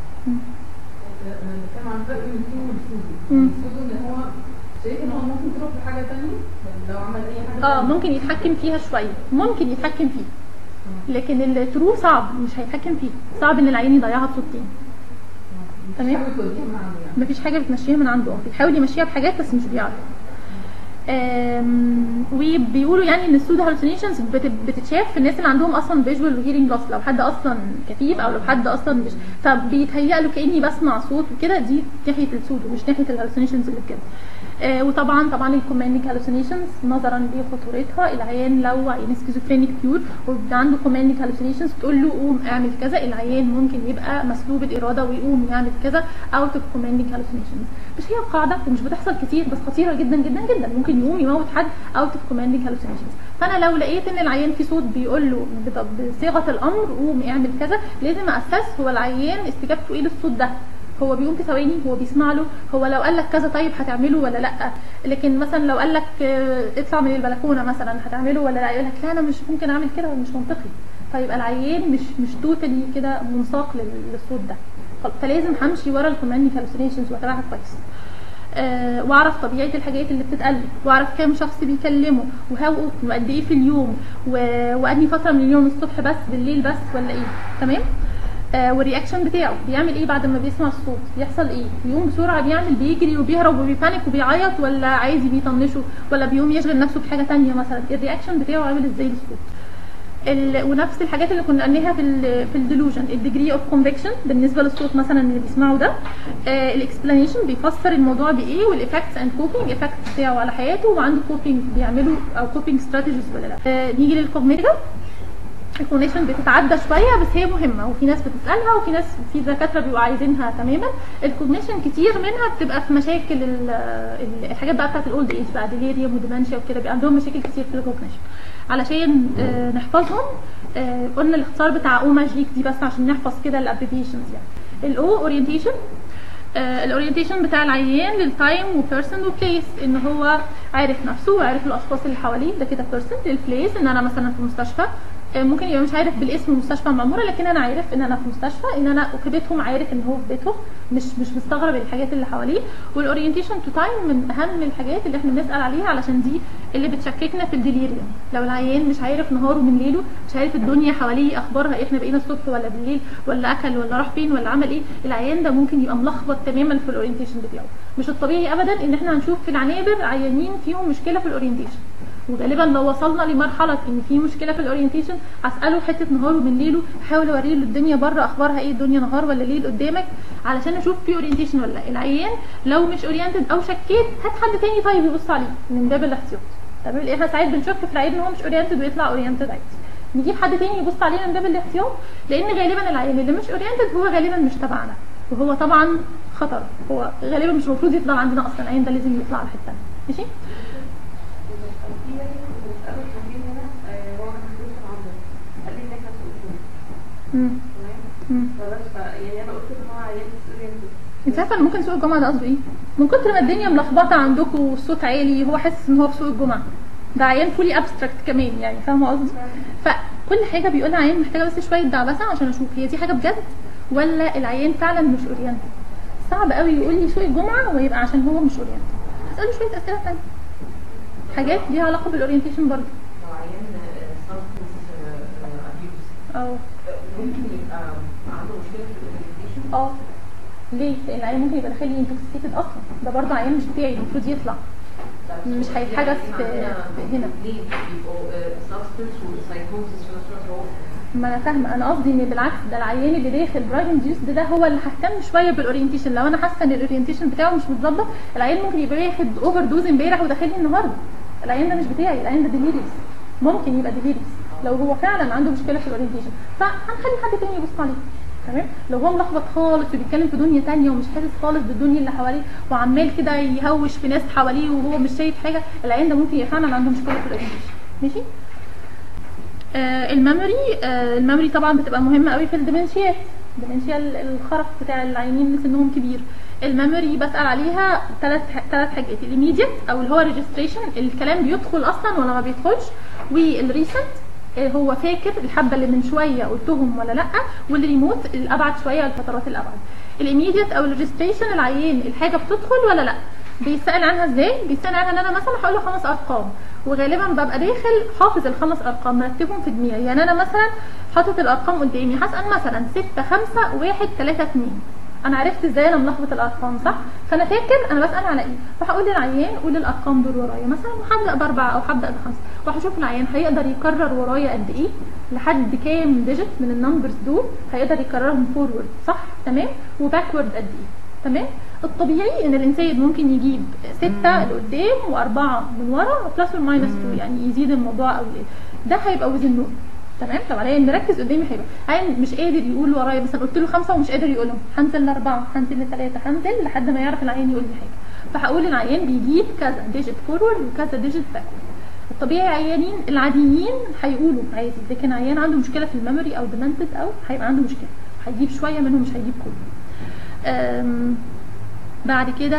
انا بتكلم عن فرق بين السودو والسودو. السودو ان هو شايف ان هو ممكن تروح لحاجه ثانيه، لو عمل اي حاجه اه ممكن يتحكم فيها شويه، ممكن يتحكم فيه. لكن الترو صعب، مش هيتحكم فيه، صعب ان العين يضيعها بصوت تاني، تمام. مفيش حاجه بتمشيها من عنده، بيحاول يمشيها بحاجات بس مش بيعرف. وبيقولوا يعني ان السودو هالوسينيشنز بتتشاف في الناس اللي عندهم اصلا فيجوال وهيرنج لوس، لو حد اصلا كفيف او لو حد اصلا مش، فبيتهيأ له كاني بسمع صوت وكده، دي ناحيه السودو مش ناحيه الهالوسينيشنز اللي كده. آه وطبعا طبعا الكوماندنج هالوسينيشنز نظرا لخطورتها، العيان لو عيان سكيزوفرينيك بيور وعنده كوماندنج هالوسينيشنز تقول له قوم اعمل كذا، العيان ممكن يبقى مسلوب الاراده ويقوم يعمل كذا اوت اوف كوماندنج هالوسينيشنز. مش هي القاعده ومش بتحصل كتير بس خطيره جدا جدا جدا، ممكن يقوم يموت حد اوت اوف كوماندنج هالوسينيشنز. فانا لو لقيت ان العيان في صوت بيقول له بصيغه الامر قوم اعمل كذا، لازم اسس هو العيان استجابته ايه للصوت ده، هو بيقوم في ثواني، هو بيسمع له، هو لو قال لك كذا طيب هتعمله ولا لا. لكن مثلا لو قال لك اطلع من البلكونه مثلا هتعمله ولا لا، يقول لك لا انا مش ممكن اعمل كده ومش منطقي، فيبقى العيان مش مش توتالي كده منساق للصوت ده. فلازم همشي ورا الكوماندنج هالوسينيشنز واتابعها كويس، أه واعرف طبيعه الحاجات اللي بتتقال، واعرف كام شخص بيكلمه وهاو وقد ايه في اليوم، وانهي فتره من اليوم، الصبح بس بالليل بس ولا ايه، تمام. آه والرياكشن بتاعه بيعمل ايه بعد ما بيسمع الصوت، بيحصل ايه، بيقوم بسرعه بيعمل بيجري وبيهرب وبيبانك وبيعيط، ولا عادي بيطنشه، ولا بيقوم يشغل نفسه بحاجه ثانيه مثلا، الرياكشن بتاعه عامل ازاي للصوت. ونفس الحاجات اللي كنا قلناها في ال في الديلوجن، الديجري اوف كونفكشن بالنسبه للصوت مثلا اللي بيسمعه ده، آه الاكسبلانيشن بيفسر الموضوع بايه، والافكتس اند كوبينج افكتس بتاعه على حياته، وعنده كوبينج بيعمله او كوبينج استراتيجيز ولا لا. آه نيجي للكوجنيتيف. الكونكشن بتتعدى شويه بس هي مهمه، وفي ناس بتسالها وفي ناس في دكاتره بيبقوا عايزينها تماما. الكوجنيشن كتير منها بتبقى في مشاكل الحاجات بقى بتاعت الاولد ايج بقى، ديليريوم وديمنشيا وكده، بيبقى عندهم مشاكل كتير في الكوجنيشن. علشان آه نحفظهم آه قلنا الاختصار بتاع او ماجيك دي بس عشان نحفظ كده الابريفيشنز. يعني الاو اورينتيشن، الاورينتيشن بتاع العيان للتايم وبيرسون وبليس، ان هو عارف نفسه وعارف الاشخاص اللي حواليه، ده كده بيرسون. للبليس ان انا مثلا في مستشفى ممكن يبقى مش عارف بالاسم مستشفى المعموره، لكن انا عارف ان انا في مستشفى، ان انا في بيتهم عارف ان هو في بيتهم، مش مش مستغرب الحاجات اللي حواليه. والاورينتيشن تو تايم من اهم الحاجات اللي احنا بنسال عليها، علشان دي اللي بتشككنا في الديليريوم. لو العيان مش عارف نهاره من ليله، مش عارف الدنيا حواليه اخبارها احنا بقينا الصبح ولا بالليل ولا اكل ولا راح فين ولا عمل ايه، العيان ده ممكن يبقى ملخبط تماما في الاورينتيشن بتاعه. مش الطبيعي ابدا ان احنا هنشوف في العنابر عيانين فيهم مشكله في الاورينتيشن، وغالبا لو وصلنا لمرحله ان في مشكله في الاورينتيشن هساله حته نهاره من ليله، احاول اوريه له الدنيا بره اخبارها ايه، الدنيا نهار ولا ليل قدامك، علشان اشوف في اورينتيشن ولا لا. العيان لو مش اورينتد او شكيت هات حد تاني طيب يبص عليه من باب الاحتياط. تمام، احنا ساعات بنشك في العيان ان هو مش اورينتد ويطلع اورينتد عادي، نجيب حد تاني يبص عليه من باب الاحتياط، لان غالبا العيان اللي مش اورينتد هو غالبا مش تبعنا، وهو طبعا خطر، هو غالبا مش المفروض يطلع عندنا اصلا، العيان ده لازم يطلع على حته ماشي. امم فبس يعني انا قلت ان هو عيان انت عارفه ممكن سوق الجمعه ده قصده ايه؟ من كتر ما الدنيا ملخبطه عندكم والصوت عالي هو حاسس ان هو في سوق الجمعه. ده عيان فولي ابستراكت كمان، يعني فاهمه قصدي؟ فكل حاجه بيقولها عيان محتاجه بس شويه دعبسه عشان اشوف هي دي حاجه بجد ولا العيان فعلا مش اورينتد. صعب قوي يقول لي سوق الجمعه ويبقى عشان هو مش اورينتد. هساله شويه اسئله ثانيه، حاجات ليها علاقه بالاورينتيشن برضه. لو عيان اه ممكن يبقى عنده مشكله في الاورينتيشن. اه ليه؟ لان العيان ممكن يبقى داخل انتوكسيكيتد اصلا، ده برضه عيان مش بتاعي المفروض يطلع، مش هيتحجز في هنا. ليه بيبقوا سبستنس وسايكوزس في نفس الوقت؟ ما انا فاهمه، انا قصدي ان بالعكس ده العيان اللي داخل برايد انديوس ده, ده هو اللي ههتم شويه بالاورينتيشن. لو انا حاسه ان الاورينتيشن بتاعه مش متظبط، العيان ممكن يبقى واخد اوفر دوز امبارح وداخل لي النهارده، العيان ده مش بتاعي، العيان ده ديليريس، ممكن يبقى ديليريس لو هو فعلا عنده مشكله في الاورينتيشن، فهنخلي حد تاني يبص عليه. تمام، لو هو ملخبط خالص وبيتكلم في دنيا تانية ومش حاسس خالص بالدنيا اللي حواليه وعمال كده يهوش في ناس حواليه وهو مش شايف حاجه، العيان ده ممكن فعلا عنده مشكله في الاورينتيشن. ماشي. آه الميموري، آه الميموري طبعا بتبقى مهمه قوي في الديمنشيات، ديمنشيا الخرف بتاع العيانين اللي سنهم كبير. الميموري بسال عليها ثلاث ثلاث حاجات، الايميديت او اللي هو ريجستريشن، الكلام بيدخل اصلا ولا ما بيدخلش، والريسنت هو فاكر الحبه اللي من شويه قلتهم ولا لا، والريموت الابعد شويه الفترات الابعد. الايميديت او الريجستريشن العيان الحاجه بتدخل ولا لا، بيسال عنها ازاي؟ بيسال عنها ان انا مثلا هقول له خمس ارقام، وغالبا ببقى داخل حافظ الخمس ارقام مرتبهم في دماغي، يعني انا مثلا حاطط الارقام قدامي، هسال مثلا ستة خمسة واحد ثلاثة اتنين، انا عرفت ازاي انا ملخبط الارقام صح؟ فانا فاكر انا بسال على ايه، فهقول للعيان قول الارقام دول ورايا، مثلا هبدا باربعه او هبدا بخمسه، وهشوف العيان هيقدر يكرر ورايا قد ايه، لحد كام ديجيت من النمبرز دول هيقدر يكررهم فورورد صح؟ تمام، وباكورد قد ايه؟ تمام. الطبيعي ان الانسان ممكن يجيب ستة لقدام واربعه من ورا بلس والماينس اتنين، يعني يزيد الموضوع او يقل، ده هيبقى وزن نون. تمام. لو العيان مركز قدامي هيبقى عيان مش قادر يقول ورايا، مثلا قلت له خمسه ومش قادر يقولهم، هنزل لاربعه، هنزل لثلاثه، هنزل لحد ما يعرف العيان يقول لي حاجه، فهقول العيان بيجيب كذا ديجيت فورورد وكذا ديجيت باكورد. الطبيعي عيانين العاديين هيقولوا عادي، لكن عيان عنده مشكله في الميموري او ديمنتد او هيبقى عنده مشكله، هيجيب شويه منهم مش هيجيب كله. بعد كده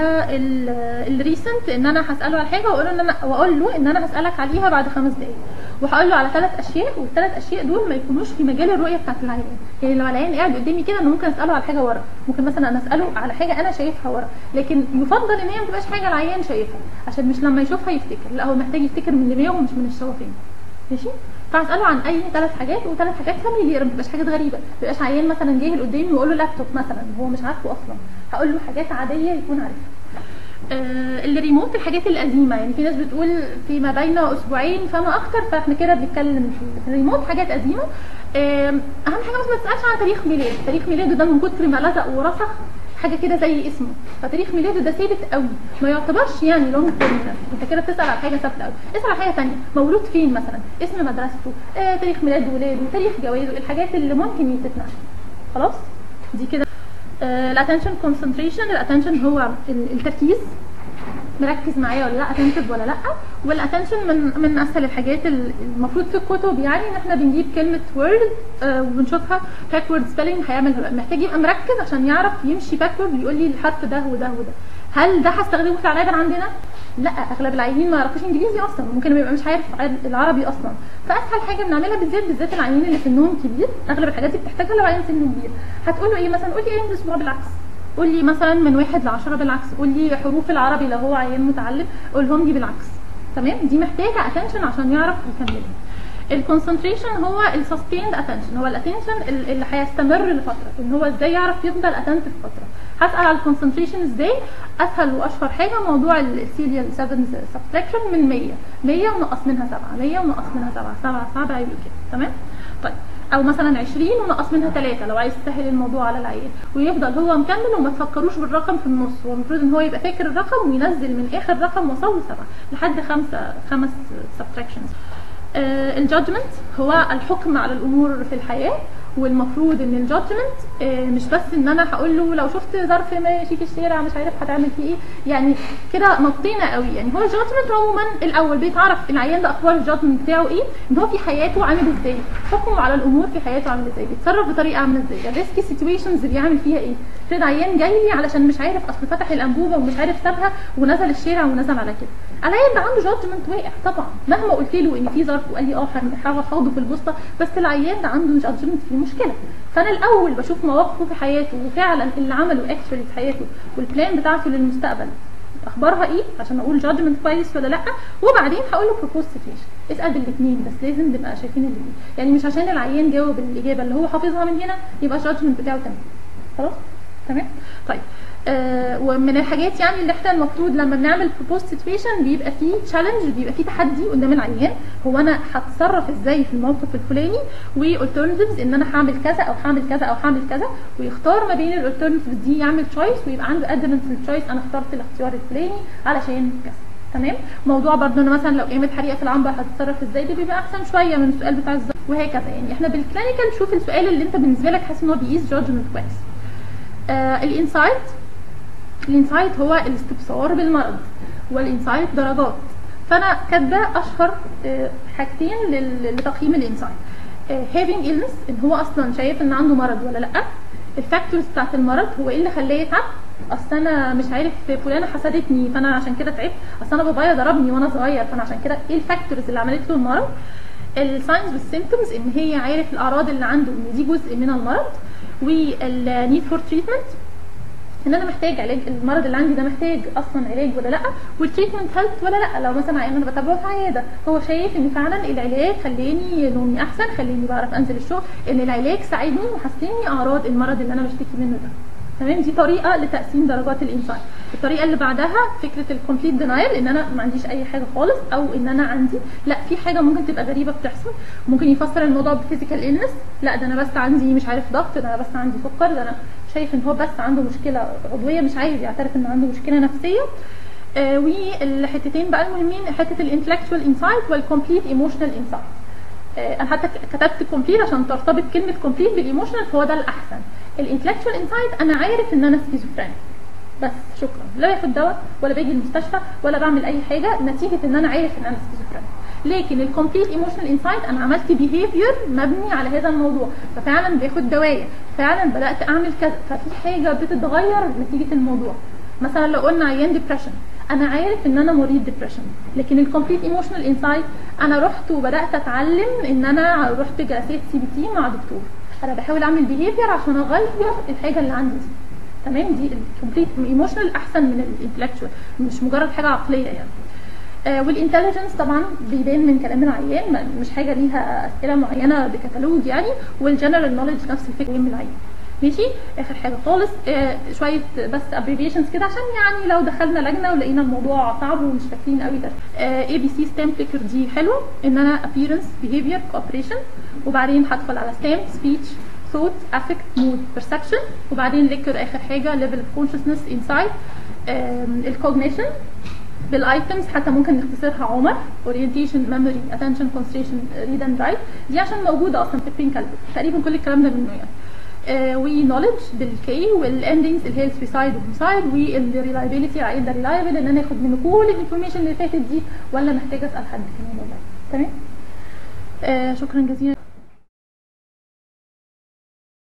الريسنت ان انا هساله على حاجه واقول له ان انا واقول له ان انا هسالك عليها بعد خمس دقائق، وهقول له على ثلاث اشياء، والثلاث اشياء دول ما يكونوش في مجال الرؤيه بتاعت العيان. يعني لو العيان قاعد قدامي كده انا ممكن اساله على حاجه ورا، ممكن مثلا انا اساله على حاجه انا شايفها ورا، لكن يفضل ان هي ما تبقاش حاجه العيان شايفها، عشان مش لما يشوفها يفتكر، لا هو محتاج يفتكر من دماغه مش من الشوفان. ماشي. فهساله عن اي ثلاث حاجات، وثلاث حاجات فاميليير، ما تبقاش حاجات غريبه، ما يبقاش عيان مثلا جاي قدامي واقول له لابتوب مثلا هو مش عارفه اصلا، هقول له حاجات عاديه يكون عارفها. آه الريموت الحاجات القديمه، يعني في ناس بتقول فيما بين اسبوعين فما اكتر، فاحنا كده بنتكلم في الريموت حاجات قديمه. آه اهم حاجه بس ما تسالش عن تاريخ ميلاد، تاريخ ميلاده ده من كتر ما لزق ورسخ حاجه كده زي اسمه، فتاريخ ميلاده ده ثابت قوي ما يعتبرش يعني لونج تيرم، انت كده بتسال على حاجه ثابته قوي. اسال على حاجه ثانيه، مولود فين مثلا، اسم مدرسته، آه تاريخ ميلاد ولاده، تاريخ جوازه، الحاجات اللي ممكن يتنقل. خلاص دي كده. الاتنشن كونسنتريشن، الاتنشن هو التركيز، مركز معايا ولا لا، اتنتف ولا لا. والاتنشن من من اسهل الحاجات المفروض في الكتب، يعني ان احنا بنجيب كلمه وورد آه وبنشوفها باكورد سبيلنج، هيعمل محتاج يبقى مركز عشان يعرف يمشي باكورد ويقول لي الحرف ده وده وده. هل ده هستخدمه في العنابر عندنا؟ لا، اغلب العيانين ما يعرفوش انجليزي اصلا، ممكن ما يبقى مش عارف العربي اصلا. فاسهل حاجه بنعملها بالذات بالذات العيانين اللي سنهم كبير، اغلب الحاجات دي بتحتاجها لو عيان سنه كبير. هتقول له ايه مثلا؟ قول لي ايه الاسبوع بالعكس، قول لي مثلا من واحد لعشرة بالعكس، قول لي حروف العربي لو هو عيان متعلم قولهم لي بالعكس. تمام؟ دي محتاجه اتنشن عشان يعرف يكملها. الكونسنتريشن هو السستيند اتنشن، هو الاتنشن اللي هيستمر لفتره، ان هو ازاي يعرف يفضل اتنتف فتره. هسال على الكونسنتريشن ازاي؟ اسهل واشهر حاجه موضوع السيريال سبعة سبتراكشن من مية، مية ونقص منها سبعة، مية ونقص منها سبعة، سبعة سبعة يبقى كده. تمام؟ طيب او مثلا عشرين ونقص منها ثلاثة لو عايز تسهل الموضوع على العيان، ويفضل هو مكمل وما تفكروش بالرقم في النص. هو المفروض ان هو يبقى فاكر الرقم وينزل من اخر رقم وصل له سبعة لحد خمسة خمس سبتراكشنز. آه الجادجمنت هو الحكم على الامور في الحياه، والمفروض ان الجادجمنت آه مش بس ان انا هقول له لو شفت ظرف ماشي في الشارع مش عارف هتعمل فيه ايه، يعني كده نطينا قوي. يعني هو الجادجمنت عموما الاول بيتعرف العيان ده اخبار الجادجمنت بتاعه ايه، ان هو في حياته عامل ازاي، حكمه على الامور في حياته عامل ازاي، بيتصرف بطريقه عامله ازاي، الريسكي سيتويشنز بيعمل فيها ايه. افرض عيان جاي لي علشان مش عارف اصل فتح الانبوبه ومش عارف سابها ونزل الشارع ونزل على كده، العيان ده عنده جادجمنت واقع طبعا، مهما قلت له ان في ظرف وقال لي اه هحاول احاضه في البوسطه، بس العيان ده عنده جادجمنت فيه مشكله. فانا الاول بشوف مواقفه في حياته وفعلا اللي عمله اكشولي في حياته والبلان بتاعته للمستقبل اخبارها ايه عشان اقول جادجمنت كويس ولا لا، وبعدين هقول له بروبوز سيتويشن. اسال بالاثنين، بس لازم نبقى شايفين الاثنين، يعني مش عشان العيان جاوب الاجابه اللي هو حافظها من هنا يبقى الجادجمنت بتاعه تمام. خلاص؟ تمام؟ طيب آه ومن الحاجات يعني اللي احنا المفروض لما بنعمل بروبوز سيتويشن بيبقى فيه تشالنج، بيبقى فيه تحدي قدام العيان، هو انا هتصرف ازاي في الموقف الفلاني، والالترناتيفز ان انا هعمل كذا او هعمل كذا او هعمل كذا، ويختار ما بين الالترناتيفز دي، يعمل تشويس ويبقى عنده ادرنس للتشويس، انا اخترت الاختيار الفلاني علشان كذا. تمام؟ موضوع برضه انا مثلا لو قامت حريقه في العنبر هتتصرف ازاي، ده بيبقى احسن شويه من السؤال بتاع الظرف وهكذا. يعني احنا بالكلينيكال شوف السؤال اللي انت بالنسبه لك حاسس ان هو بيقيس جادجمنت كويس. آه الانسايت، الانسايت هو الاستبصار بالمرض، والانسايت درجات. فانا كاتبه اشهر آه حاجتين لتقييم الانسايت. آه having illness ان هو اصلا شايف ان عنده مرض ولا لا، الفاكتورز بتاعت المرض هو ايه اللي خلاه يتعب، اصل انا مش عارف فلانه حسدتني فانا عشان كده تعبت، اصل انا بابايا ضربني وانا صغير فانا عشان كده، ايه الفاكتورز اللي عملت له المرض. الساينز والسيمبتومز ان هي عارف الاعراض اللي عنده ان دي جزء من المرض، والنيد فور تريتمنت ان انا محتاج علاج، المرض اللي عندي ده محتاج اصلا علاج ولا لا، والتريتمنت هيلث ولا لا. لو مثلا عيان انا بتابعه في عياده هو شايف ان فعلا العلاج خلاني نومي احسن، خلاني بعرف انزل الشغل، ان العلاج ساعدني وحسنني اعراض المرض اللي انا بشتكي منه ده. تمام؟ دي طريقه لتقسيم درجات الانسايت. الطريقه اللي بعدها فكره الكومبليت دينايل، ان انا ما عنديش اي حاجه خالص، او ان انا عندي لا في حاجه ممكن تبقى غريبه بتحصل، ممكن يفسر الموضوع بفيزيكال إلنس، لا ده انا بس عندي مش عارف ضغط، ده انا بس عندي سكر، ده انا شايف ان هو بس عنده مشكله عضويه مش عايز يعترف ان عنده مشكله نفسيه. آه والحتتين بقى المهمين حته الانتلكتشوال انسايت والكومبليت ايموشنال انسايت. آه انا حتى كتبت كومبليت عشان ترتبط كلمه كومبليت بالايموشنال، فهو ده الاحسن. الانتلكتشوال انسايت انا عارف ان انا سكيزوفرينيك بس شكرا، لا باخد دواء ولا باجي المستشفى ولا بعمل اي حاجه نتيجه ان انا عارف ان انا سكيزوفرينيك. لكن الكومبليت ايموشنال انسايت انا عملت بيهيفير مبني على هذا الموضوع، ففعلا باخد دوايا، فعلا بدات اعمل كذا، ففي حاجه بتتغير نتيجه الموضوع. مثلا لو قلنا عيان ديبريشن، انا عارف ان انا مريض ديبريشن، لكن الكومبليت ايموشنال انسايت انا رحت وبدات اتعلم ان انا رحت جلسات سي بي تي مع دكتور، انا بحاول اعمل بيهيفير عشان اغير الحاجه اللي عندي دي. تمام؟ دي الكومبليت ايموشنال احسن من الانتلكتشوال، مش مجرد حاجه عقليه يعني. آه والانتليجنس طبعا بيبان من كلام العيان، مش حاجه ليها اسئله معينه بكتالوج يعني، والجنرال نوليدج نفس الفكره من العيان. ماشي؟ اخر حاجه خالص آه شويه بس ابريفيشنز كده عشان يعني لو دخلنا لجنه ولقينا الموضوع صعب ومش فاكرين قوي ده. اي بي سي ستام كليكر دي حلوه، ان انا appearance behavior cooperation، وبعدين هدخل على ستام speech thought affect mood perception، وبعدين ليكر اخر حاجه level of consciousness insight. الكوجنيشن بالايتمز حتى ممكن نختصرها عمر، اورينتيشن ميموري اتنشن كونسنتريشن ريد اند رايت، دي عشان موجوده اصلا في البين كالب تقريبا كل الكلام ده منه يعني. آه ونوليدج بالكي، والاندنجز اللي هي السويسايد والهومسايد، والريلايبيليتي العيان ده ريلايبل ان انا اخد منه كل الانفورميشن اللي فاتت دي ولا محتاجه اسال حد كمان ولا. تمام؟ آه شكرا جزيلا.